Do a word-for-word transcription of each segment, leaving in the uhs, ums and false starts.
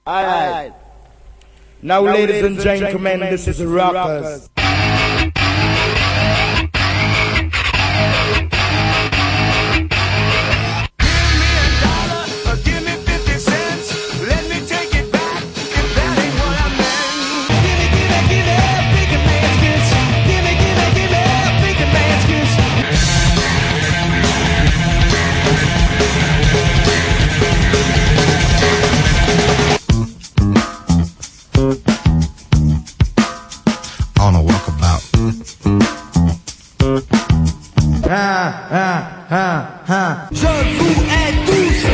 Alright. Now, ladies and gentlemen, this is the Rockers. Ah, ah, ah, ah. Je vous hais tous.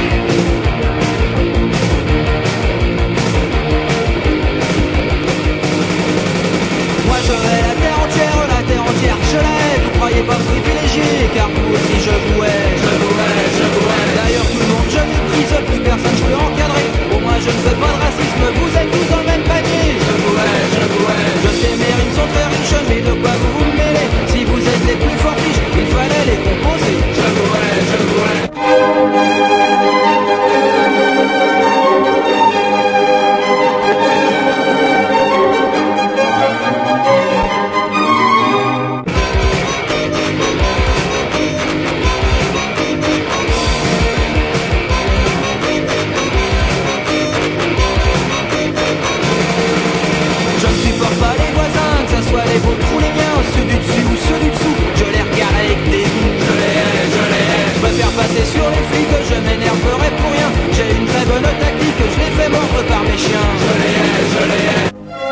Moi je hais la terre entière, la terre entière je la hais. Vous croyez pas privilégié, car vous aussi je vous hais. Je vous hais, je vous hais. D'ailleurs tout le monde je méprise, plus personne je peux encadrer. Au moins je ne fais pas de racisme, vous êtes tous dans le même panier. Je vous hais, je vous hais. Je sais mes rimes sont très riches, mais de quoi vous vous mêlez? Si vous êtes les plus forts riches, il fallait les composer. Je vous hais, je vous hais. Je ne supporte pas les voisins, que ce soit les vôtres ou les miens, ceux du dessus ou ceux du dessous, je les regarde avec dégoût. Je les hais, je les hais. Je préfère passer sur les flics, je m'énerverai pour rien. J'ai une très bonne tactique, je les fais mordre par mes chiens. Je les hais, je les hais.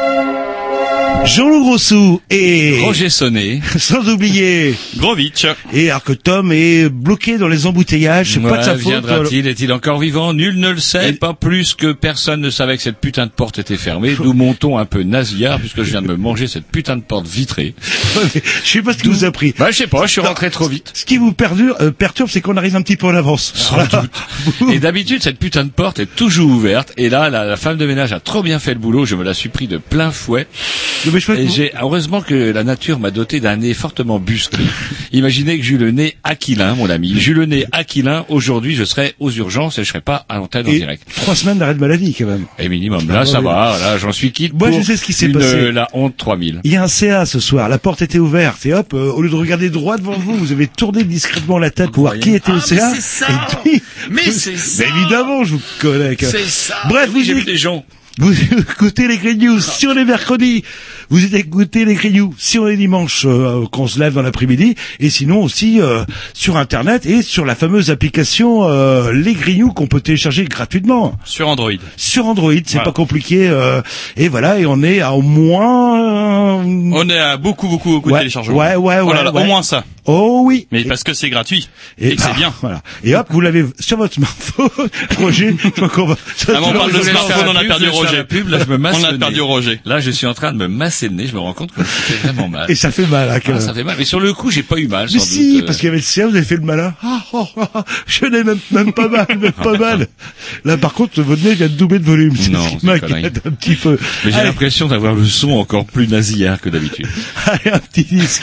Jean-Loup Grossou et Roger Sonnet, sans oublier Grovitch. Et alors que Tom est bloqué dans les embouteillages, c'est ouais, pas de sa faute. Viendra-t-il? Est-il encore vivant? Nul ne le sait, et... pas plus que personne ne savait que cette putain de porte était fermée, d'où mon ton un peu nasillard, puisque je viens de me manger cette putain de porte vitrée. Je sais pas ce qui vous a pris. Bah, je sais pas, je suis rentré non, trop vite. Ce qui vous perdure, euh, perturbe, c'est qu'on arrive un petit peu en avance. Sans doute. Et d'habitude, cette putain de porte est toujours ouverte, et là, la, la femme de ménage a trop bien fait le boulot, je me la suis pris de plein fouet. Et j'ai, heureusement que la nature m'a doté d'un nez fortement busqué. Imaginez que j'ai eu le nez aquilin, mon ami. J'ai eu le nez aquilin, aujourd'hui je serais aux urgences et je serais pas à l'antenne en direct. Trois semaines d'arrêt de maladie, quand même. Et minimum. Là, ça va, là, j'en suis quitte. Moi, je sais ce qui s'est une, passé. Euh, la honte trois mille. Il y a un C A ce soir, la porte était ouverte, et hop, euh, au lieu de regarder droit devant vous, vous avez tourné discrètement la tête pour voir qui était ah, au C A. Mais c'est ça! Et puis, mais c'est ça! Mais évidemment, je vous connais. C'est ça! Bref, oui, vous j'ai vu des gens. Vous écoutez les Green News sur les mercredis. Vous écoutez les Green News sur les dimanches euh, qu'on se lève dans l'après-midi. Et sinon aussi euh, sur Internet et sur la fameuse application euh, les Green News qu'on peut télécharger gratuitement. Sur Android. Sur Android, c'est voilà. Pas compliqué. Euh, et voilà, et on est à au moins... Euh... On est à beaucoup, beaucoup, beaucoup ouais, de téléchargements. Ouais, ouais, oh là là, ouais. Au moins ça. Oh oui. Mais et parce que c'est gratuit. Et, et que c'est bien. Voilà. Et hop, vous l'avez sur votre smartphone. Roger, je crois qu'on va... Ah, on parle de smartphone, on a perdu Roger. Pub, là, je me masse on a perdu Roger. Là, je suis en train de me masser le nez, je me rends compte que ça fait vraiment mal. Et ça fait mal, hein, quand ah, même. ça fait mal. Mais sur le coup, j'ai pas eu mal, Mais sans si, doute. parce qu'il y avait le C A, vous avez fait le malin. Ah, oh, oh, oh, je n'ai même, même pas mal, même pas mal. Là, par contre, votre nez vient de doubler de volume. C'est non, ce qui m'inquiète un petit peu. Mais j'ai Allez. l'impression d'avoir le son encore plus nasillard que d'habitude. Allez, un petit disque.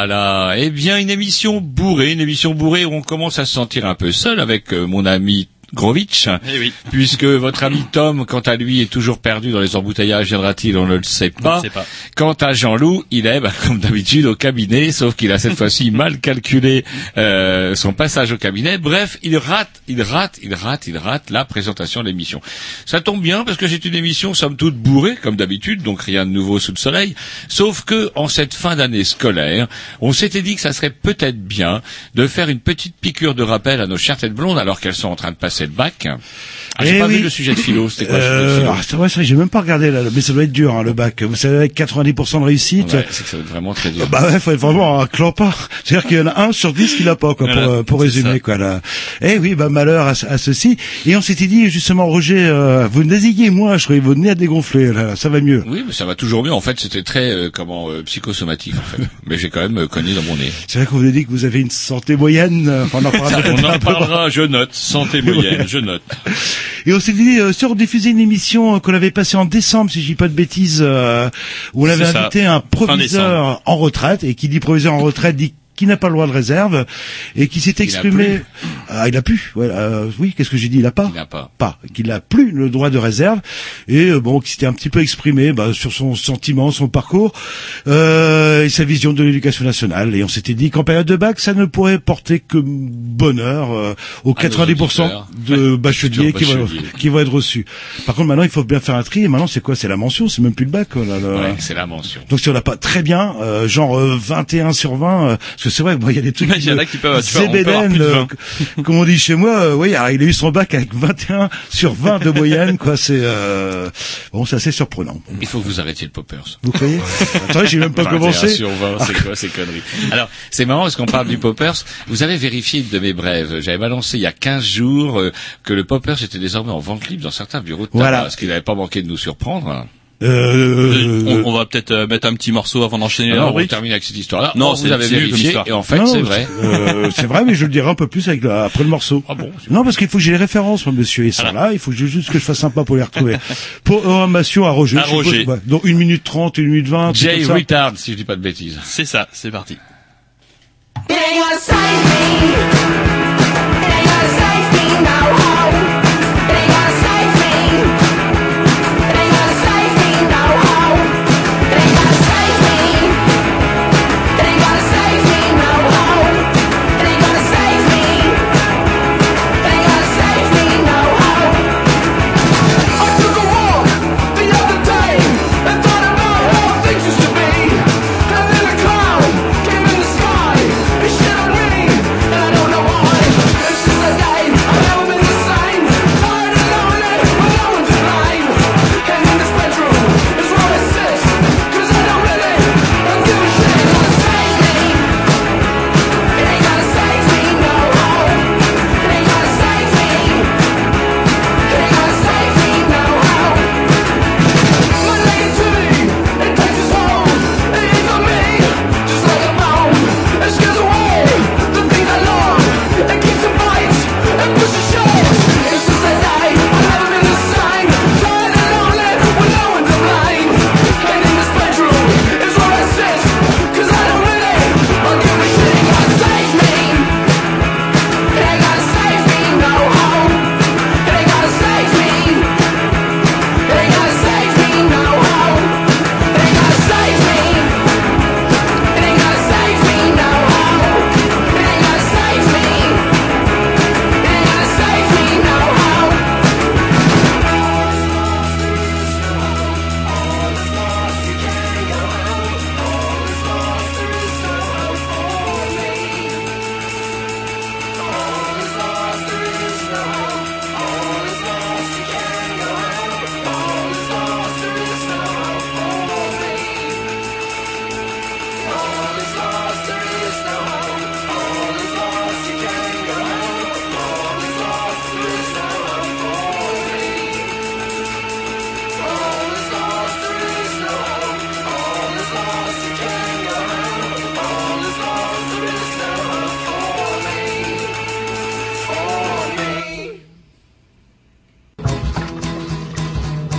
Voilà. Eh bien, une émission bourrée, une émission bourrée où on commence à se sentir un peu seul avec euh, mon ami Grovitch, eh oui. puisque votre ami Tom, quant à lui, est toujours perdu dans les embouteillages, viendra-t-il, on ne le sait pas. On ne sait pas. Quant à Jean-Loup, il est, bah, comme d'habitude, au cabinet, sauf qu'il a cette fois-ci mal calculé euh, son passage au cabinet. Bref, il rate, il rate, il rate, il rate la présentation de l'émission. Ça tombe bien, parce que c'est une émission, somme toute, bourrée, comme d'habitude, donc rien de nouveau sous le soleil, sauf que, en cette fin d'année scolaire, on s'était dit que ça serait peut-être bien de faire une petite piqûre de rappel à nos chères têtes blondes, alors qu'elles sont en train de passer le bac. Ah, j'ai eh pas oui. vu le sujet de philo, c'était quoi euh, le sujet de philo? ah, c'est vrai, ça, j'ai même pas regardé là, mais ça doit être dur, hein, le bac. Vous savez, avec quatre-vingt-dix pour cent de réussite. Ouais, c'est que ça va être vraiment très dur. Bah ouais, faut être vraiment un clopard. C'est-à-dire qu'il y en a un sur dix qui l'a pas, quoi, Voilà, pour, pour résumer, ça. quoi, là. Eh oui, bah, malheur à, à ceci. Et on s'était dit, justement, Roger, euh, vous nésiguez, moi, je croyais votre nez à dégonfler, là, ça va mieux. Oui, mais ça va toujours mieux. En fait, c'était très, euh, comment, euh, psychosomatique, en fait. Mais j'ai quand même euh, cogné dans mon nez. C'est vrai qu'on vous a dit que vous avez une santé moyenne, euh, enfin, on en parlera On en un peu. parlera, je note. Santé moyenne, je note. Et on s'est dit, euh, sur diffuser une émission euh, qu'on avait passée en décembre, si je dis pas de bêtises, euh, où on avait C'est ça. invité un proviseur en retraite, et qui dit proviseur en retraite dit qui n'a pas le droit de réserve, et qui s'est exprimé... Ah, il a plus, ouais, euh, oui, qu'est-ce que j'ai dit, il a pas Il n'a pas. Pas, qu'il n'a plus le droit de réserve, et euh, bon, qui s'était un petit peu exprimé bah, sur son sentiment, son parcours, euh, et sa vision de l'éducation nationale, et on s'était dit qu'en période de bac, ça ne pourrait porter que bonheur euh, aux À quatre-vingt-dix pour cent de bacheliers qui vont, bacheliers. qui vont être reçus. Par contre, maintenant, il faut bien faire un tri, et maintenant, c'est quoi? C'est la mention, c'est même plus le bac. Quoi, là, là. Ouais, c'est la mention. Donc si on n'a pas très bien, euh, genre euh, vingt et un sur vingt, euh, parce que c'est vrai, il y a des trucs... Il y en a qui peuvent, tu vois, on peut avoir zébédène, plus de euh, vingt. comme on dit chez moi, euh, oui, alors, il a eu son bac avec vingt et un sur vingt de moyenne, quoi, c'est... Euh, bon, c'est assez surprenant. Il faut que vous arrêtiez le poppers. Vous croyez? Attendez, j'ai même pas vingt et un commencé. sur vingt, c'est quoi ces conneries? Alors, c'est marrant parce qu'on parle du poppers. Vous avez vérifié une de mes brèves. J'avais balancé il y a quinze jours euh, que le poppers était désormais en vente libre dans certains bureaux de tabac. Voilà. Parce qu'il n'avait pas manqué de nous surprendre. Euh, on, on va peut-être euh, mettre un petit morceau avant d'enchaîner Ah la non, on rubrique. termine avec cette histoire-là. Non, Or, c'est- vous avez c'est nul comme vérifié histoire. et en fait, non, c'est vrai. euh, c'est vrai, mais je le dirai un peu plus avec la, après le morceau. Ah bon? Non, parce qu'il faut que j'ai les références, moi, monsieur. Et ça, là, il faut que je- juste que je fasse sympa pour les retrouver. Programmation à Roger. À je suppose, Roger. ouais. Donc, une minute trente, une minute vingt, Jay tout ça. Retard, si je dis pas de bêtises. C'est ça, c'est parti. It ain't gonna save me. It ain't gonna save me, no. It ain't gonna save me. It ain't gonna save me, no. It ain't gonna save me. It ain't gonna save me, no. It ain't gonna save me. It ain't gonna save me, no. I took a walk the other day and thought about how things used to be. And then a cloud came in the sky. It shit on me, and I don't know why.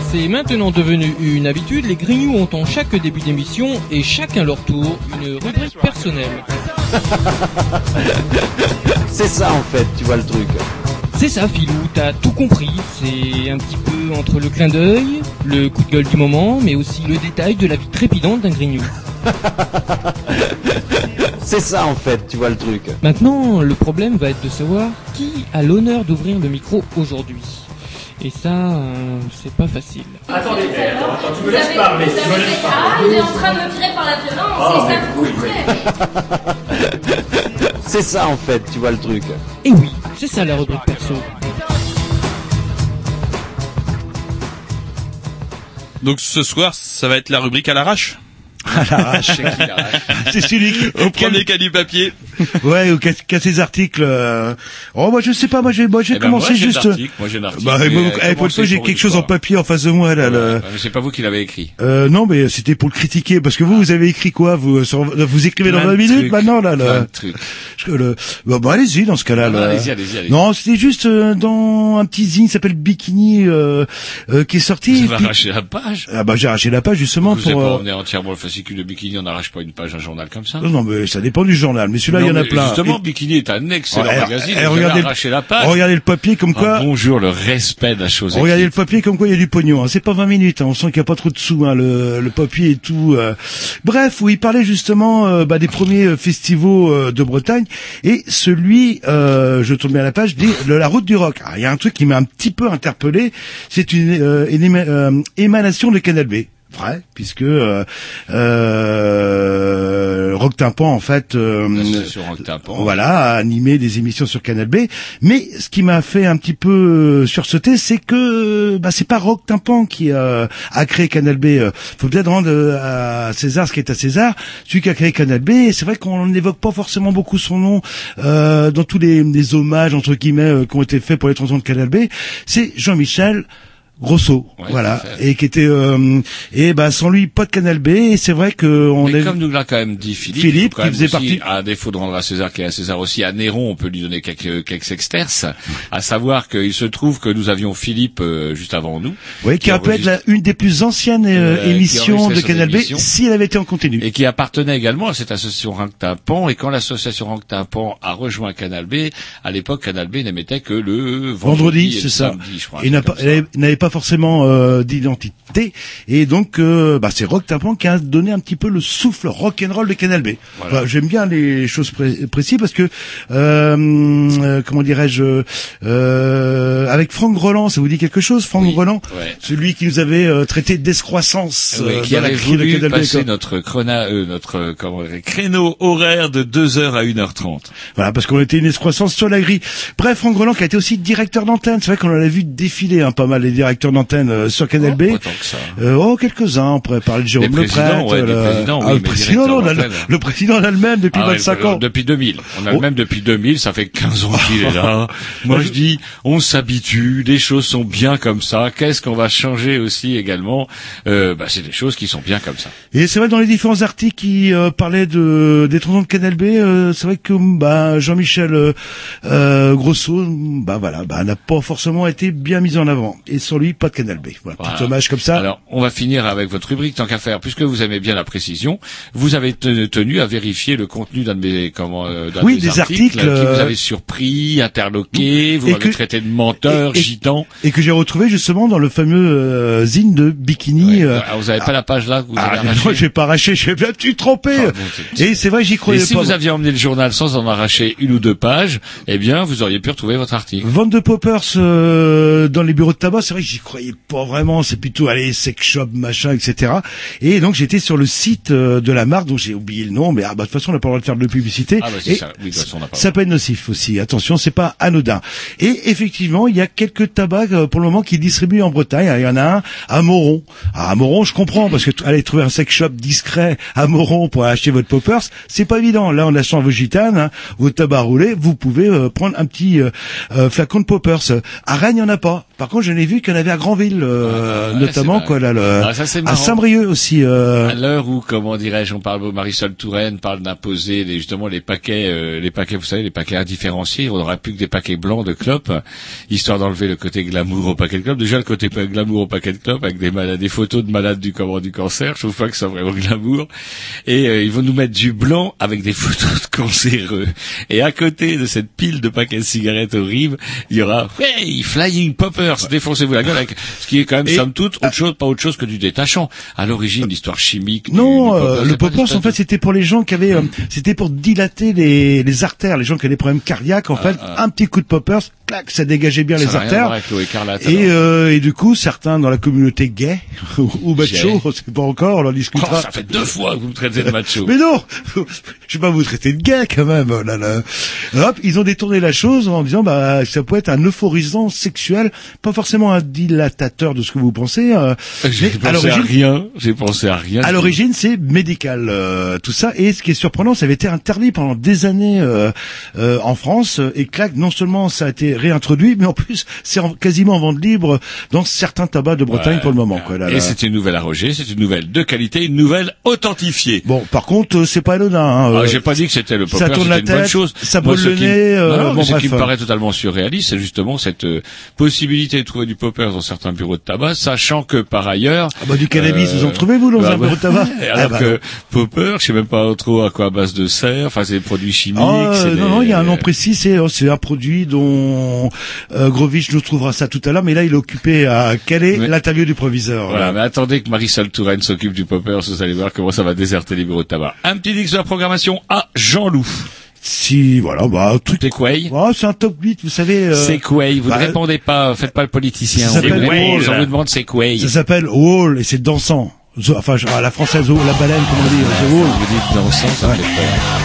C'est maintenant devenu une habitude, les Grignoux ont en chaque début d'émission et chacun leur tour une rubrique personnelle. C'est ça en fait, tu vois le truc. C'est ça Philou, t'as tout compris, c'est un petit peu entre le clin d'œil, le coup de gueule du moment, mais aussi le détail de la vie trépidante d'un Grignou. C'est ça en fait, tu vois le truc. Maintenant, le problème va être de savoir qui a l'honneur d'ouvrir le micro aujourd'hui. Et ça, euh, c'est pas facile. Attendez, attends, attends, tu me laisses parler, tu me laisses parler. Ah, il est en train de me tirer par la violence, Oh, c'est ça oui, que vous voulez. C'est ça en fait, tu vois le truc. Et oui, c'est ça la rubrique perso. Donc ce soir, ça va être la rubrique à l'arrache. À l'arrache. C'est celui qui, Au premier cas du papier. Ouais, ou qui a, qui a ses articles. Euh... Oh, moi je sais pas, moi j'ai, moi j'ai Eh ben, commencé moi, j'ai juste. l'article, moi j'ai l'article. Bah, mais, moi, euh, eh, pour une fois, j'ai pour quelque une chose fois. en papier en face de moi là. Ouais, le... ouais, mais c'est pas vous qui l'avez écrit. Euh, non, mais c'était pour le critiquer parce que vous, vous avez écrit quoi vous, sur, vous écrivez Plein dans vingt de minutes trucs, maintenant là. plein Le... de trucs. Je- le... Bah, bah, allez-y dans ce cas-là. Ah, là. allez-y, allez-y, allez-y. Non, c'était juste euh, dans un petit zine qui s'appelle Bikini euh, euh, qui est sorti. Vous et avez puis- arraché la page. Ah bah j'ai arraché la page justement Vous n'avez pour. pas euh, emmené entièrement le fascicule de Bikini, on n'arrache pas une page d'un journal comme ça. Non, non, mais ça dépend du journal. Mais celui-là, il y en Non, a mais plein. Justement, Et- Bikini est un excellent Ouais, magazine. eh, Vous regardez avez le- arraché la page. Regardez le papier comme quoi. Ah, bonjour, le respect de la chose Regardez le écrite. papier comme quoi il y a du pognon. Hein. C'est pas vingt minutes. Hein. On sent qu'il y a pas trop de sous. Hein. Le, le papier et tout. euh. Bref, où il parlait justement euh, bah, des premiers euh, festivals euh, de Bretagne et celui, euh, je tourne bien la page, dit de la route du rock. Alors, il y a un truc qui m'a un petit peu interpellé. C'est une, euh, une éma- euh, émanation de Canal B. Vrai, puisque euh, euh, Rock Tympan en fait euh, L'association Rock Tympan. voilà, a animé des émissions sur Canal B. Mais ce qui m'a fait un petit peu euh, sursauter, c'est que bah, c'est pas Rock Tympan qui euh, a créé Canal B. Euh, faut peut-être rendre euh, à César ce qui est à César. Celui qui a créé Canal B, et c'est vrai qu'on n'évoque pas forcément beaucoup son nom euh, dans tous les, les hommages entre guillemets euh, qui ont été faits pour les trente ans de Canal B. C'est Jean-Michel Grosso, Ouais, voilà, tout à fait. et qui était euh, et bah sans lui pas de Canal B. Et c'est vrai que on Mais est comme nous l'a quand même dit Philippe, Philippe, il faut quand qui même faisait aussi, partie- à défaut de rendre à César qui est à César aussi, à Néron, on peut lui donner quelques, quelques sexterces, à savoir qu'il se trouve que nous avions Philippe euh, juste avant nous. oui, qui aurait pu être la- une des plus anciennes euh, Euh, qui émissions enregistrait de son Canal B émission. si elle avait été en continu. Et qui appartenait également à cette association Rock Tympan. Et quand l'association Rock Tympan a rejoint Canal B, à l'époque, Canal B n'émettait que le vendredi, Vendredi, et c'est le ça. samedi, je crois. Il un n'a truc pas, comme ça. elle n'avait pas forcément euh, d'identité, et donc euh, bah, c'est Rock Tympan qui a donné un petit peu le souffle rock'n'roll de Canal B. Voilà. Enfin, j'aime bien les choses pré- précises parce que euh, euh, comment dirais-je, euh, avec Franck Roland, ça vous dit quelque chose, Franck Oui, Roland, ouais. celui qui nous avait euh, traité d'escroissance, Oui, euh, qui dans la avait grille de voulu Canal B, passer quoi. notre, chrona, euh, notre euh, comment, dire, créneau horaire de deux heures à une heure trente. Voilà, parce qu'on était une escroissance sur la grille. Bref, Franck Roland qui a été aussi directeur d'antenne. C'est vrai qu'on en a vu défiler hein, pas mal les directeurs d'antenne euh, sur Canal B. Oh, pas tant que ça. Euh, oh, quelques-uns. On pourrait parler de Jérôme Des Le présidents, Prêtre. ouais, des le- présidents, oui, ah, le mais président, non, directeur on a le, d'antenne. le président en a le même depuis Ah ouais, vingt-cinq euh, ans. Depuis deux mille. On a Oh. le même depuis deux mille, ça fait quinze ans qu'il est là. Moi je dis, on s'habitue, les choses sont bien comme ça. Qu'est-ce qu'on va changer aussi également euh, bah, c'est des choses qui sont bien comme ça. Et c'est vrai, dans les différents articles qui euh, parlaient de, des trente ans de Canal B, euh, c'est vrai que bah, Jean-Michel euh, euh, Grosso, bah voilà, bah, n'a pas forcément été bien mis en avant. Et sans lui, pas de Canal B. Voilà, Voilà. petit hommage comme ça. Alors, on va finir avec votre rubrique tant qu'à faire, puisque vous aimez bien la précision. Vous avez te- tenu à vérifier le contenu d'un de mes, comment, euh, d'un Oui, de mes des articles, qui vous euh, avez surpris, interloqué, vous et m'avez que- traité de menteur, et- et- gitan. Et que j'ai retrouvé justement dans le fameux euh, zine de Bikini. Ouais. euh, Alors, vous avez pas la page là que vous ah, avez non, arrachée j'ai pas arraché, j'ai bien tu trompé. Ah, bon, c'est- Et c'est vrai, j'y Et croyais si pas. vous aviez emmené le journal sans en arracher une ou deux pages, eh bien, vous auriez pu retrouver votre article. Vente de poppers euh, dans les bureaux de tabac, c'est vrai que j'y croyais pas vraiment. C'est plutôt allez sex shop machin, et cetera. Et donc j'étais sur le site euh, de la marque, dont j'ai oublié le nom, mais ah, bah, de toute façon on n'a pas le droit de faire de publicité. Ah bah c'est Et ça. Oui, de toute façon, on n'a pas. ça peut être nocif aussi. Attention, c'est pas anodin. Et effectivement, il y a quelques tabacs euh, pour le moment qui distribuent en Bretagne. Il y en a un à Moron. Ah, à Moron, je comprends parce que t- aller trouver un sex shop discret à Moron pour acheter votre poppers, c'est pas évident. Là, en achetant vos gitanes, hein, vos tabacs roulés, vous pouvez euh, prendre un petit euh, euh, flacon de poppers. À Rennes, il y en a pas. Par contre, je n'ai vu qu'il y en avait à Granville, euh, Ah, ouais, notamment. justement, ben, quoi, là, le, ah, ça, c'est à marrant. Saint-Brieuc aussi, euh... À l'heure où, comment dirais-je, on parle, Marisol Touraine parle d'imposer les, justement, les paquets, euh, les paquets, vous savez, les paquets indifférenciés, on n'aura plus que des paquets blancs de clopes, histoire d'enlever le côté glamour au paquet de clopes. Déjà, le côté glamour au paquet de clopes, avec des malades, des photos de malades du, comment, du cancer, je trouve pas que ça soit vraiment glamour. Et, euh, ils vont nous mettre du blanc avec des photos de cancéreux. Et à côté de cette pile de paquets de cigarettes horribles, il y aura, hey, Flying Poppers, défoncez-vous la gueule avec, ce qui est quand même, et, somme toute, autre chose, pas autre chose que du détachant. À l'origine, l'histoire chimique. Non, du, du euh, poppers, le poppers, en fait, c'était pour les gens qui avaient, euh, c'était pour dilater les, les artères, les gens qui avaient des problèmes cardiaques, en ah, fait, ah. un petit coup de poppers, clac, ça dégageait bien ça les artères. Écarlate, et, euh, et du coup, certains dans la communauté gay, ou macho, on sait pas encore, on en discutera. Oh, ça fait deux fois que vous me traitez de macho. Mais non! Je vais pas vous traiter de gay, quand même, là, là. Hop, ils ont détourné la chose en disant, bah, ça peut être un euphorisant sexuel, pas forcément un dilatateur de ce que vous pensez. Euh, j'ai pensé à, l'origine, à rien. J'ai pensé à rien. À l'origine, c'est médical, euh, tout ça. Et ce qui est surprenant, ça avait été interdit pendant des années euh, euh, en France. Et clac, non seulement ça a été réintroduit, mais en plus, c'est en, quasiment en vente libre dans certains tabacs de Bretagne ouais, pour le moment. Quoi, là, et là. c'est une nouvelle à Roger, c'est une nouvelle de qualité, une nouvelle authentifiée. Bon, par contre, c'est pas anodin. Hein, ah, j'ai pas dit que c'était le popper, c'était une tête, bonne chose. Ça brûle le nez. Euh, non, non, bon, ce bref, qui me paraît totalement surréaliste, c'est justement cette euh, possibilité de trouver du popper dans certains bureaux de tabac, sachant que par ailleurs... Ah bah du cannabis, euh, vous en trouvez vous dans bah, un bureau de tabac? Alors ah bah, que popper, je sais même pas trop à quoi à base de serre, enfin c'est des produits chimiques. Oh, c'est non, des... non, il y a un nom précis, c'est c'est un produit dont euh, Grovitch nous trouvera ça tout à l'heure, mais là il est occupé à Calais, mais... l'interview du proviseur. Voilà, mais attendez que Marisol Touraine s'occupe du popper, vous allez voir comment ça va déserter les bureaux de tabac. Un petit dix sur la programmation à Jean-Loup. Si, voilà, bah, tout. C'est quoi? Oh, c'est un top huit, vous savez. Euh... C'est quoi? Vous bah, ne répondez pas, faites pas le politicien. On vous, on vous demande c'est quoi? Ça s'appelle Wall et c'est dansant. Enfin, à la française, la baleine, comment on dit, The Wall. Vous dites dansant, ça ouais. fait peur.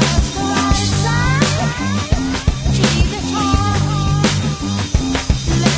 Keep it on.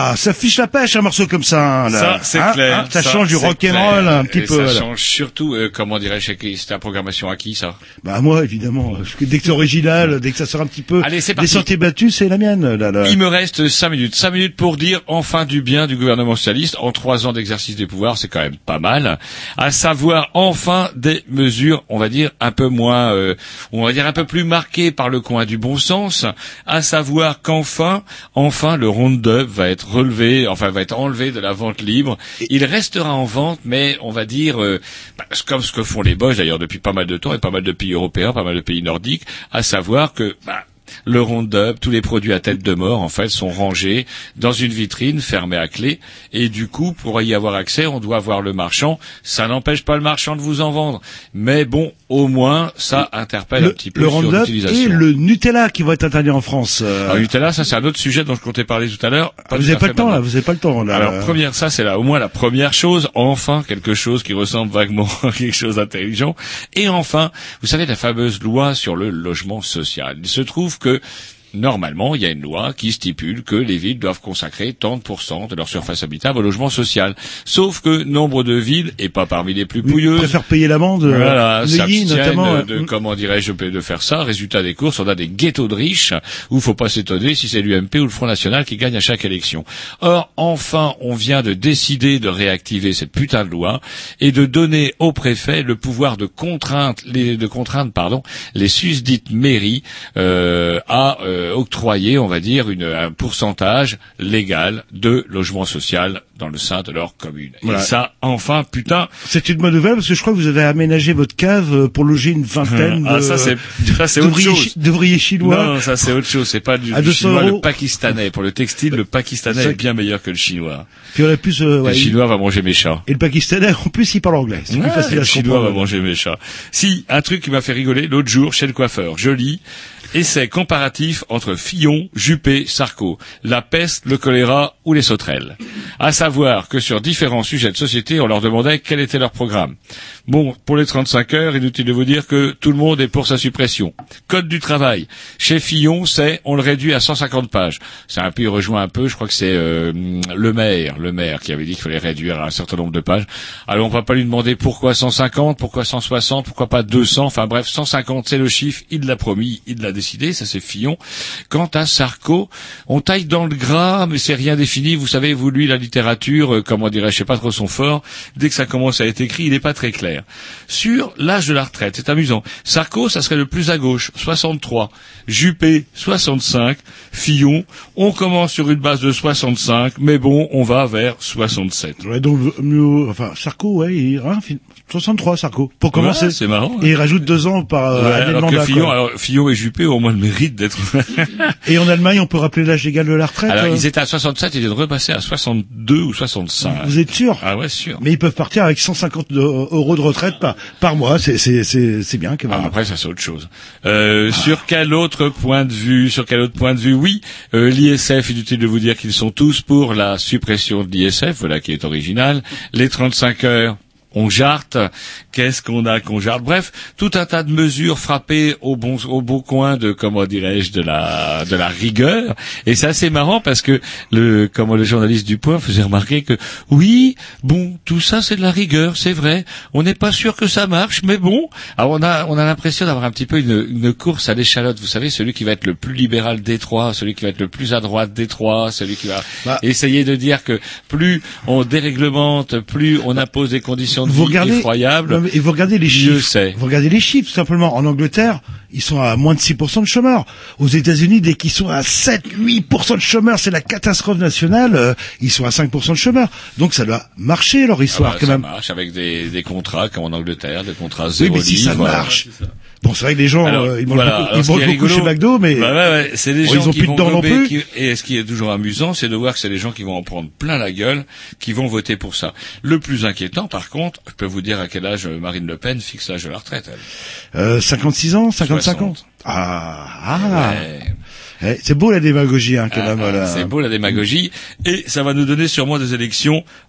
Ah, ça fiche la pêche un morceau comme ça. Hein, là. Ça, c'est Hein, clair. hein, ça, ça change du rock'n'roll un petit et peu. Ça là. change surtout, euh, comment dirais-je, c'est la programmation à qui ça? Bah moi évidemment. Parce que dès que c'est original, dès que ça sort un petit peu. Allez, c'est des parti. sentiers battus, c'est la mienne. Là, là. Il me reste cinq minutes. Cinq minutes pour dire enfin du bien du gouvernement socialiste en trois ans d'exercice des pouvoirs, c'est quand même pas mal. À savoir enfin des mesures, on va dire un peu moins, euh, on va dire un peu plus marquées par le coin du bon sens. À savoir qu'enfin, enfin le Roundup va être relevé, enfin va être enlevé de la vente libre. Il restera en vente, mais on va dire euh, bah, comme ce que font les Boches d'ailleurs depuis pas mal de temps et pas mal de pays européens, pas mal de pays nordiques, à savoir que bah, le Roundup, tous les produits à tête de mort, en fait, sont rangés dans une vitrine fermée à clé. Et du coup, pour y avoir accès, on doit voir le marchand. Ça n'empêche pas le marchand de vous en vendre. Mais bon, au moins, ça interpelle le, un petit peu le sur Roundup l'utilisation. et le Nutella qui vont être interdits en France. Euh... Alors, Nutella, ça c'est un autre sujet dont je comptais parler tout à l'heure. Ah, vous n'avez pas le temps, là. Vous n'avez pas le temps, là. Alors, première, ça c'est là, au moins la première chose. Enfin, quelque chose qui ressemble vaguement à quelque chose d'intelligent. Et enfin, vous savez, la fameuse loi sur le logement social. Il se trouve que normalement, il y a une loi qui stipule que les villes doivent consacrer trente pour cent de leur surface habitable au logement social. Sauf que nombre de villes, et pas parmi les plus pouilleuses, oui, préfèrent payer l'amende, voilà, Neuilly, notamment, de, de, comment dirais-je, de faire ça. Résultat des courses, on a des ghettos de riches, où faut pas s'étonner si c'est l'U M P ou le Front National qui gagne à chaque élection. Or, enfin, on vient de décider de réactiver cette putain de loi, et de donner au préfet le pouvoir de contraindre, les, de contraindre, pardon, les susdites mairies, euh, à, euh, octroyer, on va dire, une, un pourcentage légal de logement social dans le sein de leur commune. Voilà. Et ça, enfin, putain. C'est une bonne nouvelle parce que je crois que vous avez aménagé votre cave pour loger une vingtaine ah, de, ça c'est, ça c'est autre chose. Chi- d'ouvriers chinois. Non, ça c'est autre chose. C'est pas du, à du chinois, euros. le pakistanais. Pour le textile, le pakistanais est bien meilleur que le chinois. Puis on a plus, euh, ouais, le chinois va manger mes chats. Et le pakistanais, en plus, il parle anglais. C'est ouais, plus facile le à se chinois comprendre. va manger mes chats. Si, un truc qui m'a fait rigoler l'autre jour chez le coiffeur. Je lis. Essai comparatif entre Fillon, Juppé, Sarko, la peste, le choléra ou les sauterelles. À savoir que sur différents sujets de société, on leur demandait quel était leur programme. Bon, pour les trente-cinq heures, inutile de vous dire que tout le monde est pour sa suppression. Code du travail. Chez Fillon, c'est, on le réduit à cent cinquante pages. C'est un peu, il rejoint un peu, je crois que c'est euh, le maire, le maire qui avait dit qu'il fallait réduire à un certain nombre de pages. Alors on va pas lui demander pourquoi cent cinquante, pourquoi cent soixante, pourquoi pas deux cents, enfin bref, cent cinquante c'est le chiffre, il l'a promis, il l'a décidé, ça c'est Fillon. Quant à Sarko, on taille dans le gras, mais c'est rien défini. Vous savez, vous, lui, la littérature, euh, comment dirais-je, je sais pas trop son fort. Dès que ça commence à être écrit, il n'est pas très clair. Sur l'âge de la retraite, c'est amusant. Sarko, ça serait le plus à gauche, soixante-trois. Juppé, soixante-cinq. Fillon, on commence sur une base de soixante-cinq, mais bon, on va vers soixante-sept. Ouais, donc, mieux, enfin, Sarko, ouais, il, hein, soixante-trois, Sarko. Pour commencer. Ouais, c'est marrant. Et il rajoute deux ans par ouais, année de alors mandat. Que Fillon, alors, Fillon et Juppé ont au moins le mérite d'être... Et en Allemagne, on peut rappeler l'âge légal de la retraite? Alors, euh... ils étaient à soixante-sept, ils viennent repasser à soixante-deux ou soixante-cinq. Vous êtes sûr? Ah ouais, sûr. Mais ils peuvent partir avec cent cinquante euros de retraite par, par mois. C'est, c'est, c'est, c'est bien, quand même. Ah, après, ça, c'est autre chose. Euh, ah. Sur quel autre point de vue, sur quel autre point de vue, oui, euh, l'I S F, inutile de vous dire qu'ils sont tous pour la suppression de l'I S F, voilà qui est original. Les trente-cinq heures, on jarte, qu'est-ce qu'on a qu'on jarte, bref, tout un tas de mesures frappées au bon, au beau coin de, comment dirais-je, de la, de la rigueur, et c'est assez marrant parce que le, comment le journaliste du Point faisait remarquer que, oui, bon, tout ça c'est de la rigueur, c'est vrai, on n'est pas sûr que ça marche, mais bon, alors on a, on a l'impression d'avoir un petit peu une, une course à l'échalote, vous savez, celui qui va être le plus libéral des trois, celui qui va être le plus à droite des trois, celui qui va bah. essayer de dire que plus on déréglemente, plus on impose des conditions de vous vie regardez, effroyables. Et vous regardez les chiffres. Sais. Vous regardez les chiffres, tout simplement. En Angleterre, ils sont à moins de six pour cent de chômeurs. Aux États-Unis, dès qu'ils sont à sept, huit pour cent de chômeurs, c'est la catastrophe nationale, euh, ils sont à cinq pour cent de chômeurs. Donc ça doit marcher, leur histoire, ah bah, quand ça même. Ça marche avec des, des contrats, comme en Angleterre, des contrats zéro oui, mais si livre. ça marche. Bon, c'est vrai que les gens, alors, euh, ils mangent voilà, beaucoup, ils mangent beaucoup rigolo, chez McDo, mais bah ouais, ouais, c'est des bon, gens ils ont qui plus de vont dents non plus. Qui, et ce qui est toujours amusant, c'est de voir que c'est des gens qui vont en prendre plein la gueule, qui vont voter pour ça. Le plus inquiétant, par contre, je peux vous dire à quel âge Marine Le Pen fixe l'âge de la retraite, elle. Euh, cinquante-six ans, cinquante-cinq ans. Ah, ah. Ouais. Eh, c'est beau la démagogie, hein, quand ah, même. Voilà. C'est beau la démagogie, et ça va nous donner sûrement des élections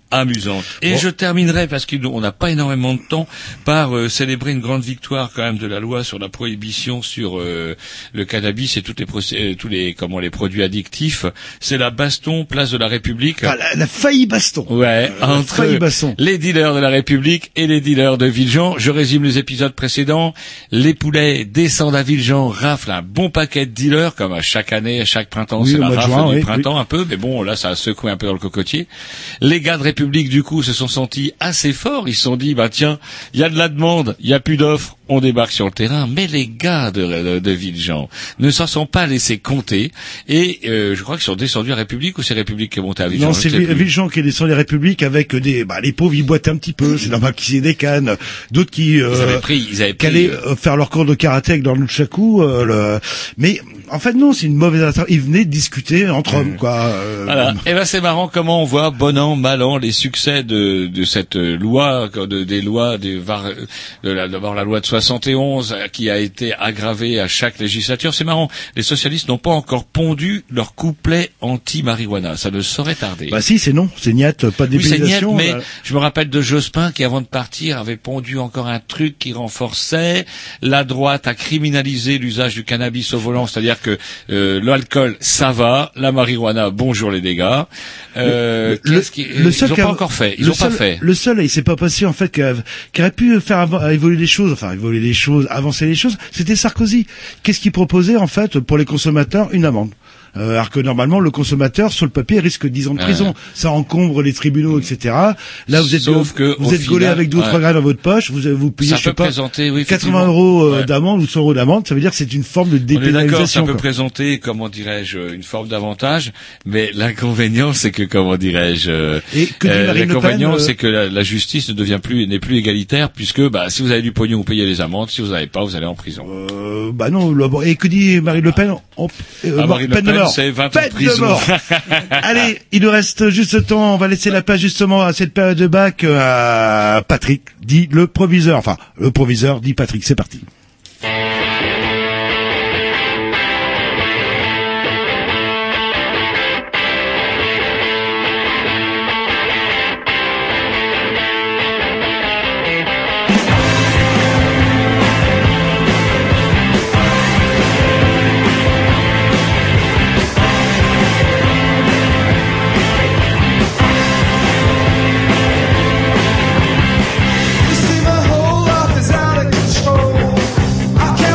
amusante. Et Bon. je terminerai, parce qu'on n'a pas énormément de temps, par euh, célébrer une grande victoire quand même de la loi sur la prohibition sur euh, le cannabis et toutes les procé- euh, tous les comment les produits addictifs. C'est la baston place de la République. Ah, la, la failli baston. Ouais, La entre failli baston. les dealers de la République et les dealers de Villejean. Je résume les épisodes précédents. Les poulets descendent à Villejean, raflent un bon paquet de dealers, comme à chaque année, à chaque printemps, Oui, c'est au la mois de rafle juin, du oui, printemps un peu, mais bon, là, ça a secoué un peu dans le cocotier. Les gars de République, du coup, se sont sentis assez forts. Ils se sont dit, bah tiens, il y a de la demande, il y a plus d'offres, on débarque sur le terrain. Mais les gars de, de, de Villejean ne s'en sont pas laissés compter. Et euh, je crois qu'ils sont descendus à République, ou c'est République qui est montée à Villejean. Non, je c'est sais Vi- plus. Villejean qui est descendu à la République avec des, bah, les pauvres ils boitent un petit peu, c'est normal qu'ils aient des cannes, d'autres qui, Ils euh, avaient pris, ils avaient qui pris. allaient euh, euh, faire leur cours de karaté avec leur nunchaku, euh, le... mais en fait non, c'est une mauvaise affaire. Ils venaient discuter entre hommes, quoi. euh, Voilà. Et ben c'est marrant comment on voit bon an mal an les succès de de cette euh, loi de, des lois des var- de la, d'abord la loi de soixante et onze euh, qui a été aggravée à chaque législature. C'est marrant. Les socialistes n'ont pas encore pondu leur couplet anti-marijuana. Ça ne saurait tarder. Bah si, c'est non, c'est niette, pas de Oui, c'est niette, dépénalisation. mais là. je me rappelle de Jospin qui, avant de partir, avait pondu encore un truc qui renforçait. La droite a criminalisé l'usage du cannabis au volant, c'est-à-dire que euh, l'alcool, ça va, la marijuana, bonjour les dégâts. Euh, Le- qu'est-ce qui, le ils seul n'ont qui a- pas encore fait, ils le n'ont pas seul- fait. Le seul, il s'est pas passé en fait, qui, a- qui aurait pu faire av- évoluer les choses, enfin évoluer les choses, avancer les choses, c'était Sarkozy. Qu'est-ce qu'il proposait en fait pour les consommateurs? Une amende. Euh, alors que normalement le consommateur sur le papier risque dix ans de prison, Ouais. ça encombre les tribunaux, et cetera. Là vous êtes Sauf que, vous au êtes gaulé final, avec deux ou trois ouais. grammes dans votre poche, vous vous payez Ça je sais peut pas présenter, oui, quatre-vingts effectivement. euros euh, Ouais. d'amende ou cent euros d'amende, ça veut dire que c'est une forme de On est d'accord, ça dépénalisation. peut quoi. présenter, comment dirais-je, une forme d'avantage, mais l'inconvénient, c'est que, comment dirais-je, euh, Et que dit euh, Marine Le Pen, l'inconvénient, euh, c'est que la, la justice ne devient plus, n'est plus égalitaire, puisque, bah, si vous avez du pognon, vous payez les amendes, si vous n'avez pas, vous allez en prison. Euh, bah non, le- et que dit Marine Le Pen? On- euh, Ah, mort- Marine Le peine de Pen, mort. c'est vingt ans de Peine prison. mort. Allez, il nous reste juste le temps, on va laisser la place justement à cette période de bac euh, à Patrick, dit le proviseur. Enfin, le proviseur dit Patrick, c'est parti. You see my whole life is out of control. I can't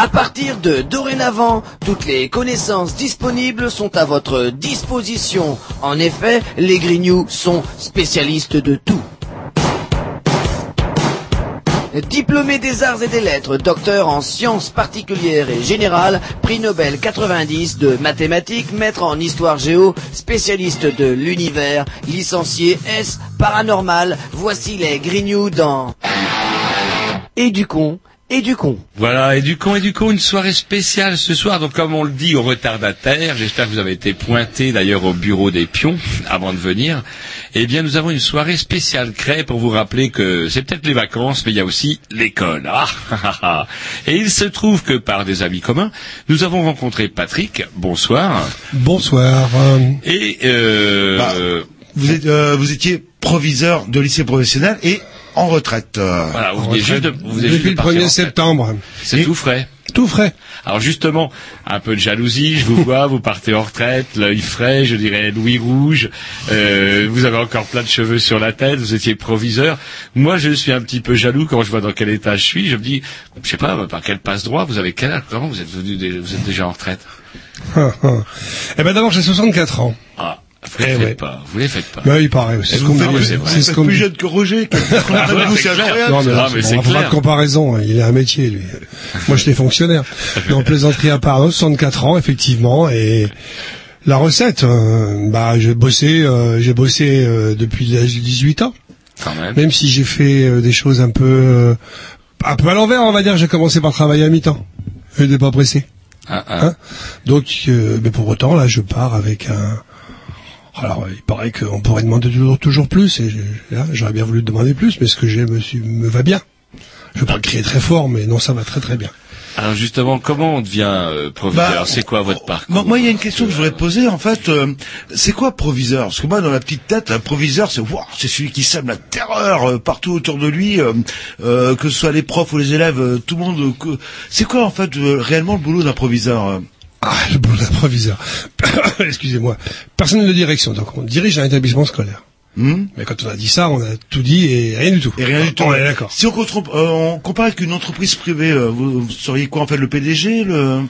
À partir de dorénavant, toutes les connaissances disponibles sont à votre disposition. En effet, les Grignoux sont spécialistes de tout. Diplômé des arts et des lettres, docteur en sciences particulières et générales, prix Nobel quatre-vingt-dix de mathématiques, maître en histoire géo, spécialiste de l'univers, licencié S paranormal, voici les Grignoux dans Éducon. Et du con. Voilà, et du con, et du con, une soirée spéciale ce soir. Donc, comme on le dit aux retardataires, j'espère que vous avez été pointés d'ailleurs au bureau des pions avant de venir. Eh bien, nous avons une soirée spéciale créée pour vous rappeler que c'est peut-être les vacances, mais il y a aussi l'école. Ah, ah, ah. Et il se trouve que par des amis communs, nous avons rencontré Patrick. Bonsoir. Bonsoir. Et euh, bah, vous, êtes, euh, vous étiez proviseur de lycée professionnel et en retraite. Euh, voilà, vous venez juste de, vous venez depuis juste de le premier septembre. C'est Et tout frais. Tout frais. Alors justement, un peu de jalousie, je vous vois, vous partez en retraite, l'œil frais, je dirais Louis rouge, euh, vous avez encore plein de cheveux sur la tête, vous étiez proviseur. Moi, je suis un petit peu jaloux quand je vois dans quel état je suis. Je me dis, je sais pas, par quel passe-droit, vous avez quel âge, comment vous êtes venu, vous êtes déjà en retraite? Eh ben d'abord, j'ai soixante-quatre ans. Ah. Vous les eh faites ouais. pas, vous les faites pas. Ben, il paraît, c'est ce qu'on me dit. C'est ce qu'on plus jeune que Roger. Ah, ouais, c'est clair. Non, mais, ah, mais c'est on fera clair. de comparaison, il a un métier, lui. Moi, j'étais fonctionnaire. Non, plaisanterie à part, soixante-quatre ans, effectivement, et la recette, euh, bah, j'ai bossé, euh, j'ai bossé euh, depuis l'âge de dix-huit ans. Quand même. Même si j'ai fait euh, des choses un peu, euh, un peu à l'envers, on va dire, j'ai commencé par travailler à mi-temps. Je n'étais pas pressé. Ah, ah. Hein Donc, euh, mais pour autant, là, je pars avec un... Alors, il paraît qu'on pourrait demander toujours, toujours plus, et je- là, j'aurais bien voulu demander plus, mais ce que j'ai me, suis- me va bien. Je veux pas le crier très fort, mais non, ça va très très bien. Alors justement, comment on devient euh, proviseur? Bah, C'est quoi votre parcours? Moi, moi, il y a une question que je voudrais poser. En fait, euh, c'est quoi proviseur? Parce que moi, dans la petite tête, un proviseur, c'est wow, c'est celui qui sème la terreur euh, partout autour de lui, euh, euh, que ce soit les profs ou les élèves, euh, tout le monde. euh, que... C'est quoi en fait euh, réellement le boulot d'un proviseur? euh Ah, le boulot d'un proviseur. Excusez-moi. Personnel de direction, donc on dirige un établissement scolaire. Hmm Mais quand on a dit ça, on a tout dit et rien du tout. Et rien du tout. On est d'accord. Si on, contre- euh, on compare avec une entreprise privée, euh, vous, vous seriez quoi en fait, le P D G, le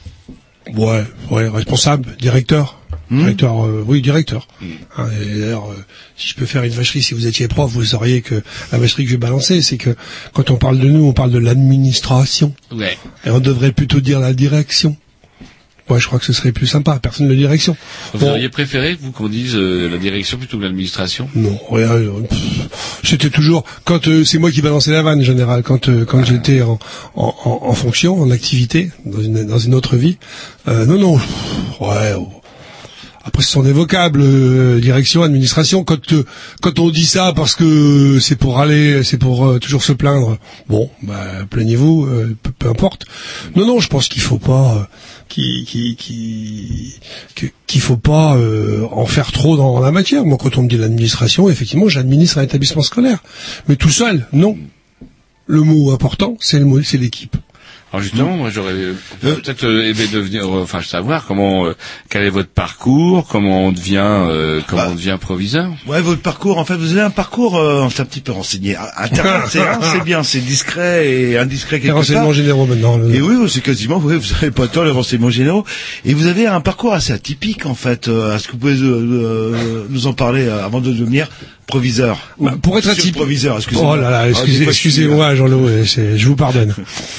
Ouais, ouais, responsable, directeur. Hmm Directeur, euh, oui, directeur. Hein, et d'ailleurs, euh, si je peux faire une vacherie, si vous étiez prof, vous sauriez que la vacherie que je vais balancer, c'est que quand on parle de nous, on parle de l'administration. Ouais. Et on devrait plutôt dire la direction. Ouais, je crois que ce serait plus sympa, personne de direction. Vous Bon. auriez préféré, vous, qu'on dise euh, la direction plutôt que l'administration? Non, rien. euh, pff, C'était toujours quand euh, c'est moi qui balançais la vanne en général quand euh, quand j'étais en, en, en, en fonction, en activité, dans une dans une autre vie. Euh, non, non. pff, Ouais. oh. Après, ce sont des vocables, euh, direction, administration. Quand euh, quand on dit ça parce que c'est pour aller, c'est pour euh, toujours se plaindre. Bon, bah plaignez-vous, euh, peu, peu importe. Non, non, je pense qu'il faut pas, euh, qu'il qu'il qu'il que- qu'il faut pas euh, en faire trop dans la matière. Moi, quand on me dit l'administration, effectivement, j'administre un établissement scolaire, mais tout seul, non. Le mot important, c'est le mot, c'est l'équipe. Alors justement, moi j'aurais euh, peut-être euh, aimé devenir, euh, enfin savoir comment, euh, quel est votre parcours, comment on devient, euh, comment Bah. on devient proviseur. Ouais, votre parcours, en fait, vous avez un parcours, euh, on s'est un petit peu renseigné. Internet, c'est, hein, c'est bien, c'est discret et indiscret Les quelque renseignements part. généraux maintenant. le- Et oui, oui, c'est quasiment, oui, vous avez pas tort, les renseignements généraux. Et vous avez un parcours assez atypique, en fait. Euh, Est-ce que vous pouvez euh, euh, nous en parler euh, avant de devenir proviseur? Bah, pour être Sur atypique. proviseur, excusez-moi. Oh là là, Ah, excusez, des fois, je suis, excusez-moi, Jean-Loup, euh, c'est- je vous pardonne.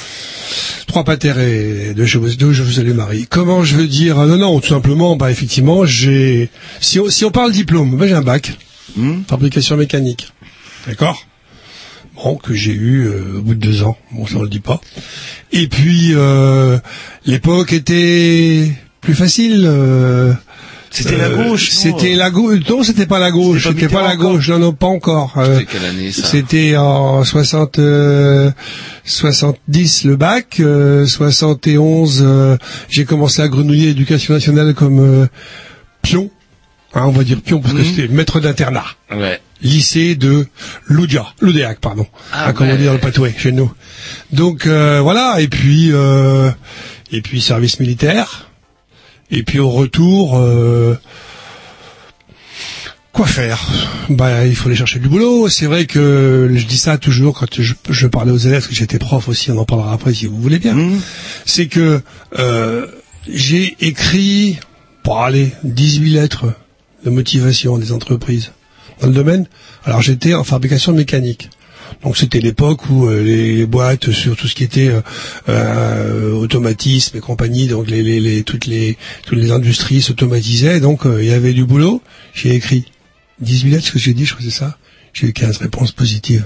Trois patères et deux chevaux, deux je salue Marie. Comment je veux dire? Non, non, tout simplement, bah effectivement, j'ai. Si on, si on parle diplôme, ben j'ai un bac, Hmm fabrication mécanique, d'accord. Bon, que j'ai eu euh, au bout de deux ans. Bon, ça on le dit pas. Et puis euh, l'époque était plus facile. Euh, C'était la gauche, non C'était la gauche. Non, c'était pas la gauche. C'était pas C'était pas la Mitterrand gauche. Non, non, pas encore. Euh, C'était quelle année ça? C'était en soixante, euh, soixante-dix le bac, euh, soixante et onze euh, j'ai commencé à grenouiller l'éducation nationale comme euh, pion, hein, on va dire pion parce que Mhm. c'était maître d'internat, Ouais. lycée de Loudia, Loudéac pardon, Ah hein, comme on ouais. dit dans le patoué chez nous. Donc euh, voilà, et puis euh, et puis service militaire, et puis au retour. Euh, Quoi faire? Bah, il faut aller chercher du boulot. C'est vrai que je dis ça toujours quand je, je parlais aux élèves, parce que j'étais prof aussi, on en parlera après si vous voulez bien. Mmh. C'est que euh, j'ai écrit, pour aller, dix-huit lettres de motivation des entreprises dans le domaine. Alors j'étais en fabrication mécanique. Donc c'était l'époque où euh, les, les boîtes sur tout ce qui était euh, euh, automatisme et compagnie, donc les, les, les toutes les toutes les industries s'automatisaient. Donc euh, il y avait du boulot. J'ai écrit dix-huit lettres, ce que j'ai dit, je crois que c'est ça. J'ai eu quinze réponses positives.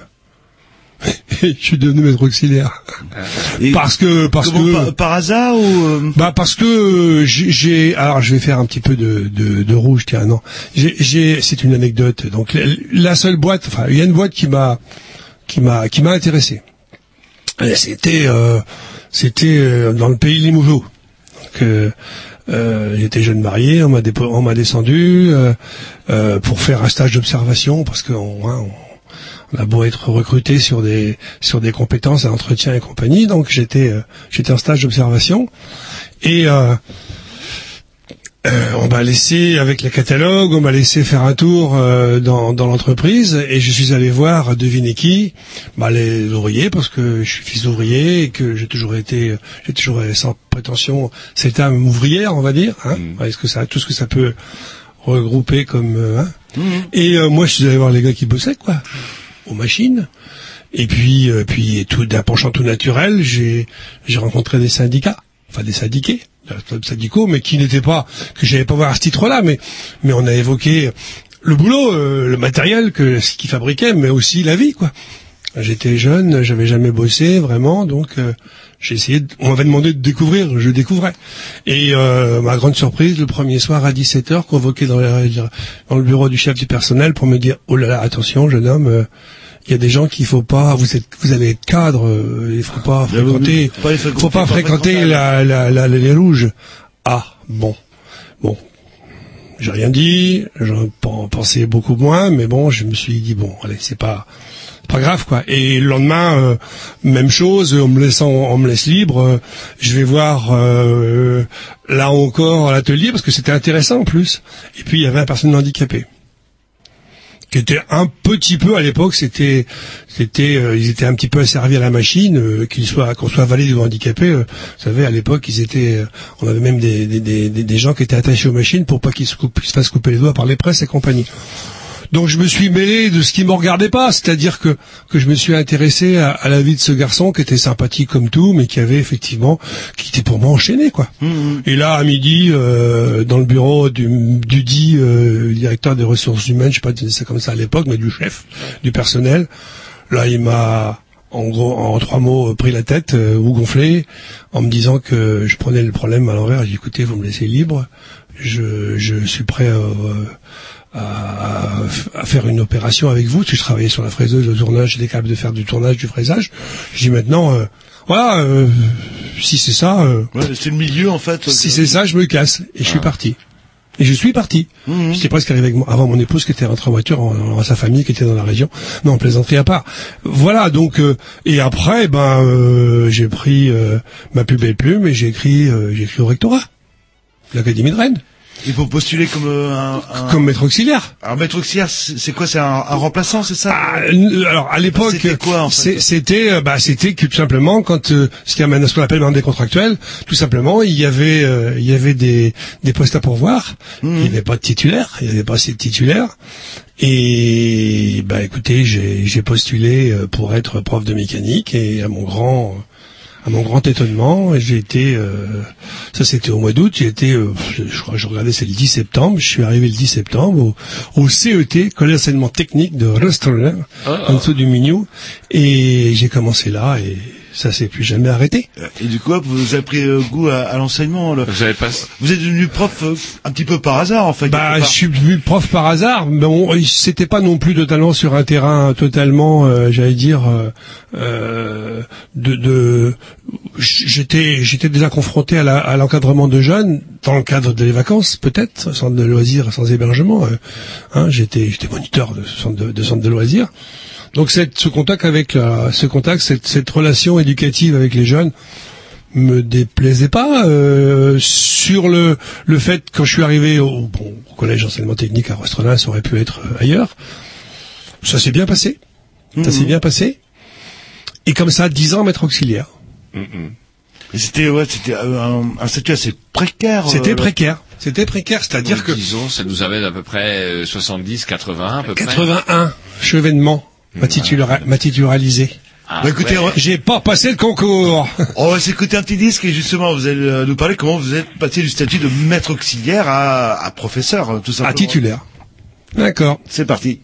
Et je suis devenu maître auxiliaire. Et parce que parce que par, par hasard ou euh... bah parce que j'ai, j'ai alors je vais faire un petit peu de de, de rouge, tiens non. J'ai, j'ai c'est une anecdote. Donc la, la seule boîte, enfin il y a une boîte qui m'a qui m'a qui m'a intéressé. Et c'était euh, c'était euh, dans le pays Limoujo. Donc euh, euh, j'étais jeune marié, on m'a dépo- on m'a descendu euh, euh, pour faire un stage d'observation parce que on, hein, on on a beau être recruté sur des sur des compétences à entretien et compagnie, donc j'étais euh, j'étais en stage d'observation et euh, euh, on m'a laissé avec les catalogues, on m'a laissé faire un tour euh, dans dans l'entreprise et je suis allé voir, devinez qui, bah les ouvriers parce que je suis fils d'ouvrier et que j'ai toujours été j'ai toujours sans prétention cette âme ouvrière, on va dire, hein, mmh. Est-ce que ça tout ce que ça peut regrouper comme euh, hein mmh. Et euh, moi je suis allé voir les gars qui bossaient quoi. Aux machines, et puis euh, puis tout d'un penchant tout naturel, j'ai j'ai rencontré des syndicats, enfin des syndiqués, des syndicaux, mais qui n'étaient pas que j'allais pas voir à ce titre-là, mais mais on a évoqué le boulot, euh, le matériel que ce qu'ils fabriquaient, mais aussi la vie quoi. J'étais jeune, j'avais jamais bossé vraiment, donc euh, j'ai essayé. De, on m'avait demandé de découvrir, je découvrais. Et euh, ma grande surprise, le premier soir à dix-sept heures, convoqué dans, les, dans le bureau du chef du personnel pour me dire oh là là, attention, jeune homme, il euh, y a des gens qu'il faut pas. Vous êtes, vous allez être cadre, euh, il faut pas fréquenter, faut pas, fréquenter, faut pas fréquenter la, la, la, les rouges. Ah bon, bon. J'ai rien dit, j'en pensais beaucoup moins, mais bon, je me suis dit bon, allez, c'est pas. Pas grave quoi. Et le lendemain, euh, même chose. On me laissant, on me laisse libre. Euh, je vais voir euh, là encore à l'atelier parce que c'était intéressant en plus. Et puis il y avait un personnel handicapé qui était un petit peu à l'époque. C'était, c'était, euh, ils étaient un petit peu asservis à la machine, euh, qu'ils soient, qu'on soit valide ou handicapé. Euh, vous savez, à l'époque, ils étaient. Euh, on avait même des, des, des, des gens qui étaient attachés aux machines pour pas qu'ils se, coupent, se fassent couper les doigts par les presses et compagnie. Donc je me suis mêlé de ce qui me regardait pas, c'est-à-dire que que je me suis intéressé à, à la vie de ce garçon qui était sympathique comme tout, mais qui avait effectivement, qui était pour moi enchaîné quoi. Mmh. Et là à midi, euh, dans le bureau du, du dit euh, directeur des ressources humaines, je sais pas si c'est comme ça à l'époque, mais du chef du personnel, là il m'a en gros en trois mots pris la tête euh, ou gonflé en me disant que je prenais le problème à l'envers. J'ai dit écoutez, vous me laissez libre, je je suis prêt à euh, À, à faire une opération avec vous, parce que je travaillais sur la fraiseuse, le tournage, j'étais capable de faire du tournage, du fraisage. Je dis maintenant, euh, voilà, euh, si c'est ça... Euh, ouais, c'est le milieu en fait. Si c'est ça, je me casse. Et ah. je suis parti. Et je suis parti. Mmh. J'étais presque arrivé avec moi, avant mon épouse qui était rentrée en voiture, en, en, sa famille qui était dans la région. Non, plaisanterie à part. Voilà, donc... Euh, et après, ben, euh, j'ai pris euh, ma plus belle plume et j'ai écrit, euh, j'ai écrit au rectorat, l'Académie de Rennes. Il faut postuler comme euh, un, un... comme maître auxiliaire. Alors maître auxiliaire, c'est quoi? C'est un, un remplaçant, c'est ça? Ah, alors à l'époque, bah, c'était quoi en fait? C'était, bah, c'était que tout simplement quand euh, ce qu'il y a maintenant ce qu'on appelle des contractuels, tout simplement, il y avait, euh, il y avait des des postes à pourvoir. Mmh. Il n'y avait pas de titulaire, il n'y avait pas assez de titulaires. Et bah écoutez, j'ai j'ai postulé pour être prof de mécanique et à mon grand À mon grand étonnement, j'ai été, euh, ça c'était au mois d'août, j'ai été, euh, je, je crois que je regardais, c'est le dix septembre, je suis arrivé le dix septembre au, au C E T, Collège d'enseignement technique de Restaurer, oh, oh. en dessous du Mignou, et j'ai commencé là, et ça s'est plus jamais arrêté. Et du coup, vous avez pris euh, goût à, à l'enseignement. Là. Vous avez pas... Vous êtes devenu prof euh, un petit peu par hasard, en fait. Bah, je suis devenu prof par hasard. Mais bon, c'était pas non plus totalement sur un terrain totalement, euh, j'allais dire, euh, euh, de, de, j'étais, j'étais déjà confronté à, la, à l'encadrement de jeunes dans le cadre des vacances, peut-être, centre de loisirs, sans hébergement. Euh, hein, j'étais, j'étais moniteur de centre de, de centre de loisirs. Donc cette, ce contact avec la, ce contact, cette, cette relation éducative avec les jeunes me déplaisait pas. Euh, sur le le fait, quand je suis arrivé au, bon, au collège d'enseignement technique à Rostrenin, ça aurait pu être euh, ailleurs. Ça s'est bien passé. Mmh. Ça s'est bien passé. Et comme ça, dix ans maître auxiliaire. Mmh. Et c'était ouais, c'était un, un statut assez précaire. C'était euh... précaire. C'était précaire, c'est-à-dire donc, que disons, ça nous amène à peu près soixante-dix, quatre-vingts, à peu quatre-vingt-un, près. chevènement m'a titula- m'a titularisé. Ah, bah, écoutez, ouais. J'ai pas passé le concours. On va s'écouter un petit disque et justement, vous allez euh, nous parler comment vous êtes passé du statut de maître auxiliaire à, à professeur, tout simplement. À titulaire. D'accord. C'est parti.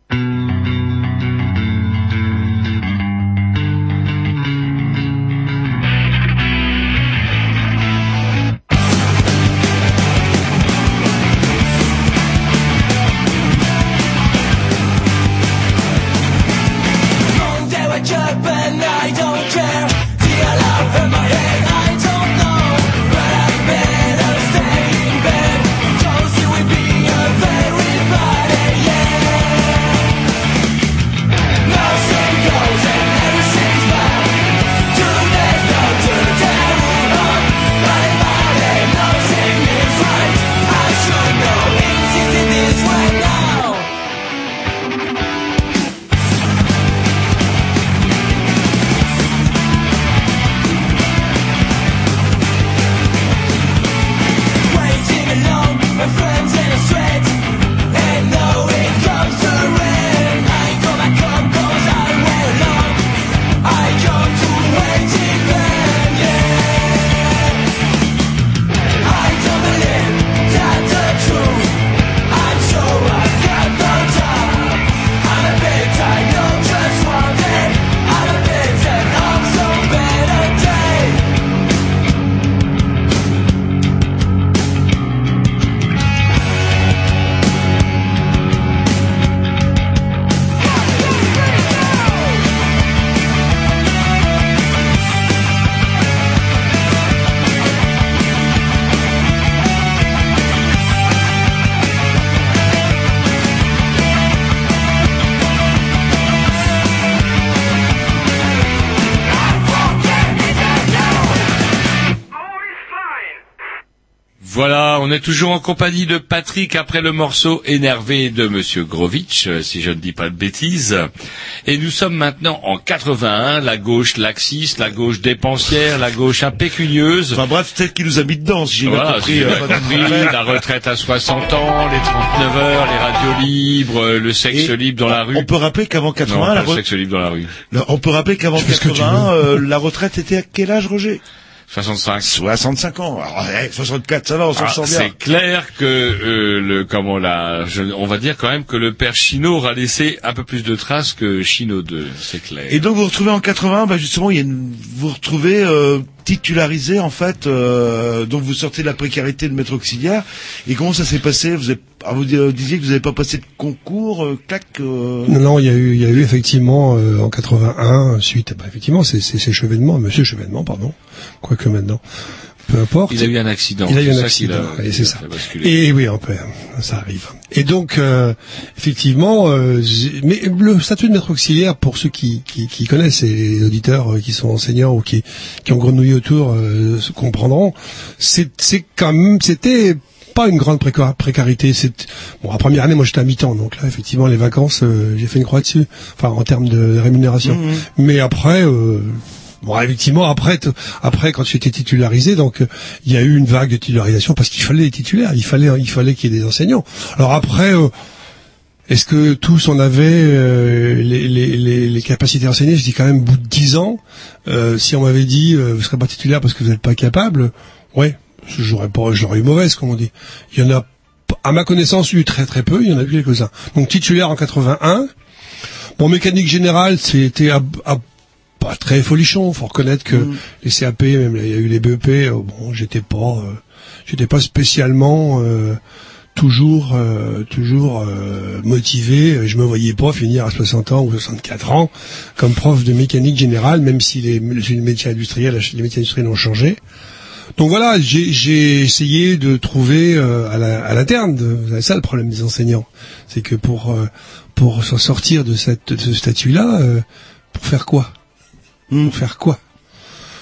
Voilà, on est toujours en compagnie de Patrick après le morceau énervé de Monsieur Grovitch, si je ne dis pas de bêtises. Et nous sommes maintenant en quatre-vingt-un, la gauche laxiste, la gauche dépensière, la gauche impécunieuse. Enfin bref, c'est elle qui nous a mis dedans, si j'ai voilà, bien compris. Si j'ai bien euh, compris, la retraite à soixante ans, les trente-neuf heures, les radios libres, le sexe Et libre dans la rue. On peut rappeler qu'avant quatre-vingts, non, la le re... sexe libre dans la rue. Non, on peut rappeler qu'avant quatre-vingts, euh, la retraite était à quel âge, Roger? soixante-cinq. soixante-cinq ans. Alors, ouais, soixante-quatre, ça va, on s'en sort bien. C'est clair que euh, le comment la, je, on va dire quand même que le père Chino aura laissé un peu plus de traces que Chino deux, c'est clair. Et donc vous vous retrouvez en quatre-vingts, bah justement, il y a une, vous vous retrouvez euh, titularisé en fait, euh, donc vous sortez de la précarité de maître auxiliaire. Et comment ça s'est passé? Vous avez, ah, vous disiez que vous n'avez pas passé de concours, euh, clac. Euh... Non, non, il y a eu, il y a eu effectivement euh, en quatre-vingt-un, suite, bah, effectivement, c'est c'est ces Chevènement, Monsieur Chevènement, pardon, quoique maintenant, peu importe. Il a eu un accident. Il a eu un ça accident, a, et c'est ça. Et oui, on peut, ça arrive. Et donc, euh, effectivement, euh, mais le statut de maître auxiliaire, pour ceux qui, qui, qui connaissent, et les auditeurs qui sont enseignants ou qui, qui ont grenouillé autour, euh, se comprendront, c'est, c'est quand même, c'était pas une grande préca- précarité. C'est bon, la première année, moi j'étais à mi-temps, donc là, effectivement, les vacances, euh, j'ai fait une croix dessus. Enfin, en termes de rémunération. Mmh. Mais après. Euh, Bon, effectivement, après, t- après, quand j'étais titularisé, donc il y a eu une vague de titularisation parce qu'il fallait des titulaires, il fallait, il fallait qu'il y ait des enseignants. Alors après, euh, est-ce que tous on avait euh, les, les, les, les capacités d'enseigner? Je dis quand même, au bout de dix ans, euh, si on m'avait dit, euh, vous serez pas titulaire parce que vous n'êtes pas capable, ouais, j'aurais pas, j'aurais eu mauvaise, comme on dit. Il y en a, à ma connaissance, eu très très peu. Il y en a eu quelques-uns. Donc titulaire en quatre-vingt-un. Bon, mécanique générale, c'était à, à pas très folichon, faut reconnaître que mmh. les C A P, même il y a eu les B E P, euh, bon, j'étais pas, euh, j'étais pas spécialement euh, toujours, euh, toujours euh, motivé. Je me voyais pas finir à soixante ans ou soixante-quatre ans comme prof de mécanique générale, même si les, les métiers industriels, les métiers industriels ont changé. Donc voilà, j'ai, j'ai essayé de trouver euh, à, la, à l'interne. C'est ça le problème des enseignants, c'est que pour euh, pour s'en sortir de cette de ce statut-là, euh, pour faire quoi? Pour faire quoi?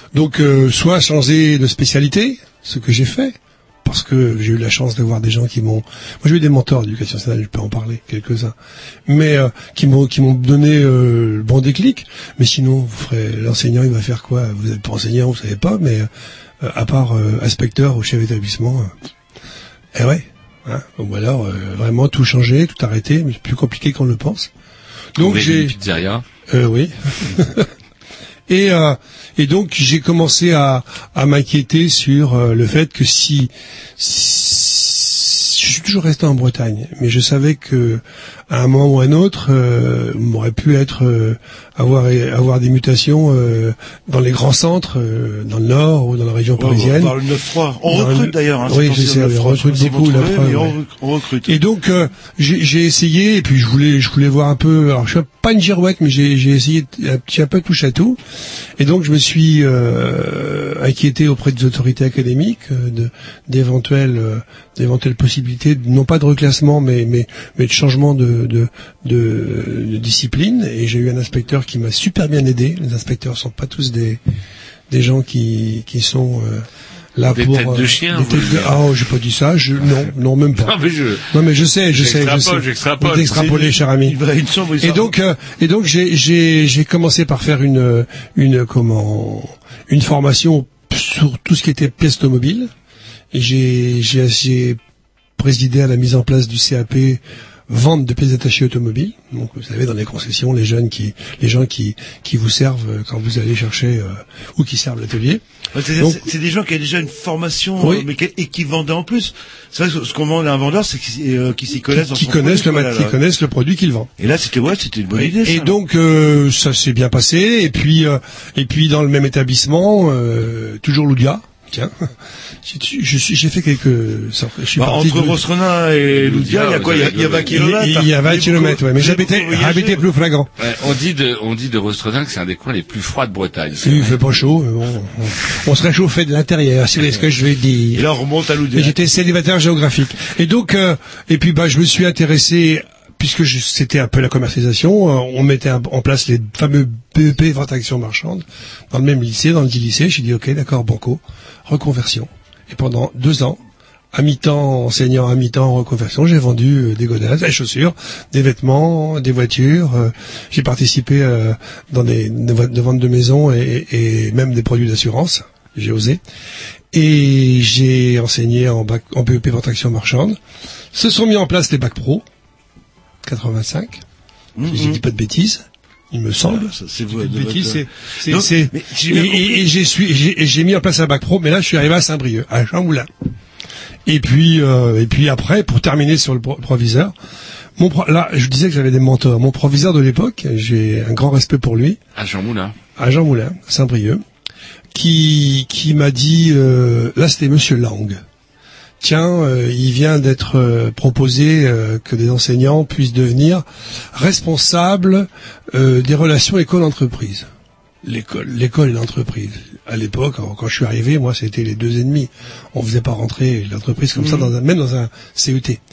Donc, euh, soit changer de spécialité, ce que j'ai fait, parce que j'ai eu la chance de voir des gens qui m'ont... Moi, j'ai eu des mentors d'éducation nationale, je peux en parler, quelques-uns, mais euh, qui m'ont qui m'ont donné euh, le bon déclic. Mais sinon, vous ferez l'enseignant, il va faire quoi? Vous n'êtes pas enseignant, vous savez pas, mais euh, à part euh, inspecteur ou chef d'établissement, euh, eh ouais. Hein, ou alors euh, vraiment tout changer, tout arrêter, mais c'est plus compliqué qu'on le pense. Donc j'ai... Une pizzeria. Euh, oui. Et, euh, et donc j'ai commencé à, à m'inquiéter sur euh, le fait que si, si je suis toujours resté en Bretagne, mais je savais que à un moment ou à un autre, euh, m'aurait pu être euh, avoir avoir des mutations euh, dans les grands centres, euh, dans le Nord ou dans la région parisienne. On, on, le neuf trois. On dans recrute le... d'ailleurs. Hein, oui, je sais, on recrute beaucoup. La preuve, on, ouais. on recrute. Et donc euh, j'ai, j'ai essayé, et puis je voulais je voulais voir un peu. Alors je suis pas une girouette, mais j'ai, j'ai essayé un petit un peu touche à tout. Et donc je me suis euh, inquiété auprès des autorités académiques euh, de d'éventuelles euh, d'éventuelles possibilités, non pas de reclassement, mais mais mais de changement de de, de, de discipline. Et j'ai eu un inspecteur qui m'a super bien aidé. Les inspecteurs sont pas tous des des gens qui qui sont euh, là des pour têtes de chien. des têtes de... Ah, oh, j'ai pas dit ça. Je... Non, non, même pas. Non mais je. Non mais je sais, je sais, je sais. J'extrapole, Vous extrapolez, cher ami. Et donc, euh, et donc, j'ai j'ai j'ai commencé par faire une une comment une formation sur tout ce qui était pièces automobiles. Et j'ai j'ai j'ai présidé à la mise en place du C A P vente de pièces détachées automobiles. Donc vous savez, dans les concessions, les jeunes qui, les gens qui qui vous servent quand vous allez chercher euh, ou qui servent l'atelier. Ouais, c'est, donc, c'est, c'est des gens qui ont déjà une formation, oui. euh, mais qui, et qui vendent en plus. C'est vrai que ce qu'on demande à un vendeur, c'est qu'ils, euh, qu'ils s'y connaissent. Qui, dans qui son connaissent produit, le, voilà, qui connaissent le produit qu'ils vendent. Et là, c'était ouais, c'était une bonne idée. Et ça. donc euh, ça s'est bien passé. Et puis euh, et puis dans le même établissement, euh, toujours Loudia. Tiens, j'ai, je suis, j'ai fait quelques. Je suis bah, parti entre de... Rosrenin et Loudia, il y a quoi? Il y a, il y a vingt kilomètres. Il y a vingt kilomètres, ouais. Mais j'habitais, j'habitais plus flagrant. Ouais, on dit de, on dit de Rosrenin que c'est un des coins les plus froids de Bretagne. Il fait pas chaud. Bon, on, on se réchauffait de l'intérieur, c'est ce que je vais dire. Et là, on remonte à Loudia. Et j'étais célibataire géographique. Et donc, euh, et puis, bah, je me suis intéressé. Puisque je, c'était un peu la commercialisation, euh, on mettait en place les fameux B E P vente action marchande dans le même lycée, dans le dix lycée. J'ai dit ok, d'accord, banco, reconversion. Et pendant deux ans, à mi-temps enseignant, à mi-temps en reconversion, j'ai vendu euh, des godasses, des chaussures, des vêtements, des voitures. Euh, j'ai participé euh, dans des, des ventes de maisons et, et même des produits d'assurance. J'ai osé. Et j'ai enseigné en, bac, en B E P vente action marchande. Se sont mis en place les bacs pro. quatre-vingt-cinq. Mm-hmm. Si je dis pas de bêtises, il me semble. Ah, ça, c'est vous, de bêtises, votre... c'est, non, c'est, mais et, et, et j'ai, suis, j'ai, j'ai mis en place un bac pro, mais là, je suis arrivé à Saint-Brieuc, à Jean-Moulin. Et puis, euh, et puis après, pour terminer sur le pro- proviseur, mon pro- là, je disais que j'avais des mentors. Mon proviseur de l'époque, j'ai un grand respect pour lui. À Jean-Moulin. À Jean-Moulin, à Saint-Brieuc, qui, qui m'a dit, euh, là, c'était Monsieur Lang. Tiens, euh, il vient d'être euh, proposé euh, que des enseignants puissent devenir responsables euh, des relations école-entreprise. L'école, l'école et l'entreprise. À l'époque, quand je suis arrivé, moi, c'était les deux ennemis. On faisait pas rentrer l'entreprise comme mmh. ça, dans un, même dans un C E T.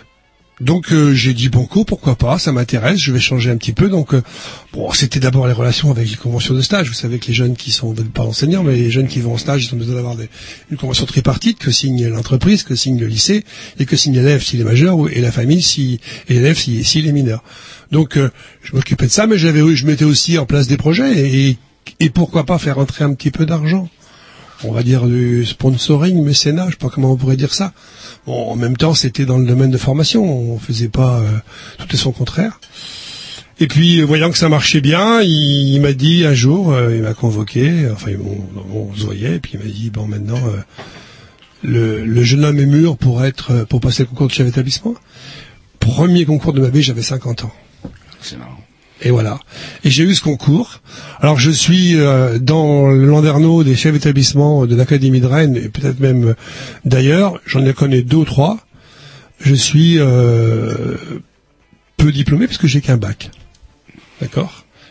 Donc euh, j'ai dit banco, pourquoi pas, ça m'intéresse, je vais changer un petit peu. Donc euh, bon, c'était d'abord les relations avec les conventions de stage. Vous savez que les jeunes qui sont pas enseignants, mais les jeunes qui vont en stage, ils ont besoin d'avoir des, une convention tripartite que signe l'entreprise, que signe le lycée et que signe l'élève s'il est majeur et la famille si et l'élève s'il si, si est mineur. Donc euh, je m'occupais de ça, mais j'avais, je mettais aussi en place des projets et, et pourquoi pas faire entrer un petit peu d'argent. On va dire du sponsoring, mécénat, je sais pas comment on pourrait dire ça. Bon, en même temps, c'était dans le domaine de formation, on faisait pas euh, tout et son contraire. Et puis, voyant que ça marchait bien, il, il m'a dit un jour, euh, il m'a convoqué, enfin, on, on se voyait, et puis il m'a dit, bon, maintenant, euh, le, le jeune homme est mûr pour être, pour passer le concours de chef d'établissement. Premier concours de ma vie, j'avais cinquante ans. C'est marrant. Et voilà. Et j'ai eu ce concours. Alors je suis euh, dans le landerneau des chefs d'établissement de l'Académie de Rennes et peut-être même d'ailleurs. J'en ai connais deux ou trois. Je suis euh, peu diplômé parce que j'ai qu'un bac. D'accord.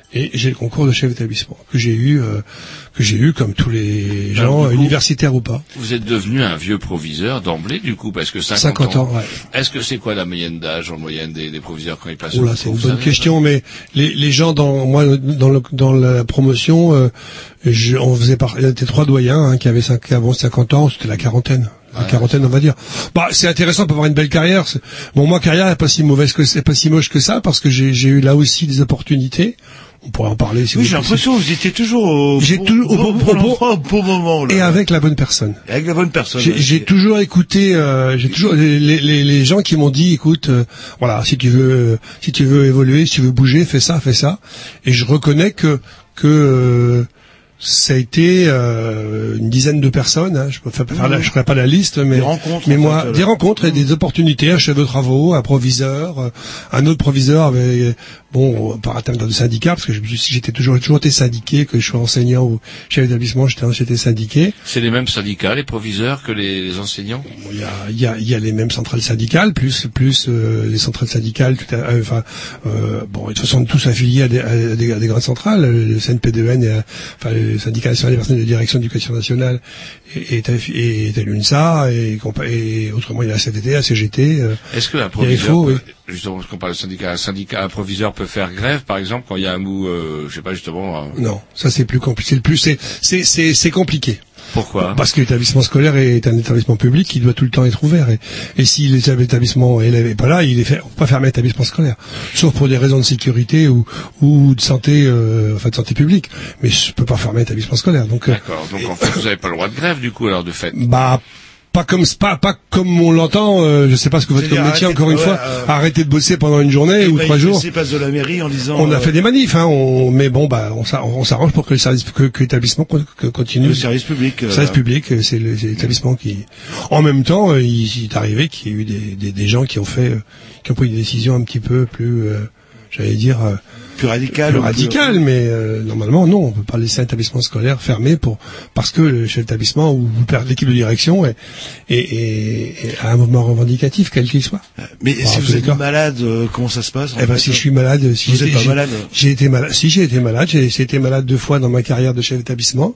et j'ai le concours de chef d'établissement que j'ai eu, euh, que j'ai eu comme tous les gens, Alors, du coup, universitaires ou pas. Vous êtes devenu un vieux proviseur d'emblée, du coup, parce que cinquante, cinquante ans, ouais. Est-ce que c'est quoi la moyenne d'âge en moyenne des, des proviseurs quand ils passent? Oula, c'est une bonne question, mais les, les gens dans moi dans, le, dans la promotion, euh, je, on faisait par, il y avait trois doyens hein, qui avaient cinq, qui avaient cinquante ans, c'était la quarantaine. La Ouais. quarantaine, on va dire. Bah, c'est intéressant pour avoir une belle carrière. C'est... Bon, moi, carrière n'est pas si mauvaise que c'est pas si moche que ça, parce que j'ai, j'ai eu là aussi des opportunités. On pourrait en parler. Si oui, vous j'ai l'impression que vous étiez toujours au, j'ai bon, toujours au bon, bon, bon, au bon, endroit, au bon moment. Là. Et avec la bonne personne. Et avec la bonne personne. J'ai, ouais. j'ai toujours écouté, euh, j'ai toujours les, les, les gens qui m'ont dit, écoute, euh, voilà, si tu veux, euh, si tu veux évoluer, si tu veux bouger, fais ça, fais ça. Et je reconnais que que euh, ça a été euh, une dizaine de personnes. Hein, je peux faire, faire la, je ferai pas la liste, mais Des rencontres, mais en moi, fait, des euh, rencontres et des opportunités. Un chef de travaux, un proviseur, euh, un autre proviseur avait bon par intermédiaire de syndicat, parce que je, j'étais toujours toujours été syndiqué, que je sois enseignant ou chef d'établissement, j'étais j'étais syndiqué. C'est les mêmes syndicats, les proviseurs, que les, les enseignants? Il y a, il y a, il y a les mêmes centrales syndicales, plus, plus euh, les centrales syndicales. Tout à, euh, enfin, euh, bon, de toute façon, tous affiliés à des, à des, à des grandes centrales. Le C N P deux N, et, enfin, le syndicat national des personnels de direction de l'éducation nationale, est, est, est à l'UNSA, et, et autrement, il y a la C T T, la C G T. Euh, Est-ce que un proviseur, peut, oui. justement, parce qu'on parle de syndicat, un syndicat, un proviseur peut faire grève, par exemple, quand il y a un mou, euh, je sais pas, justement. Un... Non, ça c'est plus compliqué. C'est le plus, c'est, c'est, c'est, c'est compliqué. Pourquoi? Parce que l'établissement scolaire est un établissement public qui doit tout le temps être ouvert. Et, et si l'établissement élève est pas là, il est fait, on peut pas fermer l'établissement scolaire. Sauf pour des raisons de sécurité ou, ou de santé, euh, enfin de santé publique. Mais je peux pas fermer l'établissement scolaire. Donc, d'accord. Donc, en fait, vous n'avez pas le droit de grève, du coup, alors, de fait. Bah, pas comme pas, pas comme on l'entend. Euh, je sais pas ce que votre comme métier. Encore une ouais, fois, euh, arrêter de bosser pendant une journée ou bah, trois jours. Place de la mairie en disant. On a euh, fait des manifs, hein. On, mais bon, bah, on, on s'arrange pour que le service, que, que l'établissement continue. Le service public. Le service euh, public, c'est l'établissement qui. En même temps, euh, il, il est arrivé qu'il y ait eu des, des, des gens qui ont fait, euh, qui ont pris des décisions un petit peu plus, euh, j'allais dire. Euh, plus radical, plus radical, plus... mais euh, normalement non, on peut pas laisser un établissement scolaire fermé pour parce que le chef d'établissement ou l'équipe de direction est, est, est, est à un mouvement revendicatif quel qu'il soit. Mais enfin, si vous êtes malade, euh, comment ça se passe en Eh ben fait, si je suis malade, si vous êtes pas malade. J'ai été malade. Si j'ai été malade, j'ai, j'ai été malade deux fois dans ma carrière de chef d'établissement.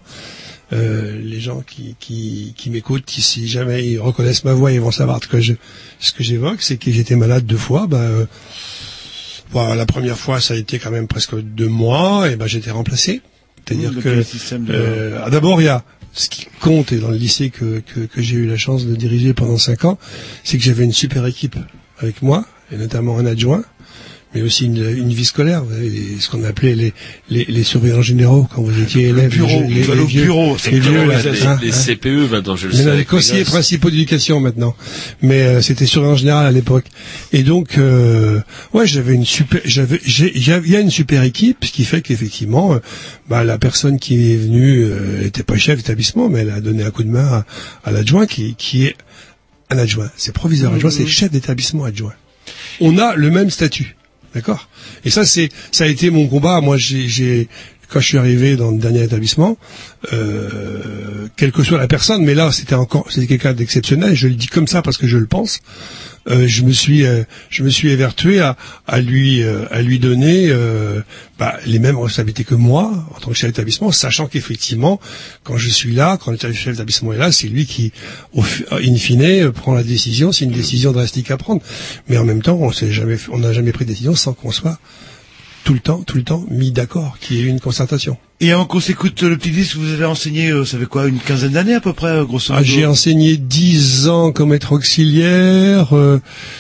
Euh, les gens qui, qui, qui m'écoutent, qui, si jamais ils reconnaissent ma voix, ils vont savoir ce que je, ce que j'évoque, c'est que j'étais malade deux fois. Ben euh, Bon, la première fois, ça a été quand même presque deux mois, et ben j'étais remplacé. C'est-à-dire mmh, que de... euh, d'abord il y a ce qui compte, et dans le lycée que, que, que j'ai eu la chance de diriger pendant cinq ans, c'est que j'avais une super équipe avec moi, et notamment un adjoint, mais aussi une, une vie scolaire, vous savez, ce qu'on appelait les, les, les surveillants généraux quand vous étiez élève. Bureau, les, les, les vieux, bureau, les vieux, là, les, hein, les hein. C P E, maintenant je le mais sais. Non, les conseillers principaux d'éducation maintenant, mais euh, c'était surveillant général à l'époque. Et donc, euh, ouais, j'avais une super, j'avais, j'ai, il y a une super équipe, ce qui fait qu'effectivement, euh, bah la personne qui est venue euh, était pas chef d'établissement, mais elle a donné un coup de main à, à l'adjoint qui, qui est un adjoint. C'est proviseur adjoint, mmh. c'est chef d'établissement adjoint. On a le même statut. D'accord. Et ça, c'est, ça a été mon combat. Moi, j'ai, j'ai quand je suis arrivé dans le dernier établissement, euh, quelle que soit la personne, mais là, c'était encore, c'était quelqu'un d'exceptionnel. Je le dis comme ça parce que je le pense. Euh, je me suis, euh, je me suis évertué à, à lui, euh, à lui donner euh, bah, les mêmes responsabilités que moi en tant que chef d'établissement, sachant qu'effectivement, quand je suis là, quand le chef d'établissement est là, c'est lui qui, au, in fine, prend la décision. C'est une décision drastique à prendre, mais en même temps, on s'est jamais, on n'a jamais pris de décision sans qu'on soit tout le temps, tout le temps mis d'accord, qu'il y ait eu une concertation. Et avant qu'on s'écoute le petit disque, vous avez enseigné, euh, ça fait quoi, une quinzaine d'années à peu près, grosso modo? Ah, j'ai enseigné dix ans comme maître auxiliaire, euh,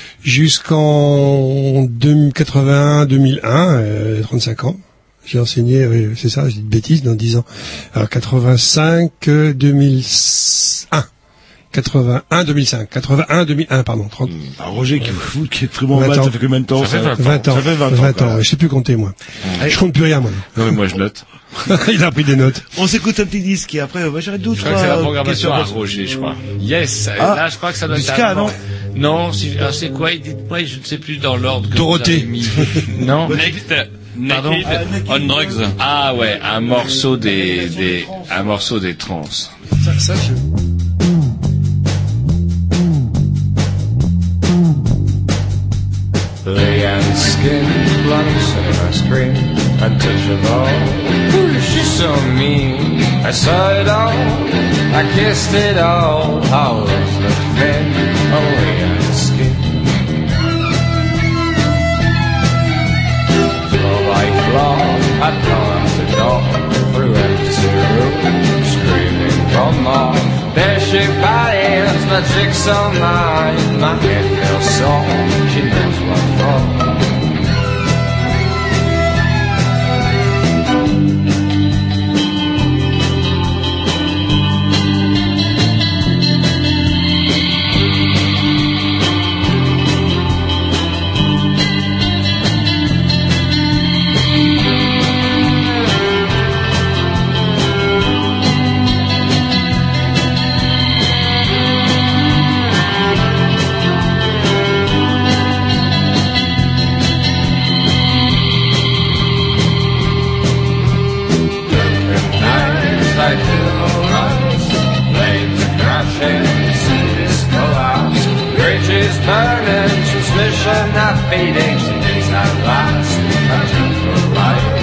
jusqu'en quatre-vingt-un deux mille un, euh, trente-cinq ans. J'ai enseigné, oui, c'est ça, je dis de bêtises, dans dix ans. Alors quatre-vingt-cinq deux mille un. quatre-vingt-un deux mille cinq, quatre-vingt-un deux mille un, pardon, trente. Mmh. Ah, Roger, qui, vous, qui est très bon en maths, ça fait combien de temps? Ça fait vingt ans. vingt ans. Ça fait vingt ans. vingt ans, ouais, je sais plus compter, moi. Mmh. Je compte plus rien, moi. Non, mais moi, je note. Il a pris des notes. On s'écoute un petit disque, et après, bah, j'arrête d'autres. Je crois que c'est la programmation à Roger, je crois. Yes. Ah, là, je crois que ça doit être Ska, non? Non, si, alors c'est quoi? Dites-moi, je ne sais plus dans l'ordre que Dorothée. vous avez mis. Non. Next. Pardon? On drugs. Ah ouais, un morceau des, des, un morceau des trans. Ça, ça, je... The skin blocks cinema screen untouchable. Ooh, she's so mean. I saw it all, I kissed it all. How was the thin only on the skin? Flow by flow, I'd gone out the door through empty room, screaming for more. There she bites, my jigsaw mine. My head feels sore, she knows what for. Burning, transmission not fading, days at last, until for life.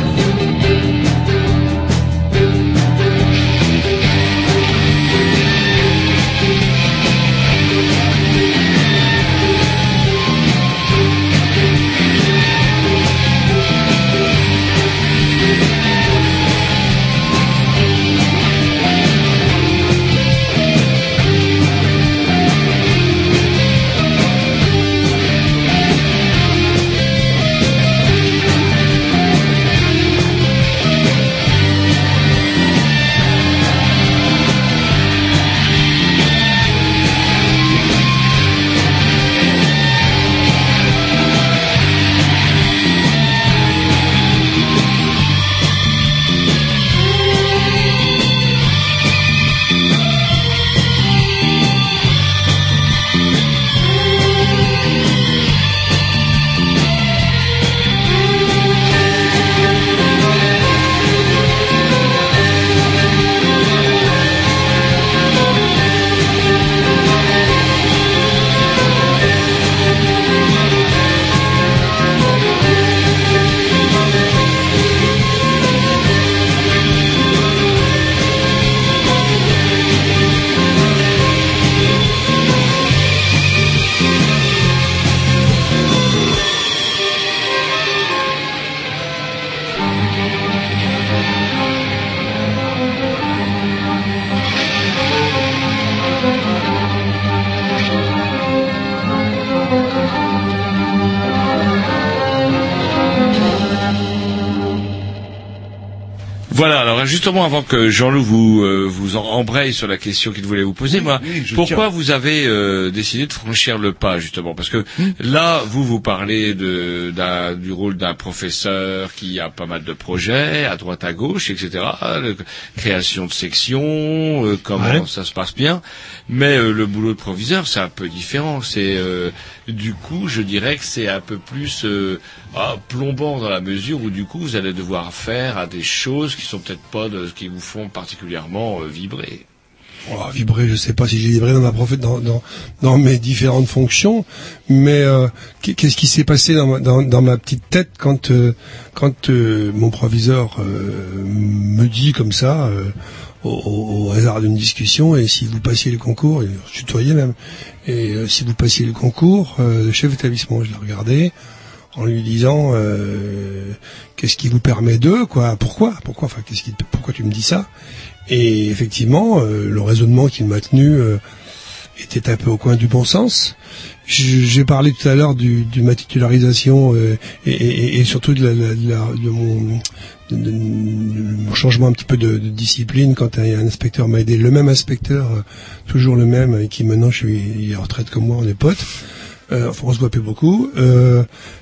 Voilà, alors justement, avant que Jean-Loup vous euh, vous en embraye sur la question qu'il voulait vous poser, moi, oui, pourquoi tiens. vous avez euh, décidé de franchir le pas, justement? Parce que hmm. là, vous vous parlez de, d'un, du rôle d'un professeur qui a pas mal de projets, à droite, à gauche, et cetera. Le, création de sections, euh, comment ouais. ça se passe bien. Mais euh, le boulot de proviseur, c'est un peu différent. C'est euh, du coup, je dirais que c'est un peu plus euh, ah, plombant dans la mesure où du coup, vous allez devoir faire à des choses qui sont peut-être pas de ce qui vous font particulièrement euh, vibrer. Oh, vibrer, je sais pas si j'ai vibré dans ma prof... dans, dans, dans mes différentes fonctions, mais euh, qu'est-ce qui s'est passé dans ma, dans, dans ma petite tête quand euh, quand euh, mon proviseur euh, me dit comme ça, euh, au, au hasard d'une discussion, et si vous passiez le concours, et je tutoyais même, et euh, si vous passiez le concours euh, de chef d'établissement, je l'ai regardé en lui disant euh, qu'est-ce qui vous permet de quoi, pourquoi, pourquoi, enfin qu'est-ce qui, pourquoi tu me dis ça? Et effectivement, euh, le raisonnement qui m'a tenu euh, était un peu au coin du bon sens. J'ai parlé tout à l'heure du, de ma titularisation euh, et, et, et surtout de, la, de, la, de, mon, de, de, de mon changement un petit peu de, de discipline quand un, un inspecteur m'a aidé. Le même inspecteur, euh, toujours le même, et qui maintenant je suis il est en retraite comme moi, on est potes. Euh, enfin, on se voit plus beaucoup. Euh,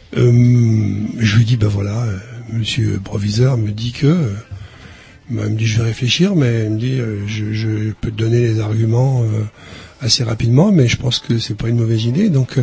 euh, je lui dis, ben voilà, euh, monsieur le proviseur me dit que... Euh, il me dit je vais réfléchir, mais il me dit euh, je, je peux te donner les arguments euh, assez rapidement, mais je pense que c'est pas une mauvaise idée. Donc, euh,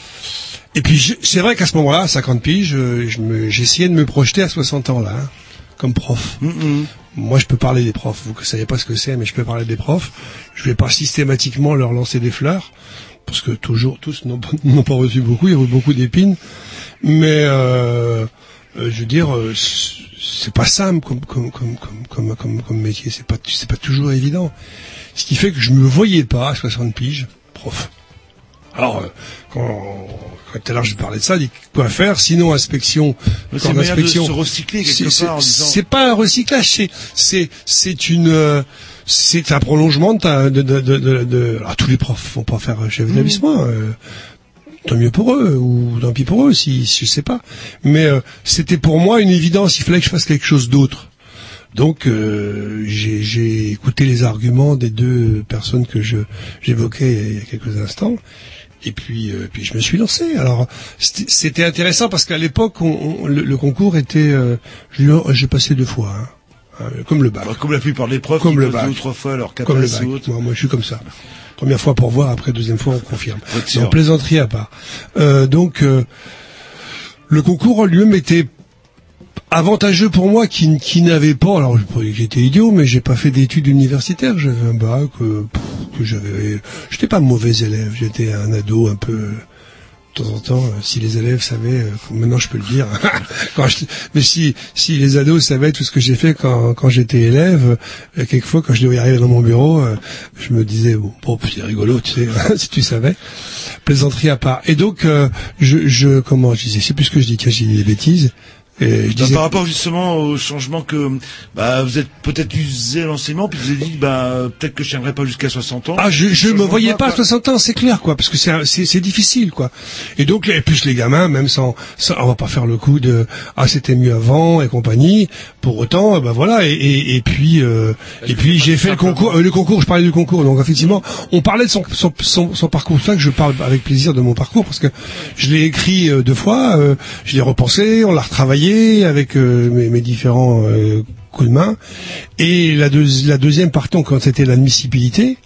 et puis je, c'est vrai qu'à ce moment-là, à cinquante piges, je, je me, j'essayais de me projeter à soixante ans là, hein, comme prof. Mm-hmm. Moi, je peux parler des profs. Vous ne savez pas ce que c'est, mais je peux parler des profs. Je vais pas systématiquement leur lancer des fleurs, parce que toujours tous n'ont, n'ont pas reçu beaucoup. Il y a eu beaucoup d'épines, mais euh, euh, je veux dire, euh, c'est pas simple comme comme comme comme comme comme, comme métier. C'est pas c'est pas toujours évident. Ce qui fait que je me voyais pas à soixante piges, prof. Alors, euh, quand, quand tout à l'heure je parlais de ça, dit quoi faire, sinon inspection, c'est une manière de se recycler quelque c'est, part en disant... c'est pas un recyclage, c'est, c'est, c'est une, euh, c'est un prolongement de, ta, de, de, de, de, de... Alors, tous les profs vont pas faire chef d'établissement, mmh. euh, tant mieux pour eux, ou tant pis pour eux, si, je sais pas. Mais euh, c'était pour moi une évidence, il fallait que je fasse quelque chose d'autre. Donc euh, j'ai, j'ai écouté les arguments des deux personnes que je j'évoquais il y a quelques instants, et puis euh, puis je me suis lancé. Alors c'était, c'était intéressant parce qu'à l'époque on, on, le, le concours était euh, j'ai, j'ai passé deux fois, hein, hein, comme le bac, comme la plupart des profs, comme qui le passent bac, deux ou trois fois alors comme le bac. Moi, moi je suis comme ça. Première fois pour voir, après deuxième fois on confirme. Donc plaisanterie à part. Euh, donc euh, le concours en lui-même était avantageux pour moi qui, qui n'avait pas, alors j'étais idiot, mais j'ai pas fait d'études universitaires, j'avais un bac, euh, que j'avais, j'étais pas mauvais élève, j'étais un ado un peu, de temps en temps, si les élèves savaient, euh, maintenant je peux le dire, quand je, mais si, si les ados savaient tout ce que j'ai fait quand, quand j'étais élève, euh, quelquefois quand je devais arriver dans mon bureau, euh, je me disais, bon, bon c'est rigolo, tu sais, si tu savais, plaisanterie à part. Et donc, euh, je, je, comment je disais, je sais plus ce que je dis, tiens, j'ai dit des bêtises. Et je disais... Par rapport justement au changement que bah vous êtes peut-être usé l'enseignement puis vous avez dit bah peut-être que je tiendrai pas jusqu'à soixante ans. Ah je je me voyais pas, pas à soixante ans, c'est clair quoi, parce que c'est c'est c'est difficile quoi. Et donc et plus les gamins même sans, sans on va pas faire le coup de ah c'était mieux avant et compagnie. Pour autant bah voilà et et, et puis euh, et puis j'ai fait le concours euh, le concours, je parlais du concours. Donc effectivement, on parlait de son son son, son parcours, c'est ça que je parle avec plaisir de mon parcours parce que je l'ai écrit euh, deux fois, euh, je l'ai repensé, on l'a retravaillé avec euh, mes, mes différents euh, coups de main. Et la, deux, la deuxième partie, quand c'était l'admissibilité,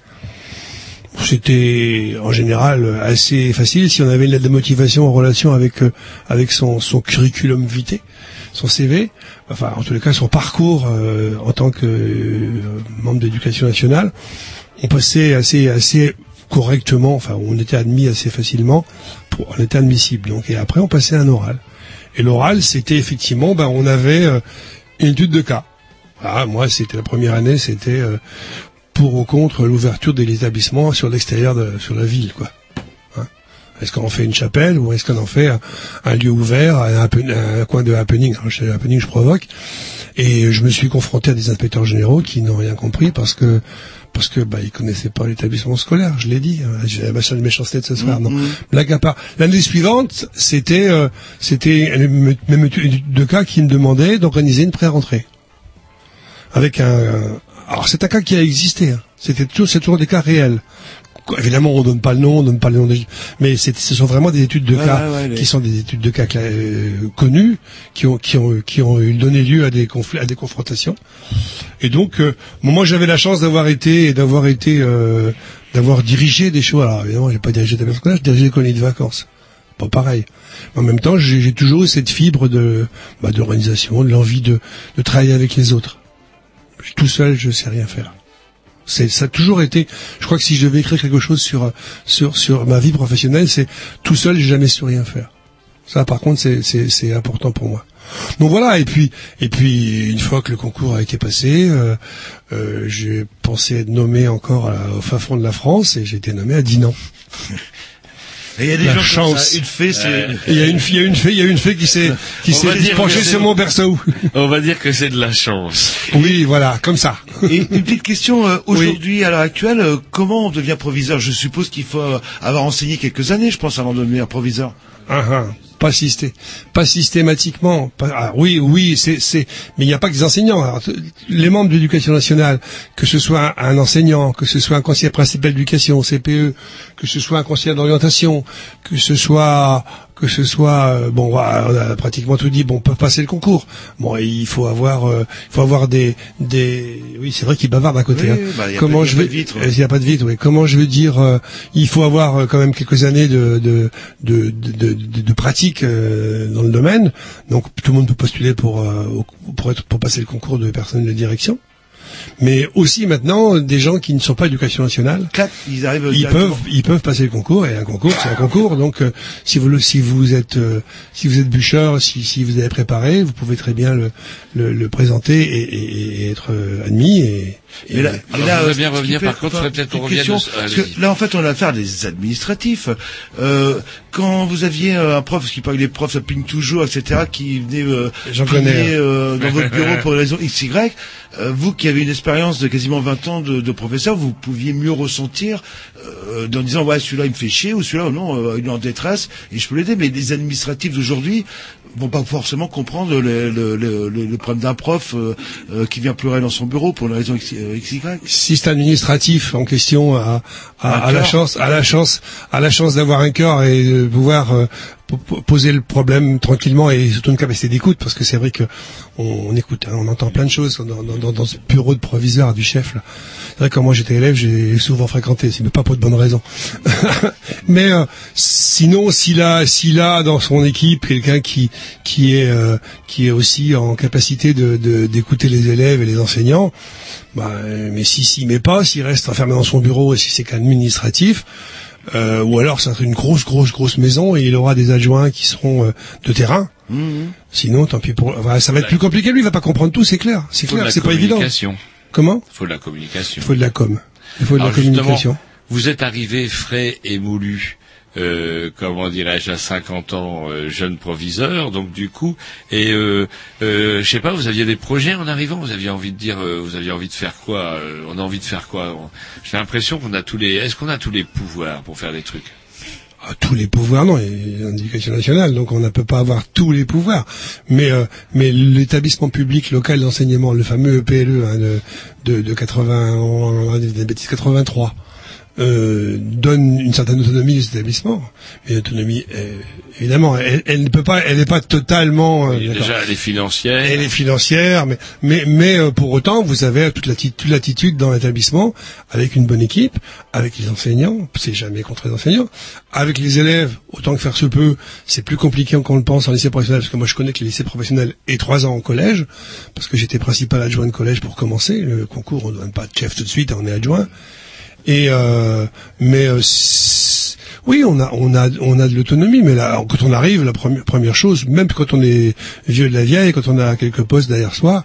c'était en général assez facile si on avait une lettre de motivation en relation avec euh, avec son, son curriculum vitae, son C V, enfin en tous les cas son parcours euh, en tant que euh, membre d'éducation nationale. On passait assez assez correctement, enfin on était admis assez facilement, pour, on était admissible. Donc et après on passait un oral. Et l'oral, c'était effectivement, ben, on avait euh, une étude de cas. Ah, moi, c'était la première année, c'était euh, pour ou contre l'ouverture de l'établissement sur l'extérieur, de, sur la ville, quoi. Hein, est-ce qu'on en fait une chapelle ou est-ce qu'on en fait un, un lieu ouvert, un, un, un coin de happening, un happening je provoque. Et je me suis confronté à des inspecteurs généraux qui n'ont rien compris parce que parce que bah ils connaissaient pas l'établissement scolaire, je l'ai dit. J'ai la machin de méchanceté de ce soir. Non, blague à part. L'année suivante, c'était euh, c'était même étude de cas qui me demandait d'organiser une pré-rentrée avec un, un. Alors c'est un cas qui a existé. Hein. C'était toujours c'est toujours des cas réels. Évidemment, on donne pas le nom, on donne pas le nom des, mais c'est, ce sont vraiment des études de ouais, cas ouais, ouais, qui les... sont des études de cas euh, connues, qui ont qui ont qui ont donné lieu à des conflits, à des confrontations. Et donc, euh, moi, j'avais la chance d'avoir été d'avoir été euh, d'avoir dirigé des choses. Alors évidemment, j'ai pas dirigé des scolaires, j'ai dirigé des colonies de vacances. Pas pareil. Mais en même temps, j'ai, j'ai toujours eu cette fibre de bah, d'organisation, de l'envie de de travailler avec les autres. Tout seul, je sais rien faire. C'est, ça a toujours été, je crois que si je devais écrire quelque chose sur, sur, sur ma vie professionnelle, c'est tout seul, j'ai jamais su rien faire. Ça, par contre, c'est, c'est, c'est important pour moi. Donc voilà, et puis, et puis, une fois que le concours a été passé, euh, euh, j'ai pensé être nommé encore à, au fin fond de la France, et j'ai été nommé à Dinan. Et il y a des la gens chance. Comme ça, une fée, c'est... Euh, il y a une fille, il y a une fée, il y a une fée qui s'est, qui s'est penchée sur mon berceau. On va dire que c'est de la chance. Oui, voilà, comme ça. Et une petite question, euh, aujourd'hui, oui. À l'heure actuelle, euh, comment on devient proviseur? Je suppose qu'il faut euh, avoir enseigné quelques années, je pense, avant de devenir proviseur. Ah, ah. Pas systé, pas systématiquement. Pas, ah, oui, oui, c'est, c'est, mais il n'y a pas que des enseignants. Alors, les membres de l'éducation nationale, que ce soit un enseignant, que ce soit un conseiller principal d'éducation, C P E, que ce soit un conseiller d'orientation, que ce soit, que ce soit, euh, bon, on a pratiquement tout dit. Bon, on peut passer le concours. Bon, il faut avoir, euh, il faut avoir des, des. Oui, c'est vrai qu'il bavarde d'un côté. Oui, hein. bah, Comment pas, je vais, il n'y a pas de vitre. Oui. Comment je veux dire, euh, il faut avoir euh, quand même quelques années de, de, de, de, de, de pratique dans le domaine, donc tout le monde peut postuler pour euh, pour être pour passer le concours de personnel de direction. Mais aussi maintenant des gens qui ne sont pas éducation nationale. Clac, ils arrivent. Ils peuvent, ils peuvent passer le concours et un concours, c'est un concours. Donc euh, si vous le, si vous êtes, euh, si vous êtes bûcheur, si, si vous avez préparé, vous pouvez très bien le, le, le présenter et, et, et être euh, admis. Et, et mais là, alors, là, je voudrais euh, bien revenir. fait, Par contre, il faudrait peut-être qu'on revienne. question, de... parce que là, en fait, on a affaire à des administratifs. Euh, quand vous aviez un prof, ce qui parle des profs, ça pigne toujours, et cetera, qui venait euh, pigner euh, dans votre bureau pour une raison X Y, euh, vous qui avez une expérience de quasiment vingt ans de, de professeur, vous pouviez mieux ressentir euh, en disant ouais celui-là il me fait chier ou celui-là non euh, il est en détresse et je peux l'aider. Mais les administratifs d'aujourd'hui vont pas forcément comprendre le, le, le, le, le problème d'un prof euh, euh, qui vient pleurer dans son bureau pour une raison X, euh, X Y. Si cet administratif en question a, a, a la chance, a la chance, a la chance d'avoir un cœur et de pouvoir euh, poser le problème tranquillement et surtout une capacité d'écoute, parce que c'est vrai que on, on écoute, hein, on entend plein de choses dans, dans, dans ce bureau de proviseur du chef là. C'est vrai que quand moi j'étais élève, j'ai souvent fréquenté, mais pas pour de bonnes raisons. Mais euh, sinon, s'il a, s'il a dans son équipe quelqu'un qui qui est euh, qui est aussi en capacité de, de d'écouter les élèves et les enseignants, bah, mais si s'il met pas, s'il reste enfermé dans son bureau et si c'est qu'administratif. Euh, ou alors ça sera une grosse grosse grosse maison et il aura des adjoints qui seront euh, de terrain. Mmh. Sinon, tant pis pour. Enfin, ça va être plus compliqué. Lui, il va pas comprendre tout, c'est clair. C'est clair, c'est pas évident. Comment ? Il faut de la communication. Il faut de la com. Il faut de alors la communication. Vous êtes arrivé frais et moulu. Euh, comment dirais-je, à cinquante ans, euh, jeune proviseur, donc du coup, et euh, euh, je sais pas, vous aviez des projets en arrivant, vous aviez envie de dire, euh, vous aviez envie de faire quoi, euh, on a envie de faire quoi, j'ai l'impression qu'on a tous les, est-ce qu'on a tous les pouvoirs pour faire des trucs? Ah, tous les pouvoirs, non, il y a l'éducation nationale, donc on ne peut pas avoir tous les pouvoirs, mais euh, mais l'établissement public local d'enseignement, le fameux E P L E hein, de, de de quatre-vingts, on a des bêtises quatre-vingt-trois. Euh, donne une certaine autonomie aux établissements, mais l'autonomie, euh, évidemment, elle, elle ne peut pas, elle n'est pas totalement. Euh, oui, déjà, elle est financière. Elle est financière, mais mais mais euh, pour autant, vous avez toute l'attitude, l'attitude dans l'établissement, avec une bonne équipe, avec les enseignants. C'est jamais contre les enseignants, avec les élèves. Autant que faire se peut, c'est plus compliqué qu'on le pense en lycée professionnel, parce que moi je connais que les lycées professionnels et trois ans en collège, parce que j'étais principal adjoint de collège pour commencer. Le concours, on ne donne pas de chef tout de suite, on est adjoint. Et euh, mais euh, oui, on a on a on a de l'autonomie, mais là, quand on arrive, la première première chose, même quand on est vieux de la vieille, quand on a quelques postes derrière soi,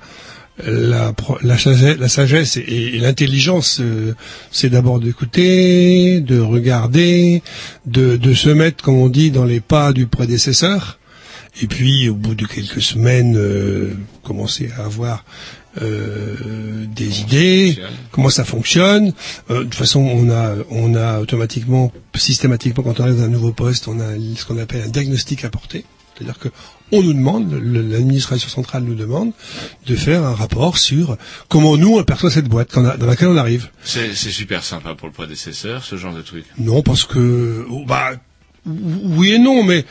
la la sagesse, la sagesse et, et l'intelligence, euh, c'est d'abord d'écouter, de regarder, de de se mettre, comme on dit, dans les pas du prédécesseur. Et puis, au bout de quelques semaines, euh, commencer à avoir euh, des idées, comment ça fonctionne. Euh, de toute façon, on a, on a automatiquement, systématiquement, quand on arrive dans un nouveau poste, on a ce qu'on appelle un diagnostic à porter. C'est-à-dire que on nous demande, l'administration centrale nous demande de faire un rapport sur comment nous on perçoit cette boîte dans laquelle on arrive. C'est, c'est super sympa pour le prédécesseur, ce genre de truc. Non, parce que, bah, oui et non, mais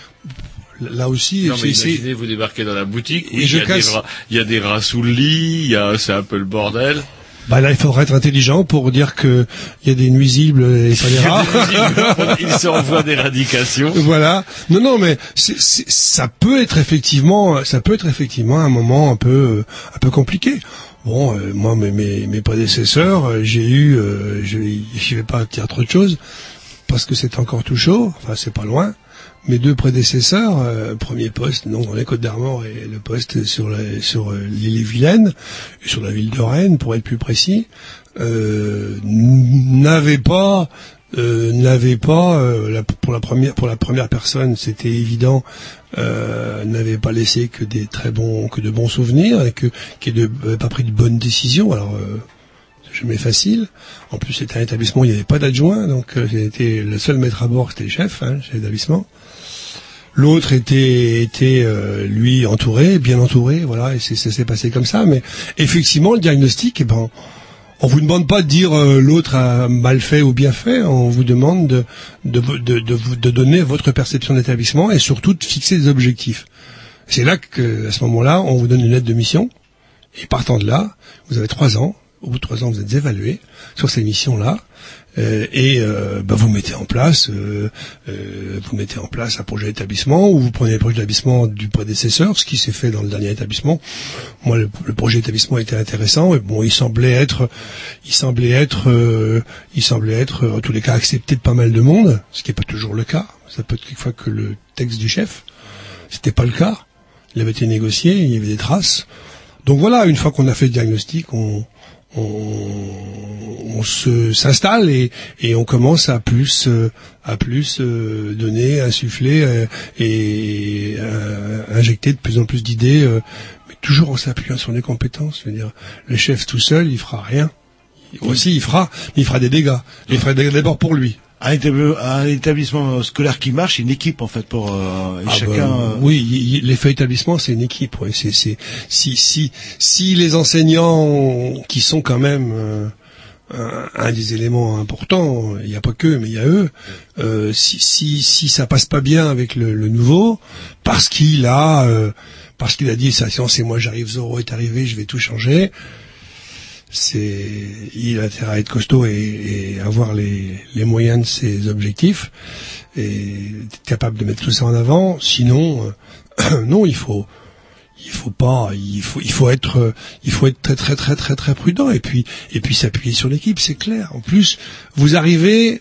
là aussi, non, mais c'est, imaginez, vous débarquez dans la boutique, et oui, je il y a casse... des rats, il y a des rats sous le lit, il y a, c'est un peu le bordel. Bah là, il faudrait être intelligent pour dire que il y a des nuisibles et pas des rats. Ils sont en voie d'éradication. Voilà. Non, non, mais c'est, c'est, ça peut être effectivement, ça peut être effectivement un moment un peu, un peu compliqué. Bon, euh, moi, mes, mes, mes prédécesseurs, euh, j'ai eu, euh, je, je vais pas dire trop de choses parce que c'est encore tout chaud. Enfin, c'est pas loin. Mes deux prédécesseurs, euh, premier poste, non, dans les Côtes d'Armor et le poste sur la, sur euh, l'île-et-Vilaine, et sur la ville de Rennes, pour être plus précis, euh, n'avaient pas, euh, n'avaient pas, euh, la, pour la première, pour la première personne, c'était évident, euh, n'avaient pas laissé que des très bons, que de bons souvenirs, et que, qui n'avaient pas pris de bonnes décisions. Alors, euh, jamais facile. En plus, c'était un établissement où il n'y avait pas d'adjoint, donc euh, j'ai été le seul maître à bord, c'était le chef, hein, chez l'établissement. L'autre était, était euh, lui entouré, bien entouré, voilà, et c'est, ça s'est passé comme ça. Mais effectivement, le diagnostic, eh ben, on vous demande pas de dire euh, l'autre a mal fait ou bien fait. On vous demande de de de de, vous, de donner votre perception d'établissement et surtout de fixer des objectifs. C'est là que, à ce moment-là, on vous donne une lettre de mission. Et partant de là, vous avez trois ans. Au bout de trois ans, vous êtes évalué sur ces missions-là. Euh, et euh, bah, vous mettez en place, euh, euh, vous mettez en place un projet d'établissement, ou vous prenez le projet d'établissement du prédécesseur, ce qui s'est fait dans le dernier établissement. Moi, le, le projet d'établissement était intéressant, et bon, il semblait être, il semblait être, euh, il semblait être, en tous les cas, accepté de pas mal de monde, ce qui n'est pas toujours le cas. Ça peut être quelquefois que le texte du chef. C'était pas le cas. Il avait été négocié, il y avait des traces. Donc voilà, une fois qu'on a fait le diagnostic, on on, on se s'installe et, et on commence à plus euh, à plus euh, donner, insuffler euh, et euh, injecter de plus en plus d'idées, euh, mais toujours en s'appuyant sur les compétences. Je veux dire, le chef tout seul, il fera rien. Aussi, il fera, mais il fera des dégâts. Il fera des dégâts d'abord pour lui. Un, étab- un établissement scolaire qui marche, c'est une équipe en fait pour euh, et ah chacun. Ben, euh... Oui, y, y, l'effet établissement, c'est une équipe. Ouais. C'est, c'est, si, si, si les enseignants qui sont quand même euh, un, un des éléments importants, il n'y a pas qu'eux, mais il y a eux. Euh, si, si, si ça passe pas bien avec le, le nouveau, parce qu'il a, euh, parce qu'il a dit ça, sinon c'est moi, j'arrive, Zorro est arrivé, je vais tout changer. C'est, il a intérêt à être costaud et, et avoir les, les moyens de ses objectifs et être capable de mettre tout ça en avant. Sinon, euh, non, il faut, il faut pas, il faut, il faut être, il faut être très très très très très prudent et puis et puis s'appuyer sur l'équipe, c'est clair. En plus, vous arrivez,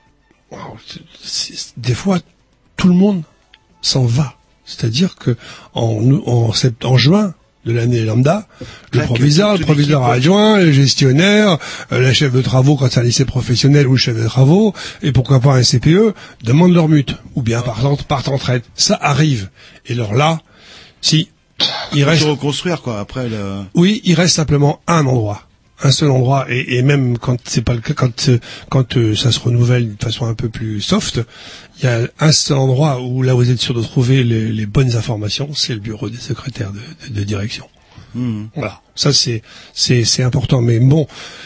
c'est, c'est, des fois, tout le monde s'en va. C'est-à-dire que en en, sept, en juin de l'année lambda, le proviseur, le proviseur adjoint, le gestionnaire, euh, la chef de travaux quand c'est un lycée professionnel ou le chef de travaux, et pourquoi pas un C P E, demandent leur mute, ou bien partent, partent en traite. Ça arrive. Et alors là, si, il reste... reconstruire, quoi, après le... Oui, il reste simplement un endroit. Un seul endroit, et, et même quand c'est pas le cas, quand quand euh, ça se renouvelle de façon un peu plus soft, il y a un seul endroit où là vous êtes sûr de trouver les, les bonnes informations, c'est le bureau des secrétaires de, de, de direction. Mmh. Voilà, ça c'est c'est c'est important. Mais bon,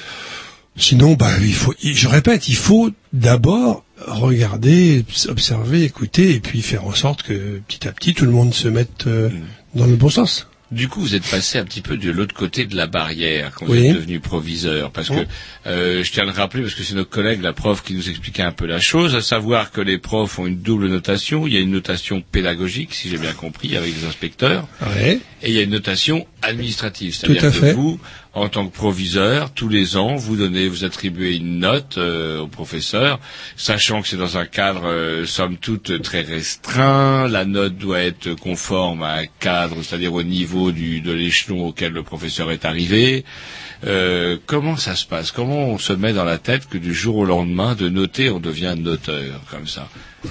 sinon, bah il faut, je répète, il faut d'abord regarder, observer, écouter, et puis faire en sorte que petit à petit tout le monde se mette euh, mmh. dans le bon sens. Du coup, vous êtes passé un petit peu de l'autre côté de la barrière quand oui. vous êtes devenu proviseur, parce que euh, je tiens à le rappeler, parce que c'est notre collègue, la prof, qui nous expliquait un peu la chose, à savoir que les profs ont une double notation. Il y a une notation pédagogique, si j'ai bien compris, avec les inspecteurs, ouais. et il y a une notation administrative, c'est-à-dire que fait. vous, en tant que proviseur, tous les ans, vous donnez, vous attribuez une note euh, au professeur, sachant que c'est dans un cadre, euh, somme toute, très restreint. La note doit être conforme à un cadre, c'est-à-dire au niveau du, de l'échelon auquel le professeur est arrivé. Euh, comment ça se passe? Comment on se met dans la tête que du jour au lendemain, de noter, on devient noteur, comme ça?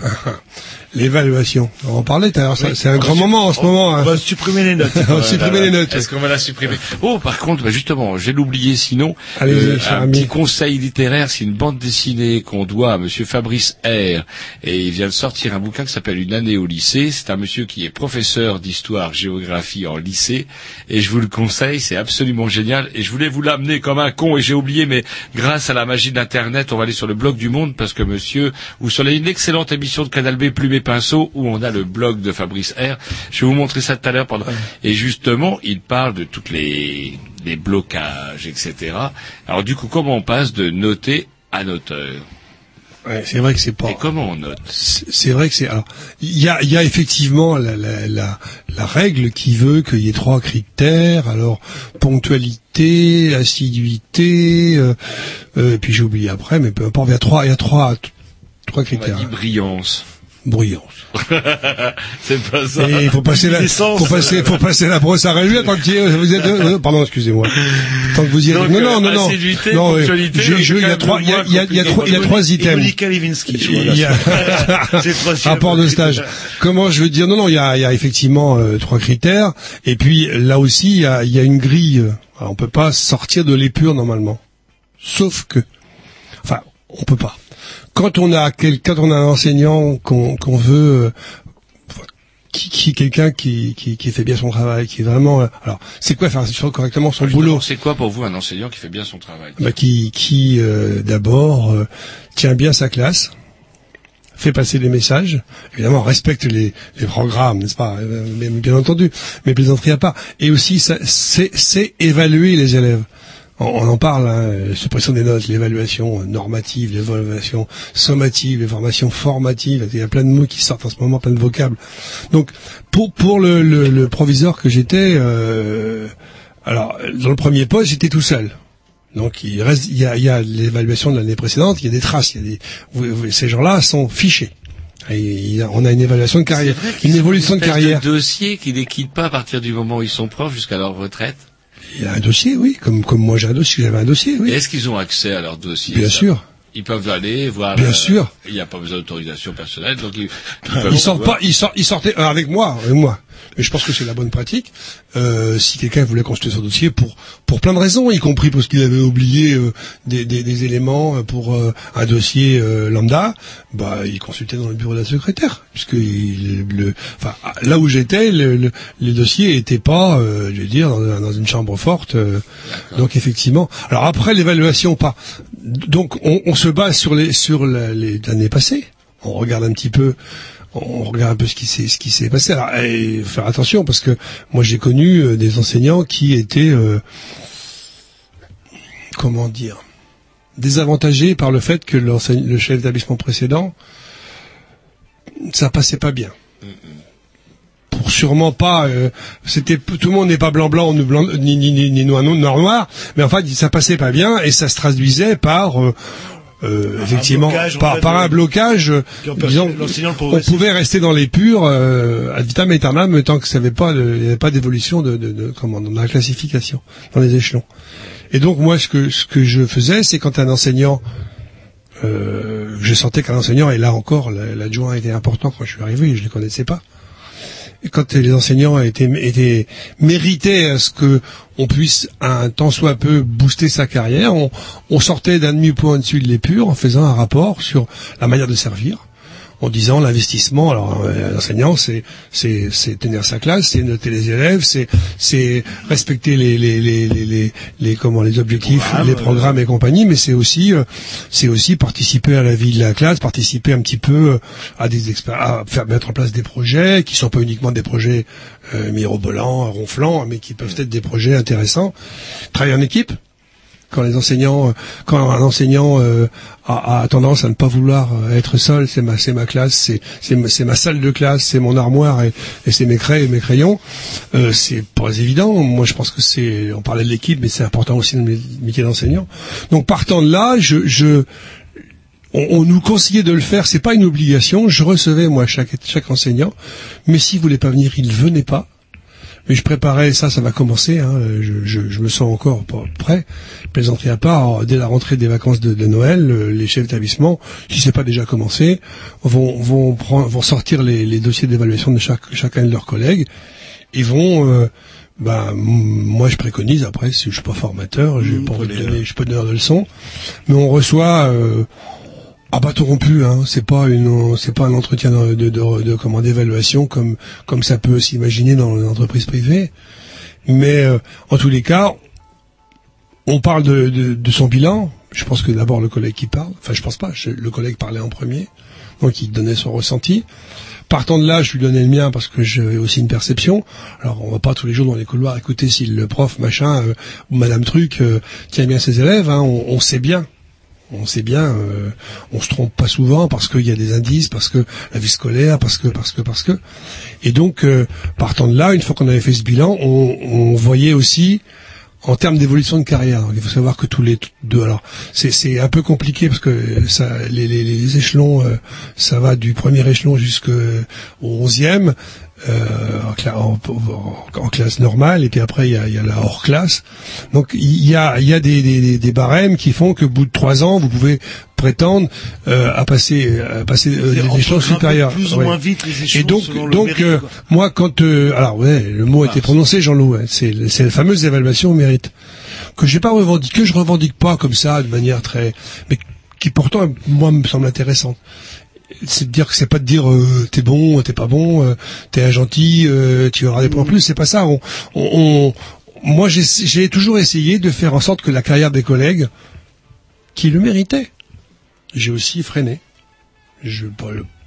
L'évaluation. On en parlait tout à l'heure, oui. C'est un on grand moment en ce on, moment. On hein. va supprimer les notes. on va supprimer les notes. Est-ce qu'on va la supprimer? Oh, par contre, bah justement, j'ai l'oublié sinon. Allez-y, euh, un ami. petit conseil littéraire, c'est une bande dessinée qu'on doit à monsieur Fabrice R. Et il vient de sortir un bouquin qui s'appelle Une année au lycée. C'est un monsieur qui est professeur d'histoire, géographie en lycée. Et je vous le conseille, c'est absolument génial. Et je voulais vous l'amener comme un con et j'ai oublié, mais grâce à la magie d'Internet, on va aller sur le blog du Monde parce que monsieur, ou sur une excellente émission de Canal B, Plume et Pinceau, où on a le blog de Fabrice R. Je vais vous montrer ça tout à l'heure. Pendant... Et justement, il parle de toutes les, les blocages, et cetera. Alors du coup, comment on passe de noter à noteur? Ouais, c'est vrai que c'est pas. Et comment on note? C'est, c'est vrai que c'est. Alors, il y a, il y a effectivement la, la, la, la règle qui veut qu'il y ait trois critères. Alors, ponctualité, assiduité, euh, euh, et puis j'ai oublié après, mais peu importe. Il y a trois, il y a trois, trois critères. On a dit brillance. Brillance. C'est pas ça. Et il faut passer la, faut passer, faut passer la brosse à réduire tant que vous êtes, euh, pardon, excusez-moi. Tant que vous y êtes. Donc, non, non, non, non. Non, euh, j'ai, je, il y a trois, il y a, il y a, il y a trois, il y a trois items. Monica Lewinsky, je il y a, rapport de stage. Comment je veux dire? Non, non, il y a, il y a effectivement, euh, trois critères. Et puis, là aussi, il y a, il y a une grille. Alors, on peut pas sortir de l'épure normalement. Sauf que, enfin, on peut pas. Quand on a quel, quand on a un enseignant qu'on, qu'on veut, euh, qui, qui quelqu'un qui, qui, qui fait bien son travail, qui est vraiment, euh, alors c'est quoi faire correctement son Justement, boulot? C'est quoi pour vous un enseignant qui fait bien son travail? Bah, qui, qui euh, d'abord euh, tient bien sa classe, fait passer des messages, évidemment respecte les, les programmes, n'est-ce pas? Bien, bien entendu, mais plaisanterie à part. Et aussi, ça, c'est, c'est évaluer les élèves. On, on en parle, hein, suppression des notes, l'évaluation normative, l'évaluation sommative, les formations formatives. Il y a plein de mots qui sortent en ce moment, plein de vocables. Donc, pour pour le, le, le proviseur que j'étais, euh, alors dans le premier poste, j'étais tout seul. Donc, il reste, il y a, il y a l'évaluation de l'année précédente, il y a des traces, il y a des, vous, vous, ces gens-là sont fichés. Et il a, on a une évaluation de carrière, une évolution de carrière. De dossier qui les quitte pas à partir du moment où ils sont profs jusqu'à leur retraite. Il y a un dossier, oui, comme comme moi j'ai un dossier, j'avais un dossier, oui. Et est-ce qu'ils ont accès à leur dossier? Bien ça sûr. Ils peuvent aller voir. Bien euh, sûr. Il n'y a pas besoin d'autorisation personnelle, donc ils, ils, ils peuvent sortent pas. Ils sortent. Ils sortaient euh, avec moi, avec moi. Mais je pense que c'est la bonne pratique. Euh, si quelqu'un voulait consulter son dossier pour pour plein de raisons, y compris parce qu'il avait oublié euh, des, des, des éléments pour euh, un dossier euh, lambda, bah il consultait dans le bureau de la secrétaire, puisque il, le, enfin là où j'étais, le, le, les dossiers étaient pas, euh, je veux dire, dans, dans une chambre forte. Euh, donc effectivement. Alors après l'évaluation, pas. Donc on, on se base sur les sur la, les années passées. On regarde un petit peu. On regarde un peu ce qui s'est ce qui s'est passé. Alors, et faire attention parce que moi j'ai connu euh, des enseignants qui étaient euh, comment dire désavantagés par le fait que le chef d'établissement précédent ça passait pas bien. Pour sûrement pas euh, c'était tout le monde n'est pas blanc blanc ni blanc ni ni ni, ni noir noir noir, mais en fait ça passait pas bien et ça se traduisait par euh, Euh, effectivement, blocage, par, par un blocage, disons, on pouvait rester dans les purs euh, ad vitam aeternam tant que ça n'avait pas, il n'y avait pas d'évolution de, de, de, comment, dans la classification, dans les échelons. Et donc moi, ce que ce que je faisais, c'est quand un enseignant, euh, je sentais qu'un enseignant, et là encore, l'adjoint était important quand je suis arrivé, je les connaissais pas. Et quand les enseignants étaient, étaient méritaient à ce que on puisse un tant soit peu booster sa carrière, on, on sortait d'un demi-point au-dessus de l'épure en faisant un rapport sur la manière de servir, en disant l'investissement. Alors euh, l'enseignant, c'est c'est c'est tenir sa classe, c'est noter les élèves, c'est c'est respecter les les les les les, les comment les objectifs, les programmes, les programmes et compagnie, mais c'est aussi euh, c'est aussi participer à la vie de la classe, participer un petit peu euh, à des expé- à faire mettre en place des projets qui sont pas uniquement des projets euh, mirobolants, ronflants, mais qui peuvent être des projets intéressants. Travailler en équipe. Quand les enseignants, quand un enseignant euh, a, a tendance à ne pas vouloir être seul, c'est ma, c'est ma classe, c'est, c'est, ma, c'est ma salle de classe, c'est mon armoire et, et c'est mes craies et mes crayons. Euh, c'est pas évident. Moi, je pense que c'est, on parlait de l'équipe, mais c'est important aussi le métier d'enseignant. Donc, partant de là, je, je on, on nous conseillait de le faire. C'est pas une obligation. Je recevais moi chaque chaque enseignant, mais s'il voulait pas venir, il venait pas. Mais je préparais, ça, ça va commencer, hein, je, je, je me sens encore pas prêt, plaisanterie à part, dès la rentrée des vacances de, de Noël, les chefs d'établissement, si c'est pas déjà commencé, vont, vont, prendre, vont sortir les, les dossiers d'évaluation de chaque, chacun de leurs collègues, et vont, euh, ben, moi je préconise, après, si je suis pas formateur, j'ai mmh, pas envie de donner, je suis pas donneur de leçons, mais on reçoit, euh, à bâton rompu, hein. C'est pas une, c'est pas un entretien de, de, de, de comment d'évaluation comme comme ça peut s'imaginer dans les entreprises privées. Mais euh, en tous les cas, on parle de, de, de son bilan. Je pense que d'abord le collègue qui parle. Enfin, je pense pas. Je, le collègue parlait en premier, donc il donnait son ressenti. Partant de là, je lui donnais le mien parce que j'avais aussi une perception. Alors, on va pas tous les jours dans les couloirs écouter si le prof machin euh, ou Madame Truc euh, tient bien ses élèves. Hein. On, on sait bien. On sait bien, euh, on se trompe pas souvent parce qu'il y a des indices, parce que la vie scolaire, parce que, parce que, parce que. Et donc, euh, partant de là, une fois qu'on avait fait ce bilan, on, on voyait aussi en termes d'évolution de carrière. Donc, il faut savoir que tous les deux, alors c'est, c'est un peu compliqué parce que ça, les, les, les échelons, euh, ça va du premier échelon jusqu'au onzième. Euh, en, en, en classe normale, et puis après il y a, il y a la hors classe. Donc il y a, il y a des, des, des barèmes qui font qu'au bout de trois ans vous pouvez prétendre euh, à passer, à passer euh, des échelons supérieurs. Plus ou ouais. moins vite les échelons. Et donc, selon donc le mérite, euh, moi quand, euh, alors ouais, le mot a ah, été prononcé, Jean-Loup. Ouais, c'est, c'est la fameuse évaluation au mérite que j'ai pas revendiqué, que je revendique pas comme ça de manière très, mais qui pourtant moi me semble intéressante. C'est de dire que c'est pas de dire euh, t'es bon, t'es pas bon, euh, t'es un gentil, euh, tu auras des points en plus. C'est pas ça. On, on, on, moi, j'ai, j'ai toujours essayé de faire en sorte que la carrière des collègues, qui le méritaient, j'ai aussi freiné. Je pas,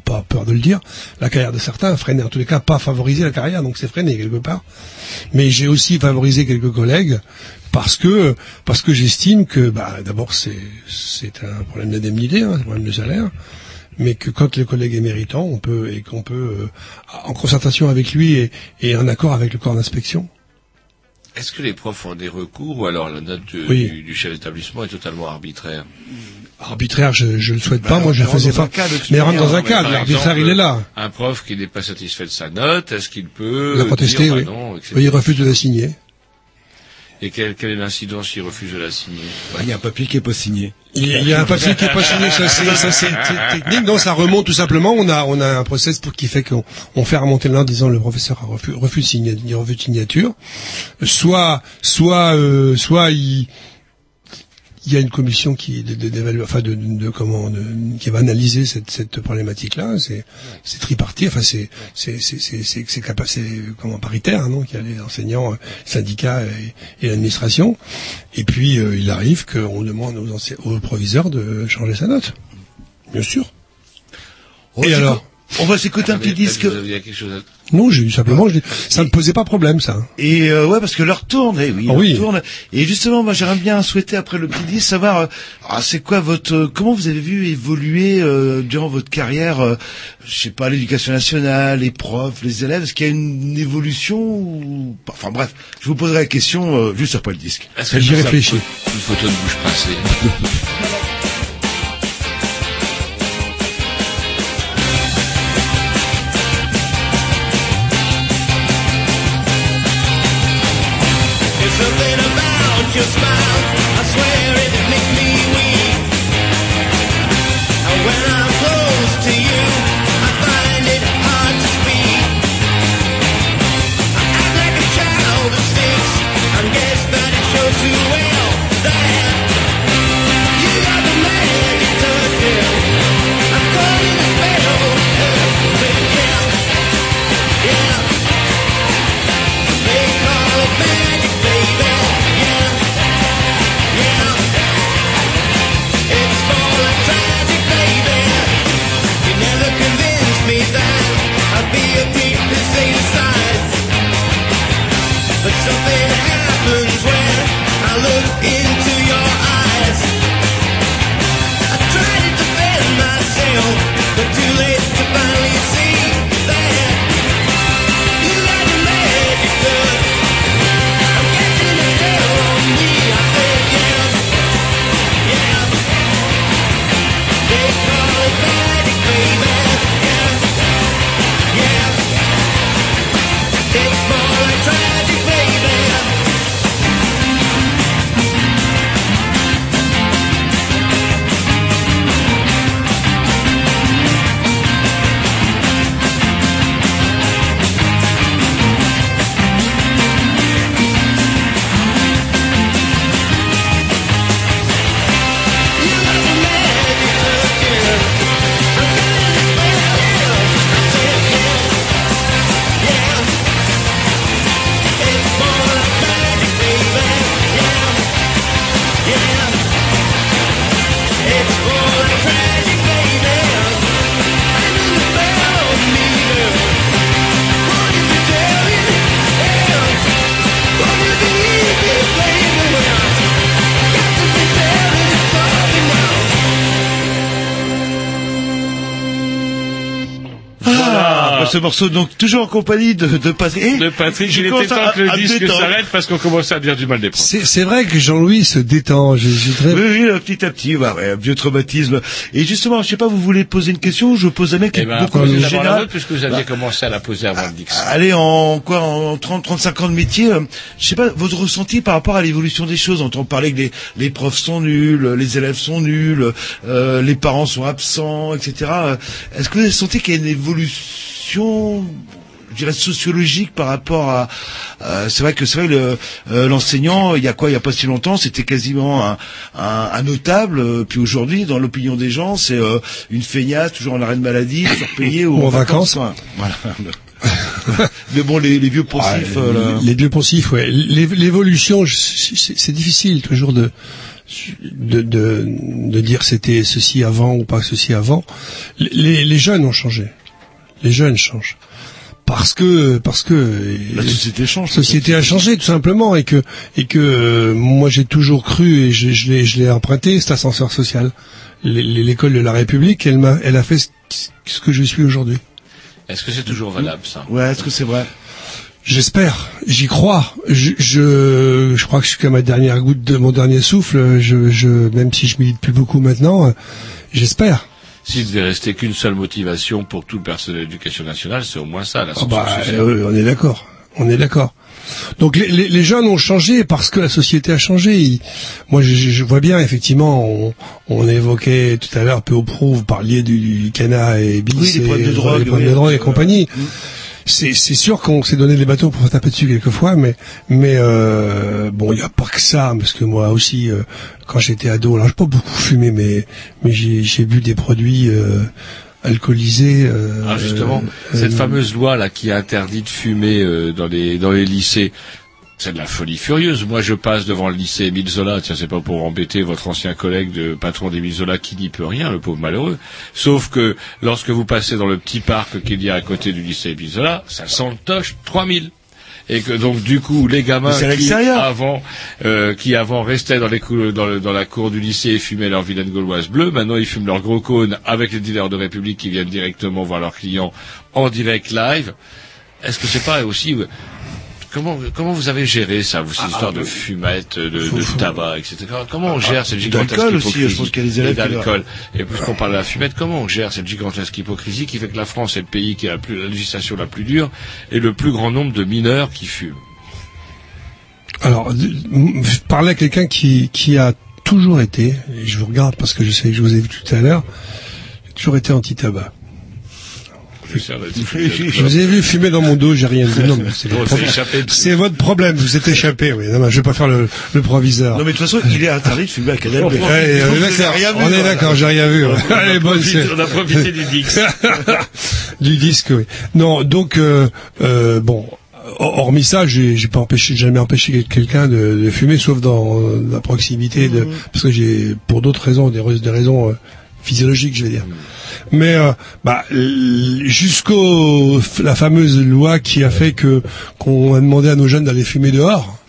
pas peur de le dire, la carrière de certains a freiné, en tous les cas pas favorisé la carrière, donc c'est freiné quelque part. Mais j'ai aussi favorisé quelques collègues parce que parce que j'estime que bah d'abord c'est c'est un problème d'indemnité, hein, un problème de salaire, mais que quand le collègue est méritant, on peut et qu'on peut euh, en concertation avec lui et, et en accord avec le corps d'inspection. Est-ce que les profs ont des recours ou alors la note du, oui. du, du chef d'établissement est totalement arbitraire? Arbitraire, je je le souhaite bah, pas, moi je le faisais pas. Mais rentre dans un cadre, l'arbitraire il est là. Un prof qui n'est pas satisfait de sa note, est-ce qu'il peut la protester, dire, oui. bah non, et cetera. Oui, il refuse de la signer. Et quel, quel est l'incident s'il refuse de la signer? Bah, il y a un papier qui est pas signé. Il y a, il y a un papier qui est pas signé, ça c'est, ça c'est technique. Non, ça remonte tout simplement. On a, on a un process pour qui fait qu'on on fait remonter là en disant le professeur a refus, refus de signature, refus de signature. Soit, soit, euh, soit il, il y a une commission qui d'évaluer, enfin de, de, de comment, de, qui va analyser cette, cette problématique-là. C'est, c'est tripartite. Enfin, c'est, c'est, c'est, c'est, c'est, c'est, capa- c'est comment paritaire, hein, donc il y a les enseignants, syndicats et, et l'administration. Et puis euh, il arrive qu'on demande aux, ense- aux proviseurs de changer sa note. Bien sûr. Oh, et alors, on va s'écouter ah, un petit disque. Vous aviez quelque chose à... Non, j'ai eu simplement, je, ça ne posait pas problème, ça. Et euh, ouais, parce que l'heure tourne, eh oui, oh, l'heure oui. tourne. Et justement, moi, j'aimerais bien souhaiter après le petit disque savoir, euh, ah, c'est quoi votre, euh, comment vous avez vu évoluer euh, durant votre carrière, euh, je sais pas, l'éducation nationale, les profs, les élèves. Est-ce qu'il y a une, une évolution ou... Enfin bref, je vous poserai la question euh, juste après le disque. Est-ce que j'y réfléchis. Une photo de bouche pincée. Your smile, I swear it makes me weak. And when I'm close to you, I find it hard to speak. I act like a child of six, I guess that it shows too well that you got the magic touch, yeah. I'm caught in a spell, yeah, yeah. They call it magic, baby. But something happens when I look into your eyes. I try to defend myself, but too late to finally see that you got the magic touch. I'm catching a spell on me. I said yeah, yeah. They call it magic, baby. Yeah, yeah. It's more like tragic, baby. Ce morceau, donc, toujours en compagnie de, de Patrick. De Patrick, il était temps que le disque s'arrête parce qu'on commençait à dire du mal des profs. C'est, c'est vrai que Jean-Louis se détend. Je, je très... Oui, oui, petit à petit, ouais, ouais, un vieux traumatisme. Et justement, je sais pas, vous voulez poser une question, je pose un mec qui eh est ben, beaucoup plus général. Puisque vous aviez bah, commencé à la poser avant le disque. Allez, en quoi, en trente, trente-cinq ans de métier, euh, je sais pas, votre ressenti par rapport à l'évolution des choses. On entend parler que les, les profs sont nuls, les élèves sont nuls, euh, les parents sont absents, et cetera. Est-ce que vous avez senti qu'il y a une évolution, je dirais, sociologique par rapport à, euh, c'est vrai que c'est vrai le euh, l'enseignant, il y a quoi, il y a pas si longtemps, c'était quasiment un, un, un notable, euh, puis aujourd'hui dans l'opinion des gens, c'est euh, une feignasse, toujours en arrêt de maladie, surpayée ou, ou en vacances. vacances. Voilà. Mais bon, les, les vieux poncifs, ah, euh, les, les vieux poncifs, ouais. L'évolution, c'est, c'est difficile toujours de de, de, de dire c'était ceci avant ou pas ceci avant. Les, les jeunes ont changé. Les jeunes changent. Parce que parce que la société change. La société a changé tout simplement et que et que euh, moi j'ai toujours cru et je, je l'ai je l'ai emprunté cet ascenseur social. L'école de la République, elle m'a elle a fait ce, ce que je suis aujourd'hui. Est-ce que c'est toujours valable ça? Ouais, est-ce que c'est vrai? J'espère, j'y crois. Je, je, je crois que jusqu'à ma dernière goutte de mon dernier souffle, je, je, même si je milite plus beaucoup maintenant, j'espère. S'il devait rester qu'une seule motivation pour tout le personnel de l'éducation nationale, c'est au moins ça, la ah bah, euh, on est d'accord, on est d'accord. Donc les, les, les jeunes ont changé parce que la société a changé. Ils, moi, je, je vois bien, effectivement, on, on évoquait tout à l'heure, peu au prou, vous parliez du, du Cana et Bis, oui, les problèmes de drogue, les problèmes oui, de drogue et euh, compagnie. Euh, C'est, c'est sûr qu'on s'est donné des bateaux pour se taper dessus quelquefois, mais mais euh, bon, il n'y a pas que ça, parce que moi aussi, euh, quand j'étais ado, alors j'ai pas beaucoup fumé, mais mais j'ai, j'ai bu des produits euh, alcoolisés. Euh, ah justement, euh, cette euh, fameuse loi là qui interdit de fumer euh, dans les dans les lycées. C'est de la folie furieuse. Moi, je passe devant le lycée Émile Zola. Tiens, c'est pas pour embêter votre ancien collègue de patron d'Émile Zola qui n'y peut rien, le pauvre malheureux. Sauf que lorsque vous passez dans le petit parc qu'il y a à côté du lycée Émile Zola, ça sent le toche trois mille. Et que donc du coup les gamins qui avant euh, qui avant restaient dans les cou- dans, le, dans la cour du lycée et fumaient leur vilaine gauloise bleue, maintenant ils fument leur gros cône avec les dealers de République qui viennent directement voir leurs clients en direct live. Est-ce que c'est pas aussi Comment, comment vous avez géré ça, vous, cette ah, histoire ah, de fumette, de, de, de tabac, et cetera. Comment on gère ah, cette gigantesque hypocrisie aussi, je pense qu'il y a des élèves et d'alcool. Et puisqu'on parle de la fumette, comment on gère cette gigantesque hypocrisie qui fait que la France est le pays qui a la, plus, la législation la plus dure et le plus grand nombre de mineurs qui fument? Alors, je parlais à quelqu'un qui, qui a toujours été, et je vous regarde parce que je sais que je vous ai vu tout à l'heure, j'ai toujours été anti-tabac. Je vous ai vu fumer dans mon dos, j'ai rien dit. Non, mais c'est, votre problème. C'est votre problème, vous êtes échappé. Oui, non, mais je vais pas faire le, le proviseur. Non, mais de toute façon, il est interdit de fumer à Canal. On, ouais, on, on, on est d'accord, j'ai rien vu. Ouais. On, Allez, a bonne, profité, on a profité du disque. Du disque, oui. Non, donc euh, euh, bon. Hormis ça, j'ai, j'ai pas empêché, j'ai jamais empêché quelqu'un de, de fumer, sauf dans la proximité de, parce que j'ai, pour d'autres raisons, des, des raisons euh, physiologiques, je vais dire. Mais euh, bah, jusqu'au la fameuse loi qui a fait que qu'on a demandé à nos jeunes d'aller fumer dehors.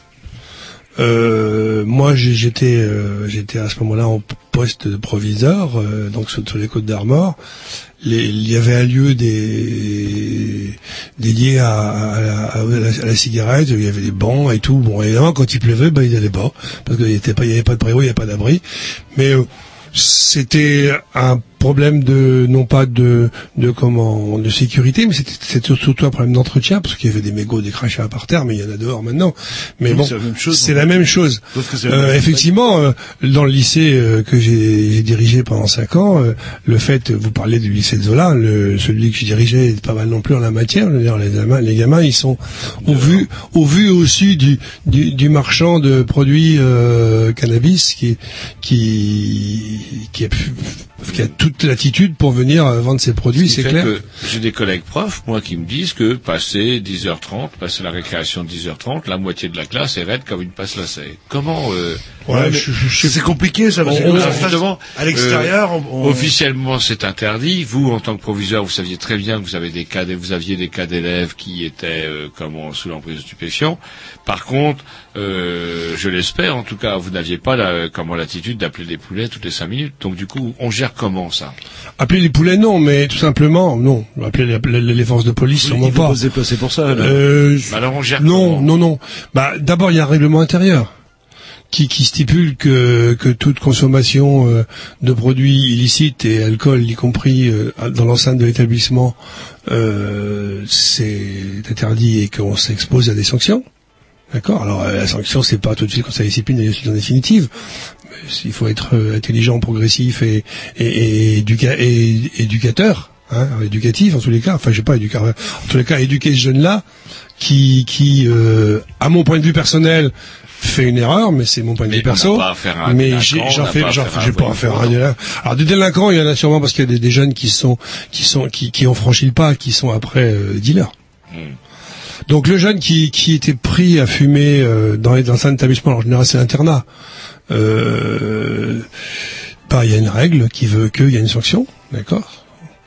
Euh, moi, j'étais euh, j'étais à ce moment-là en poste de proviseur, euh, donc sur, sur les Côtes d'Armor. Les, il y avait un lieu des, dédié à, à, la, à, la, à la cigarette. Il y avait des bancs et tout. Bon, évidemment, quand il pleuvait, bah, ils n'allaient pas parce qu'il n'y avait pas, il y avait pas de préau, il n'y avait pas d'abri. Mais euh, c'était un problème de non pas de de comment de sécurité, mais c'était, c'était surtout un problème d'entretien parce qu'il y avait des mégots, des crachats par terre, mais il y en a dehors maintenant. Mais bon, c'est la même chose. C'est la même chose. Euh, effectivement, euh, dans le lycée euh, que j'ai, j'ai dirigé pendant cinq ans, euh, le fait, vous parlez du lycée de Zola, le, celui que je dirigeais est pas mal non plus en la matière. Je veux dire, les gamins, les gamins, ils sont au vu au vu aussi du du, du marchand de produits euh, cannabis qui qui qui a pu qui a toute l'attitude pour venir vendre ses produits, c'est clair. Que j'ai des collègues profs, moi, qui me disent que passer dix heures trente, passer la récréation de dix heures trente, la moitié de la classe est raide comme une passe lacée. Comment euh, ouais, je, je, je, c'est compliqué, ça. Parce on, que justement, à l'extérieur, euh, on, on... officiellement, c'est interdit. Vous, en tant que proviseur, vous saviez très bien que vous avez des cas, vous aviez des cas d'élèves qui étaient euh, comment sous l'emprise de stupéfiants. Par contre, euh, je l'espère, en tout cas, vous n'aviez pas la, comment l'attitude d'appeler les poulets toutes les cinq minutes. Donc, du coup, on gère comment ça? Appeler les poulets, non, mais tout simplement, non. Appeler les, les, les forces de police, sûrement oui, pas. Il faut se déplacer pour ça. Euh, bah alors on gère non, comment? non, non. Bah, d'abord, il y a un règlement intérieur qui, qui stipule que, que toute consommation euh, de produits illicites et alcool, y compris euh, dans l'enceinte de l'établissement, euh, c'est interdit et qu'on s'expose à des sanctions. D'accord. Alors la sanction, c'est pas tout de suite quand ça discipline en définitive. Il faut être intelligent, progressif et, et, et, éduca- et éducateur, hein, éducatif en tous les cas. Enfin, je sais pas, éduca- en tous les cas, éduquer ce jeune-là qui, qui, euh, à mon point de vue personnel, fait une erreur, mais c'est mon point de vue perso. Mais j'ai, j'en fais, j'en fais, j'ai pas à faire un délinquant. Alors des délinquants, il y en a sûrement parce qu'il y a des, des jeunes qui sont, qui sont, qui, qui ont franchi le pas, qui sont après euh, dealers. Hmm. Donc le jeune qui, qui était pris à fumer euh, dans, dans un établissement, en général c'est l'internat, euh, bah, il y a une règle qui veut qu'il y a une sanction, d'accord.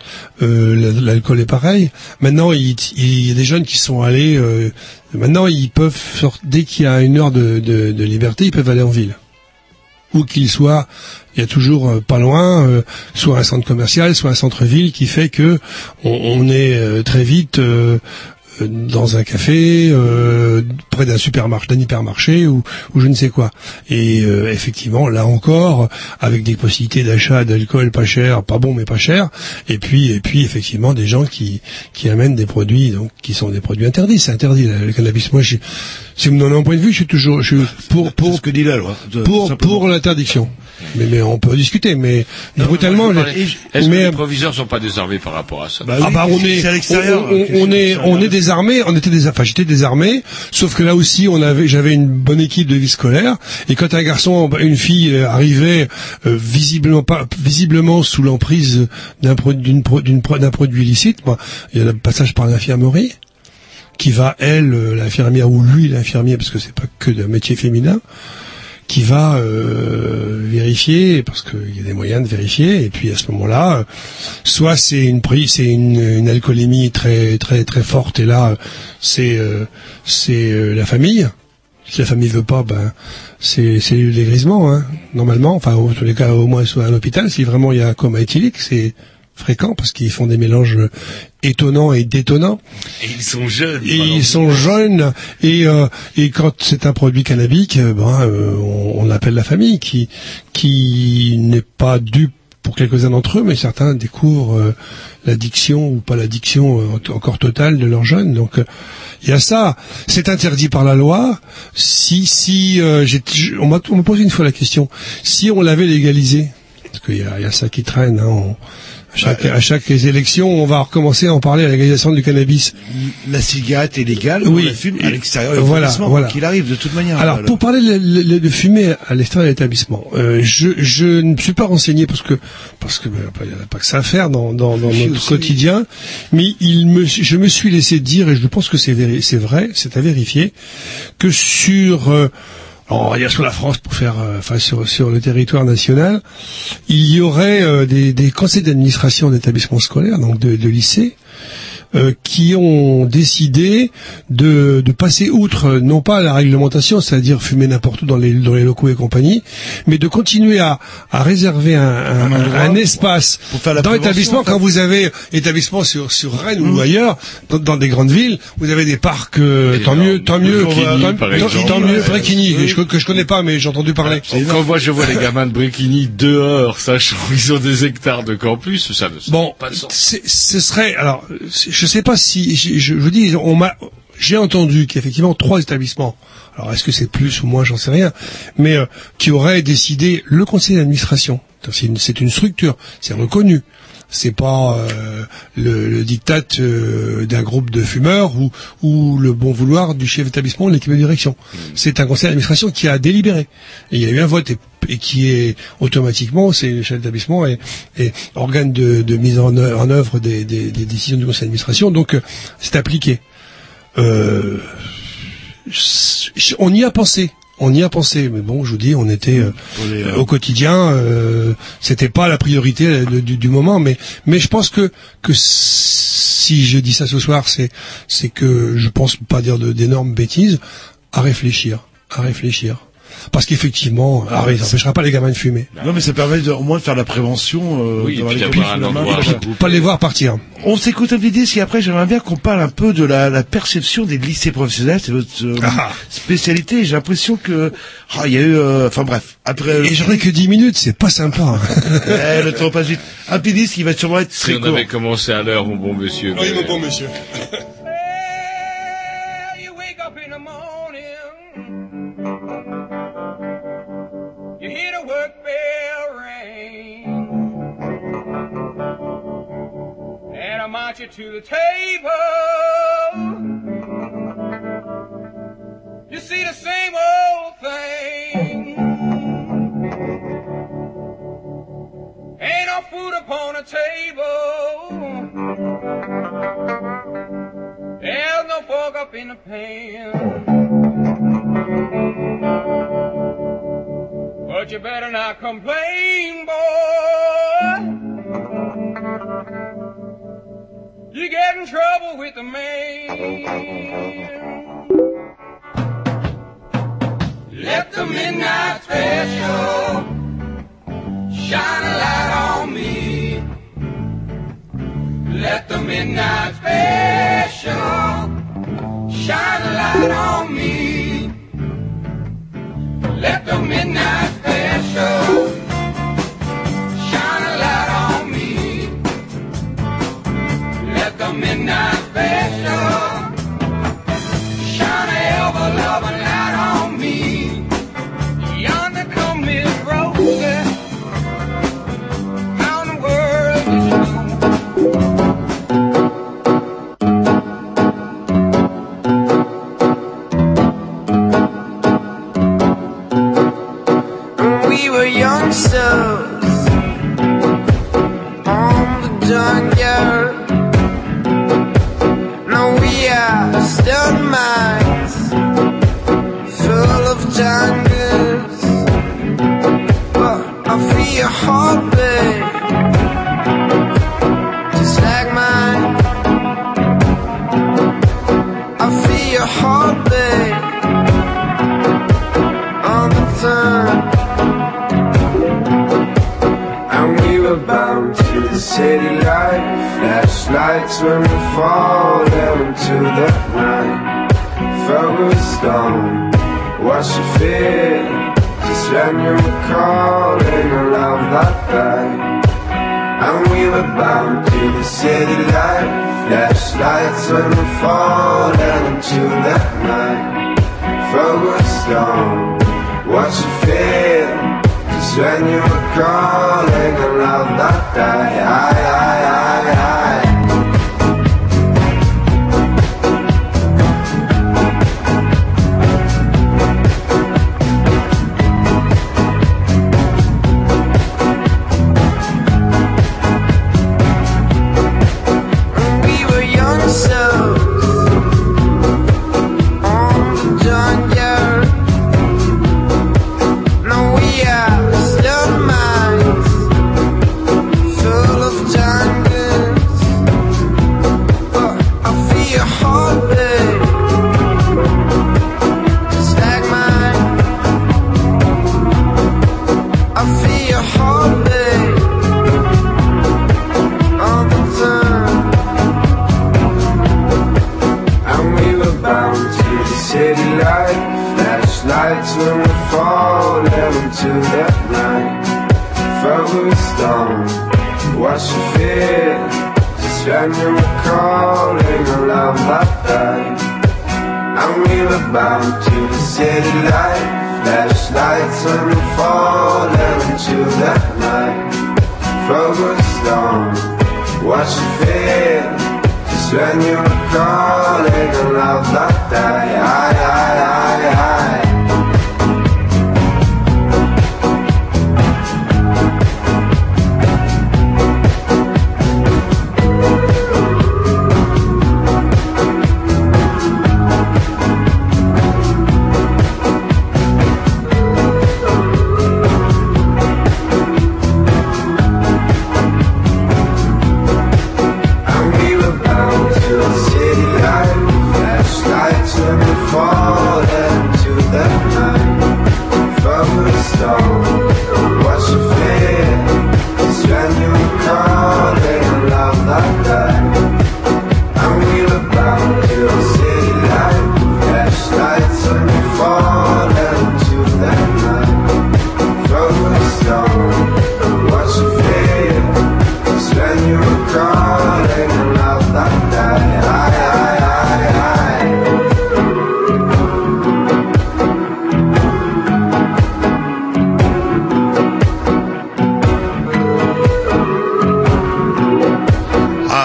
Euh, l'alcool est pareil. Maintenant, il, il y a des jeunes qui sont allés. Euh, maintenant, ils peuvent sortir, dès qu'il y a une heure de, de, de liberté, ils peuvent aller en ville. Où qu'ils soient, il y a toujours euh, pas loin, euh, soit un centre commercial, soit un centre-ville, qui fait que on, on est euh, très vite euh, dans un café, euh, près d'un supermarché, d'un hypermarché ou, ou je ne sais quoi. Et euh, effectivement, là encore, avec des possibilités d'achat d'alcool pas cher, pas bon mais pas cher, et puis et puis effectivement des gens qui qui amènent des produits donc qui sont des produits interdits. C'est interdit le cannabis. Moi, je, si vous me donnez un point de vue, je suis toujours je suis pour pour ce que dit la loi. Pour pour l'interdiction. Mais, mais on peut discuter, mais non, brutalement. Non, les... Est-ce mais, que les proviseurs sont pas désarmés par rapport à ça? Bah oui, ah bah on est, est on, on, on est, on est désarmés. On était des, enfin j'étais désarmé. Sauf que là aussi, on avait, j'avais une bonne équipe de vie scolaire. Et quand un garçon, une fille arrivait euh, visiblement pas, visiblement sous l'emprise d'un produit, d'une, d'une, d'un produit illicite, moi, il y a le passage par l'infirmerie qui va elle, l'infirmière ou lui, l'infirmier, parce que c'est pas que d'un métier féminin, qui va euh, vérifier, parce qu'il y a des moyens de vérifier, et puis à ce moment-là, euh, soit c'est une prise, c'est une, une alcoolémie très très très forte, et là c'est euh, c'est euh, la famille. Si la famille veut pas, ben c'est c'est le dégrisement, hein, normalement. Enfin, en tous les cas, au moins soit à l'hôpital. Si vraiment il y a un coma éthylique, c'est fréquent parce qu'ils font des mélanges étonnants et détonnants. Et ils sont jeunes. Et ils sont jeunes. Et euh, et quand c'est un produit cannabique, ben euh, on, on appelle la famille qui qui n'est pas dupe pour quelques-uns d'entre eux, mais certains découvrent euh, l'addiction ou pas l'addiction euh, encore totale de leurs jeunes. Donc euh, il y a ça. C'est interdit par la loi. Si si euh, j'ai, on m'a on m'a posé une fois la question. Si on l'avait légalisé, parce qu'il y a, il y a ça qui traîne. Hein, on, À chaque, à chaque élection, on va recommencer à en parler à la légalisation du cannabis. La cigarette est légale, oui, on la fume à l'extérieur du voilà, établissement, voilà. qu'il arrive de toute manière. Alors, là, pour parler de, de, de fumer à l'extérieur de l'établissement, euh, je, je ne suis pas renseigné parce que parce que il n'y a pas que ça à faire dans, dans, dans notre aussi, quotidien, mais il me, je me suis laissé dire, et je pense que c'est, véri, c'est vrai, c'est à vérifier, que sur euh, on va dire sur la France pour faire, euh, enfin sur sur le territoire national, il y aurait euh, des, des conseils d'administration d'établissements scolaires, donc de, de lycées, euh, qui ont décidé de, de passer outre, non pas la réglementation, c'est-à-dire fumer n'importe où dans les, dans les locaux et compagnie, mais de continuer à, à réserver un, un, un, un espace dans l'établissement. En fait. Quand vous avez établissement sur, sur Rennes mmh. ou ailleurs, dans, dans des grandes villes, vous avez des parcs, euh, tant mieux, tant mieux, tant, tant, tant mieux, Bréquigny, oui. que, je, que je connais pas, mais j'ai entendu parler. Quand moi je vois les gamins de Bréquigny dehors, sachant qu'ils ont des hectares de campus, ça ne bon, pas de sens. Ce serait, alors, je sais pas si, je, je vous dis, on m'a, j'ai entendu qu'effectivement trois établissements, alors est-ce que c'est plus ou moins, j'en sais rien, mais euh, qui auraient décidé, le conseil d'administration, c'est une, c'est une structure, c'est reconnu, c'est pas euh, le, le diktat euh, d'un groupe de fumeurs ou, ou le bon vouloir du chef d'établissement ou de l'équipe de direction. Mmh. C'est un conseil d'administration qui a délibéré. Et il y a eu un vote et, et qui est automatiquement, c'est le chef d'établissement et, et organe de, de mise en œuvre, en œuvre des, des, des décisions du conseil d'administration. Donc euh, c'est appliqué. Euh, on y a pensé. On y a pensé, mais bon, je vous dis, on était euh, les, euh... au quotidien, euh, c'était pas la priorité de, du, du moment, mais mais je pense que que si je dis ça ce soir, c'est c'est que je pense pas dire de, d'énormes bêtises, à réfléchir, à réfléchir. Parce qu'effectivement, ah oui, ça n'empêchera pas les gamins de fumer. Non, mais ça permet de, au moins de faire la prévention. Euh, oui, et puis puis d'avoir un endroit. Pas les voir partir. On s'écoute un petit disque et après j'aimerais bien qu'on parle un peu de la, la perception des lycées professionnels. C'est votre euh, ah. spécialité. J'ai l'impression que ah, il y a eu, enfin euh, bref. Après. Et j'aurais que dix minutes, c'est pas sympa. eh, le temps passe vite. Un petit disque qui va sûrement être très si court. on avait commencé à l'heure, mon bon monsieur. Oui, mon bon monsieur. You hear the work bell ring, and I march you to the table. You see the same old thing. Ain't no food upon the table. There's no fork up in the pan. you better not complain, boy. You get in trouble with the man. Let the midnight special shine a light on me. Let the midnight special shine a light on me. Let the midnight special shine a light on me. Let the midnight special shine a ever-loving light on me. Yonder come Miss Rosie, how in the world is she? youngsters on the junkyard. No, we are stone mines full of jungles, but I feel your heartbeat just like mine. I feel your heartbeat all the time. Bound to the city light, flashlights when we fall into the night. Focused on what you feel, just when you were calling a love like that. And we were bound to the city light, flashlights when we fall into the night. Focused on what you feel, when you were calling a love that die, I, I, I, I. We were young souls on the junkyard. No, we are lights when we fall into that night. Focused on what you feel, just when you were calling a love like that. And we were bound to the city light, flashlights when we fall into that night. Focused on what you feel, just when you were calling a love like that. I, I, I, I.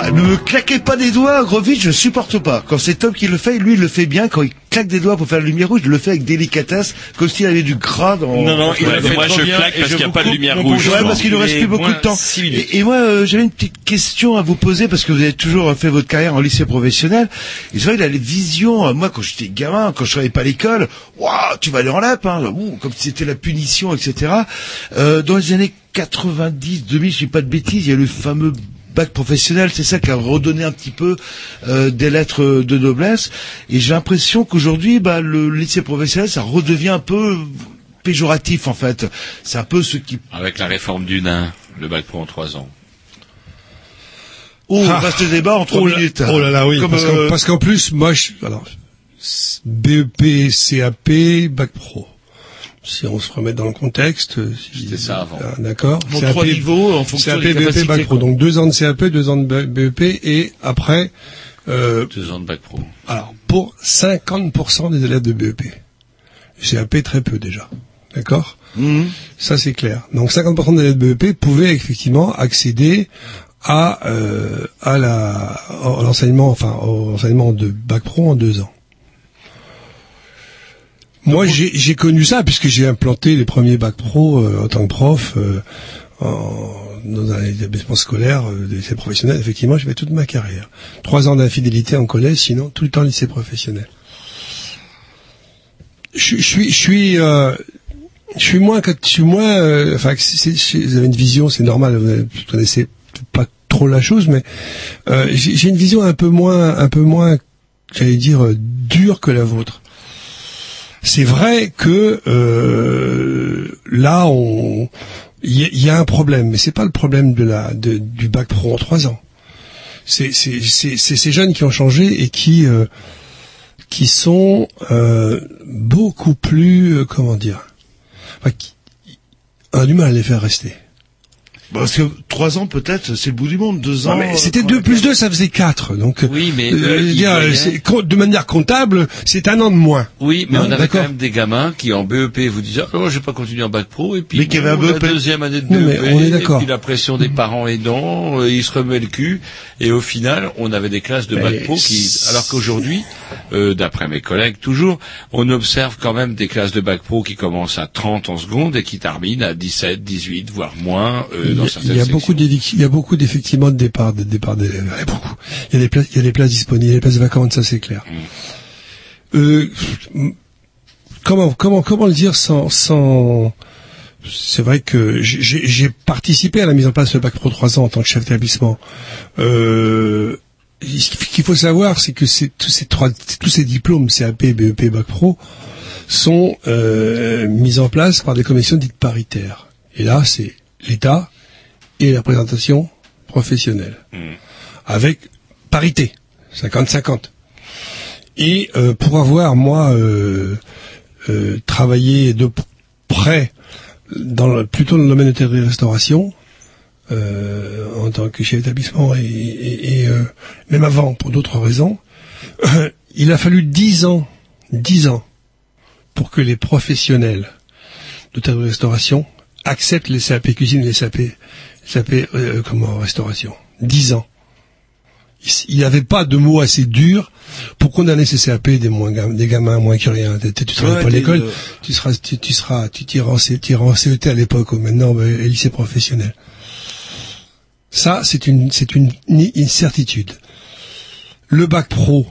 Ah, ne me claquez pas des doigts, Grovitch, je supporte pas. Quand c'est Tom qui le fait, lui il le fait bien. Quand il claque des doigts pour faire la lumière rouge, il le fait avec délicatesse, comme s'il avait du gras dans... Non, non, il ouais, le fait moi je claque parce qu'il n'y a pas de lumière rouge. Ouais, parce qu'il ne reste plus beaucoup de temps. Et, et moi, euh, j'avais une petite question à vous poser, parce que vous avez toujours fait votre carrière en lycée professionnel. Et c'est vrai, il a les visions, euh, moi quand j'étais gamin, quand je travaillais pas à l'école, waouh, tu vas aller en lap, hein, ouh, comme si c'était la punition, et cetera. Euh, dans les années quatre-vingt-dix, deux mille, je dis pas de bêtises, il y a le fameux bac professionnel, c'est ça qui a redonné un petit peu euh, des lettres de noblesse. Et j'ai l'impression qu'aujourd'hui, bah, le lycée professionnel, ça redevient un peu péjoratif en fait. C'est un peu ce qui... Avec la réforme du nain, le bac pro en trois ans. Oh, Ah. vaste débat en trois oh là, minutes. Oh là là, oui. Comme, parce, euh, qu'en, parce qu'en plus, moi, je, alors, B E P, C A P, bac pro. Si on se remet dans le contexte, si, c'était ça avant. Ah, d'accord. Donc C A P, trois niveaux en fonction C A P, des B E P, capacités. bac pro. Quoi. Donc deux ans de C A P, deux ans de B E P, et après, euh, Deux ans de bac pro. alors, pour cinquante pour cent des élèves de B E P. C A P, très peu déjà. D'accord? Mmh. Ça, c'est clair. Donc cinquante pour cent des élèves de B E P pouvaient effectivement accéder à, euh, à la, à l'enseignement, enfin, au enseignement de bac pro en deux ans. Moi, j'ai, j'ai connu ça puisque j'ai implanté les premiers bacs pro euh, en tant que prof euh, en, dans un établissement scolaire, euh, des lycées professionnels. Effectivement, j'ai fait toute ma carrière. Trois ans d'infidélité en collège, sinon tout le temps lycée professionnel. Je, je suis, je suis, euh, je suis moins, je suis moins. Euh, enfin, c'est, c'est, vous avez une vision, c'est normal. Vous ne connaissez pas trop la chose, mais euh, j'ai, j'ai une vision un peu moins, un peu moins, j'allais dire, euh, dure que la vôtre. C'est vrai que euh, là, on, il y, y a un problème, mais c'est pas le problème de la, de, du bac pro en trois ans. C'est, c'est, c'est, c'est ces jeunes qui ont changé et qui, euh, qui sont euh, beaucoup plus, euh, comment dire, enfin, qui, on a du mal à les faire rester. Parce que trois ans peut-être, c'est le bout du monde. Deux ans. Ouais, mais c'était deux plus deux, ça faisait quatre. Donc, oui, mais euh, euh, dire, voyaient... c'est, de manière comptable, c'est un an de moins. Oui, mais hein, on avait d'accord. quand même des gamins qui en B E P vous disaient oh, je vais pas continuer en bac pro et puis mais qui avait un bon, B E la P. deuxième année de B Non, E mais P on est d'accord. et puis la pression des parents aidants, euh, ils se remuaient le cul et au final on avait des classes de Mais bac pro qui, alors qu'aujourd'hui, euh, d'après mes collègues toujours, on observe quand même des classes de bac pro qui commencent à trente en seconde et qui terminent à dix-sept, dix-huit, voire moins euh, Il y dans a, certaines il y a sections. beaucoup d'évic- il y a beaucoup d'effectivement de départ, de départ d'élèves. Il y a beaucoup. Il y a des places, il y a des places disponibles, il y a des places vacantes, ça c'est clair. Mm. Euh, comment, comment, comment le dire sans, sans, c'est vrai que j'ai, j'ai participé à la mise en place de bac pro trois ans en tant que chef d'établissement. Euh, ce qu'il faut savoir, c'est que c'est, tous ces trois, tous ces diplômes, C A P, B E P, bac pro, sont euh, mis en place par des commissions dites paritaires. Et là, c'est l'État et la représentation professionnelle, mmh. avec parité, cinquante cinquante. Et euh, pour avoir, moi, euh, euh, travaillé de près, dans le, plutôt dans le domaine de l'hôtellerie-restauration, euh, en tant que chef d'établissement, et, et, et euh, même avant, pour d'autres raisons, euh, il a fallu dix ans, dix ans, pour que les professionnels d'hôtellerie-restauration acceptent les C A P cuisine et les C A P C A P euh, comment restauration. Dix ans. Il n'y avait pas de mots assez durs pour condamner ces C A P des moins gam- des gamins moins que rien. Tu ne seras ouais, pas à l'école, euh... tu seras, tu, tu seras, tu t'iras en, C E T à l'époque, ou maintenant bah, lycée professionnel. Ça, c'est une, c'est une, une certitude. Le bac pro.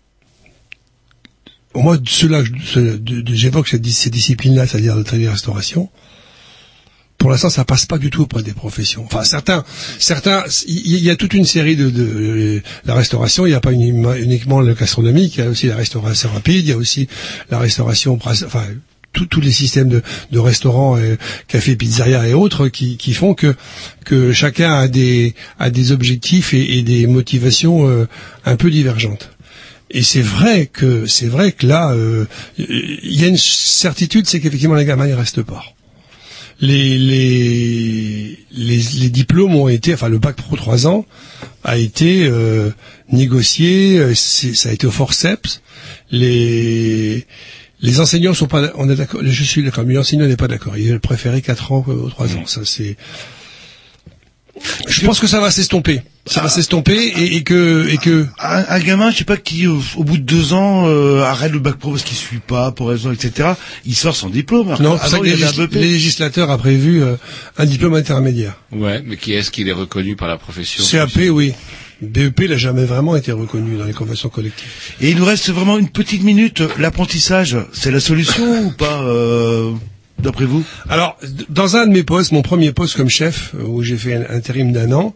Moi, ceux-là, j'évoque ces, ces disciplines-là, c'est-à-dire l'hôtellerie-restauration. Pour l'instant, ça passe pas du tout auprès des professions. Enfin, certains, certains, il y a toute une série de, de, de la restauration. Il n'y a pas uniquement le gastronomique, il y a aussi la restauration rapide, il y a aussi la restauration, enfin, tous les systèmes de, de restaurants, euh, cafés, pizzerias et autres qui, qui font que que chacun a des a des objectifs et, et des motivations euh, un peu divergentes. Et c'est vrai que c'est vrai que là, euh, il y a une certitude, c'est qu'effectivement les gamins ils restent pas. Les, les, les, les diplômes ont été, enfin le bac pro trois ans a été euh, négocié, ça a été au forceps. Les, les enseignants sont pas, on est d'accord, je suis d'accord, mais l'enseignant n'est pas d'accord. Il a préféré quatre ans aux trois ans. Ça c'est, Je pense que ça va s'estomper. Ça va s'estomper et, et que et que un, un gamin, je sais pas qui, au, au bout de deux ans, euh, arrête le bac pro parce qu'il suit pas, pour raison, et cetera. Il sort sans diplôme. Alors, non, c'est ça que les, légis- les législateurs a prévu euh, un diplôme intermédiaire. Ouais, mais qui est-ce qu'il est reconnu par la profession? C A P, oui. B E P n'a jamais vraiment été reconnu dans les conventions collectives. Et il nous reste vraiment une petite minute. L'apprentissage, c'est la solution ou pas, euh, d'après vous? Alors, dans un de mes postes, mon premier poste comme chef, où j'ai fait un intérim d'un an,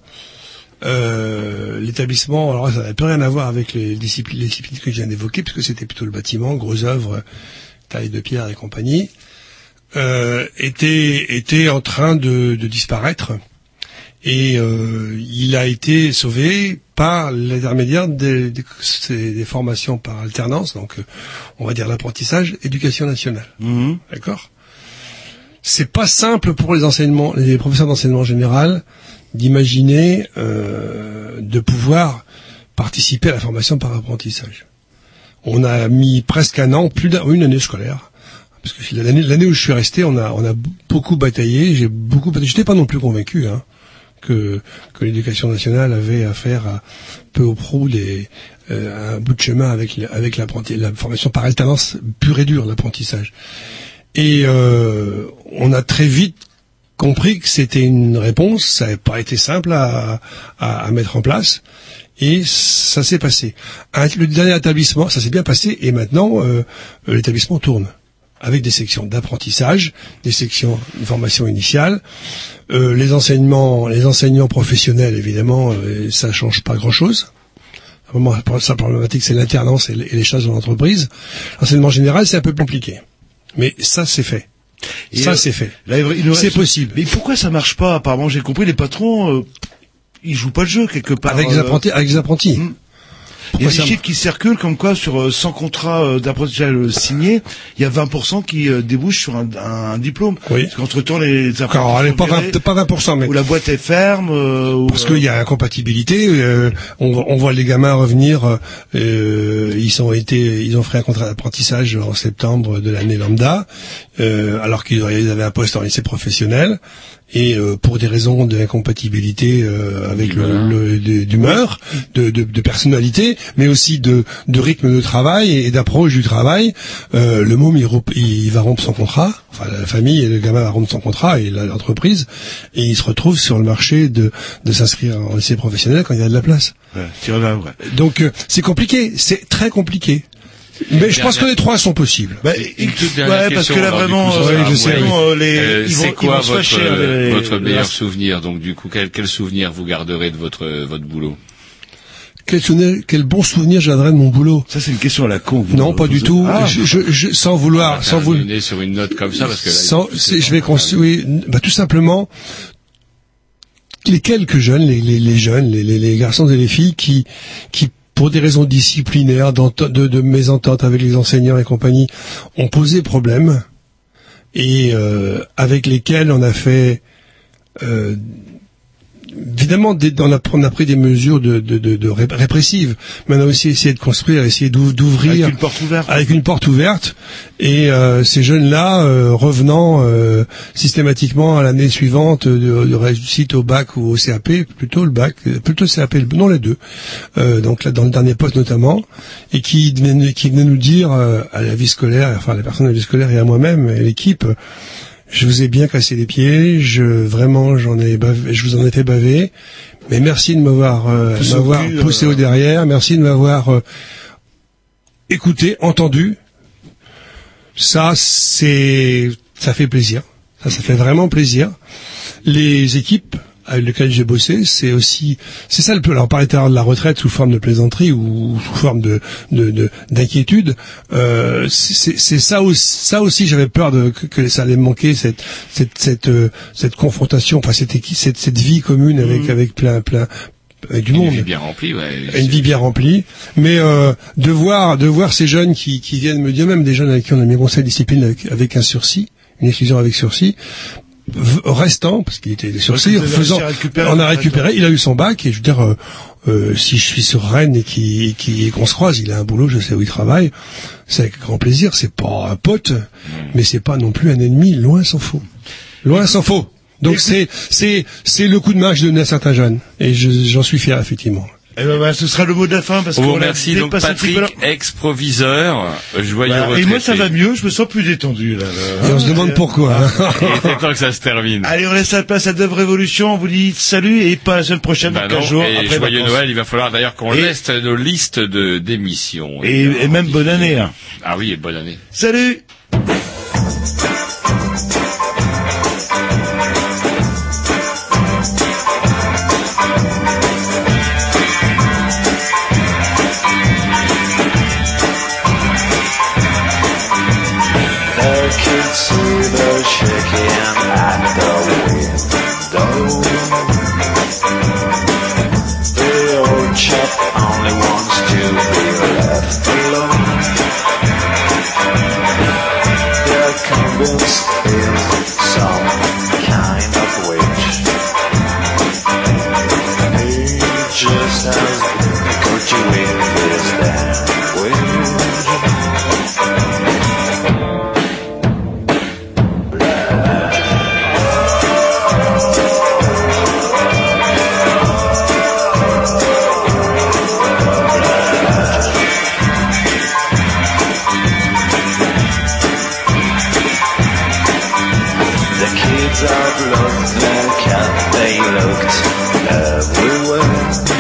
euh, l'établissement, alors ça n'avait plus rien à voir avec les disciplines, les disciplines que je viens d'évoquer, puisque c'était plutôt le bâtiment, grosses œuvres, taille de pierre et compagnie, euh, était, était en train de, de disparaître. Et euh, il a été sauvé par l'intermédiaire des, des, des formations par alternance, donc euh, on va dire l'apprentissage, éducation nationale. Mmh. D'accord. C'est pas simple pour les enseignements, les professeurs d'enseignement général, d'imaginer euh, de pouvoir participer à la formation par apprentissage. On a mis presque un an, plus d'une année scolaire. Parce que l'année, l'année où je suis resté, on a, on a beaucoup bataillé. J'ai beaucoup bataillé. J'étais pas non plus convaincu hein, que, que l'éducation nationale avait à faire à, peu au prou des, euh, un bout de chemin avec, avec l'apprenti, la formation par alternance pure et dure, l'apprentissage. Et euh, on a très vite compris que c'était une réponse. Ça n'avait pas été simple à, à, à mettre en place. Et ça s'est passé. Un, le dernier établissement, ça s'est bien passé. Et maintenant, euh, l'établissement tourne. Avec des sections d'apprentissage, des sections de formation initiale, euh, les enseignements, les enseignants professionnels, évidemment, euh, ça change pas grand-chose. Vraiment, sa problématique, c'est l'alternance et les choses dans l'entreprise. L'enseignement général, c'est un peu compliqué, mais ça, c'est fait. Et ça, euh, c'est fait. Là, c'est possible. Mais pourquoi ça marche pas? Apparemment, j'ai compris, les patrons, euh, ils jouent pas le jeu quelque part. Avec les apprentis. Avec les apprentis. Mmh. Il y a des chiffres qui circulent comme quoi sur euh, cent contrats euh, d'apprentissage signés, il y a vingt pour cent qui euh, débouchent sur un, un, un diplôme. Oui. Parce qu'entre-temps, les apprentis Alors, elle est pas, virés, vingt, pas vingt pour cent, mais... Ou la boîte est ferme. Euh, ou, Parce qu'il y a incompatibilité. Euh, on, on voit les gamins revenir. Euh, ils ont été, ils ont fait un contrat d'apprentissage en septembre de l'année lambda, euh, alors qu'ils avaient un poste en lycée professionnel. Et euh, pour des raisons d'incompatibilité euh, avec le, le, de, d'humeur, de, de, de personnalité, mais aussi de, de rythme de travail et d'approche du travail, euh, le môme il, il va rompre son contrat, enfin la famille et le gamin va rompre son contrat et l'entreprise, et il se retrouve sur le marché de, de s'inscrire en lycée professionnel quand il y a de la place. Ouais, tiens là, ouais. Donc euh, c'est compliqué, c'est très compliqué. Mais je pense que les trois sont possibles. Bah, une toute dernière ouais, parce question, que là alors, vraiment, du coup, euh, je sais, euh, les, euh, ils vont, c'est quoi ils vont se votre, fâcher avec les, votre meilleur les... souvenir? Donc du coup, quel, quel souvenir vous garderez de votre votre boulot? Quel, souvenir, quel bon souvenir j'adresse de mon boulot? Ça, c'est une question à la con. Non, pas du tout. Ah. Je, je, je, sans vouloir, sans vouloir. Sur une note comme ça, parce que là, sans, c'est, je vais construire. Bah, tout simplement, les quelques jeunes, les, les, les jeunes, les, les, les garçons et les filles qui, qui pour des raisons disciplinaires, de, de mésentente avec les enseignants et compagnie, ont posé problème et euh, avec lesquels on a fait euh, évidemment des, on, a, on a pris des mesures de, de, de, de répressives, mais on a aussi essayé de construire, essayé d'ouvrir avec une porte ouverte, avec une porte ouverte. Et euh, ces jeunes-là euh, revenant euh, systématiquement à l'année suivante de, de réussite au bac ou au C A P, plutôt le bac, plutôt le C A P, non les deux. Euh, donc là dans le dernier poste notamment, et qui venaient, qui venaient nous dire euh, à la vie scolaire, enfin à la personne de la vie scolaire et à moi-même et l'équipe. Je vous ai bien cassé les pieds, je vraiment j'en ai bavé, je vous en ai fait baver, mais merci de m'avoir euh, m'avoir poussé euh... au derrière, merci de m'avoir euh, écouté, entendu. Ça c'est ça fait plaisir, ça ça fait vraiment plaisir. Les équipes avec lesquelles j'ai bossé, c'est aussi c'est ça le peu. Alors on parlait tout à l'heure de la retraite sous forme de plaisanterie ou sous forme de de, de d'inquiétude. Euh, c'est, c'est ça aussi. Ça aussi, j'avais peur de que, que ça allait me manquer cette cette cette euh, cette confrontation, enfin cette cette cette vie commune avec mmh. avec plein plein. Avec du une monde. vie bien remplie, ouais. Une vie bien remplie, mais euh, de voir de voir ces jeunes qui qui viennent me dire, même des jeunes avec qui on a mis un conseil de discipline avec, avec un sursis, une exclusion avec sursis. Restant, parce qu'il était sursis, faisant, on a récupéré, il a eu son bac, et je veux dire, euh, euh, si je suis sur Rennes et qui, qui, qu'on se croise, il a un boulot, je sais où il travaille, c'est avec grand plaisir, c'est pas un pote, mais c'est pas non plus un ennemi, loin s'en faut. Loin s'en faut. Donc c'est c'est c'est le coup de main que je donne à certains jeunes et je, j'en suis fier effectivement. Eh ben, bah, ce sera le mot de la fin parce On qu'on vous a remercie donc dépassé un petit Patrick, peu la- ex-proviseur, joyeux Voilà. retraité. Et moi ça va mieux, je me sens plus détendu là. là. Et on se demande pourquoi. hein. Il était temps que ça se termine. Allez, on laisse la place à Dove Révolution, on vous dit salut et pas la semaine prochaine, Bah dans quinze non, jours. et après joyeux vacances. Noël, il va falloir d'ailleurs qu'on Et- laisse nos listes de d'émissions. Et, et même bonne année. Hein. Ah oui, et bonne année. Salut. The kids see the chicken at the window. The old chap only wants to be left alone. They're convinced he's some kind of witch. He just has difficulty with his damn witch. The kids out looked like how they looked everywhere.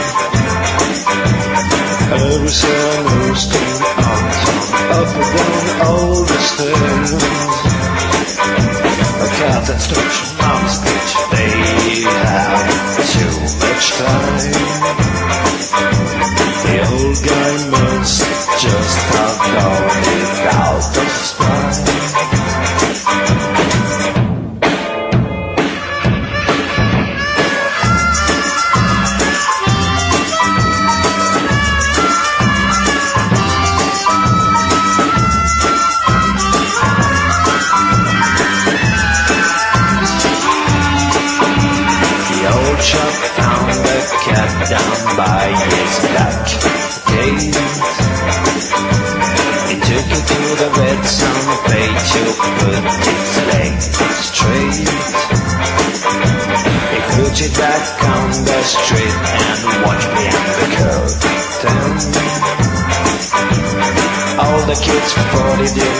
Every summer street autumn, up and down all the stairs. A cat and stretch on speech, they have too much time. The old guy must just have gone without a spine. The old chap found the cat down by his back gate. He took it to the vet's on the page to put its legs straight. He put it back on the street and watched behind the curtain. All the kids thought he did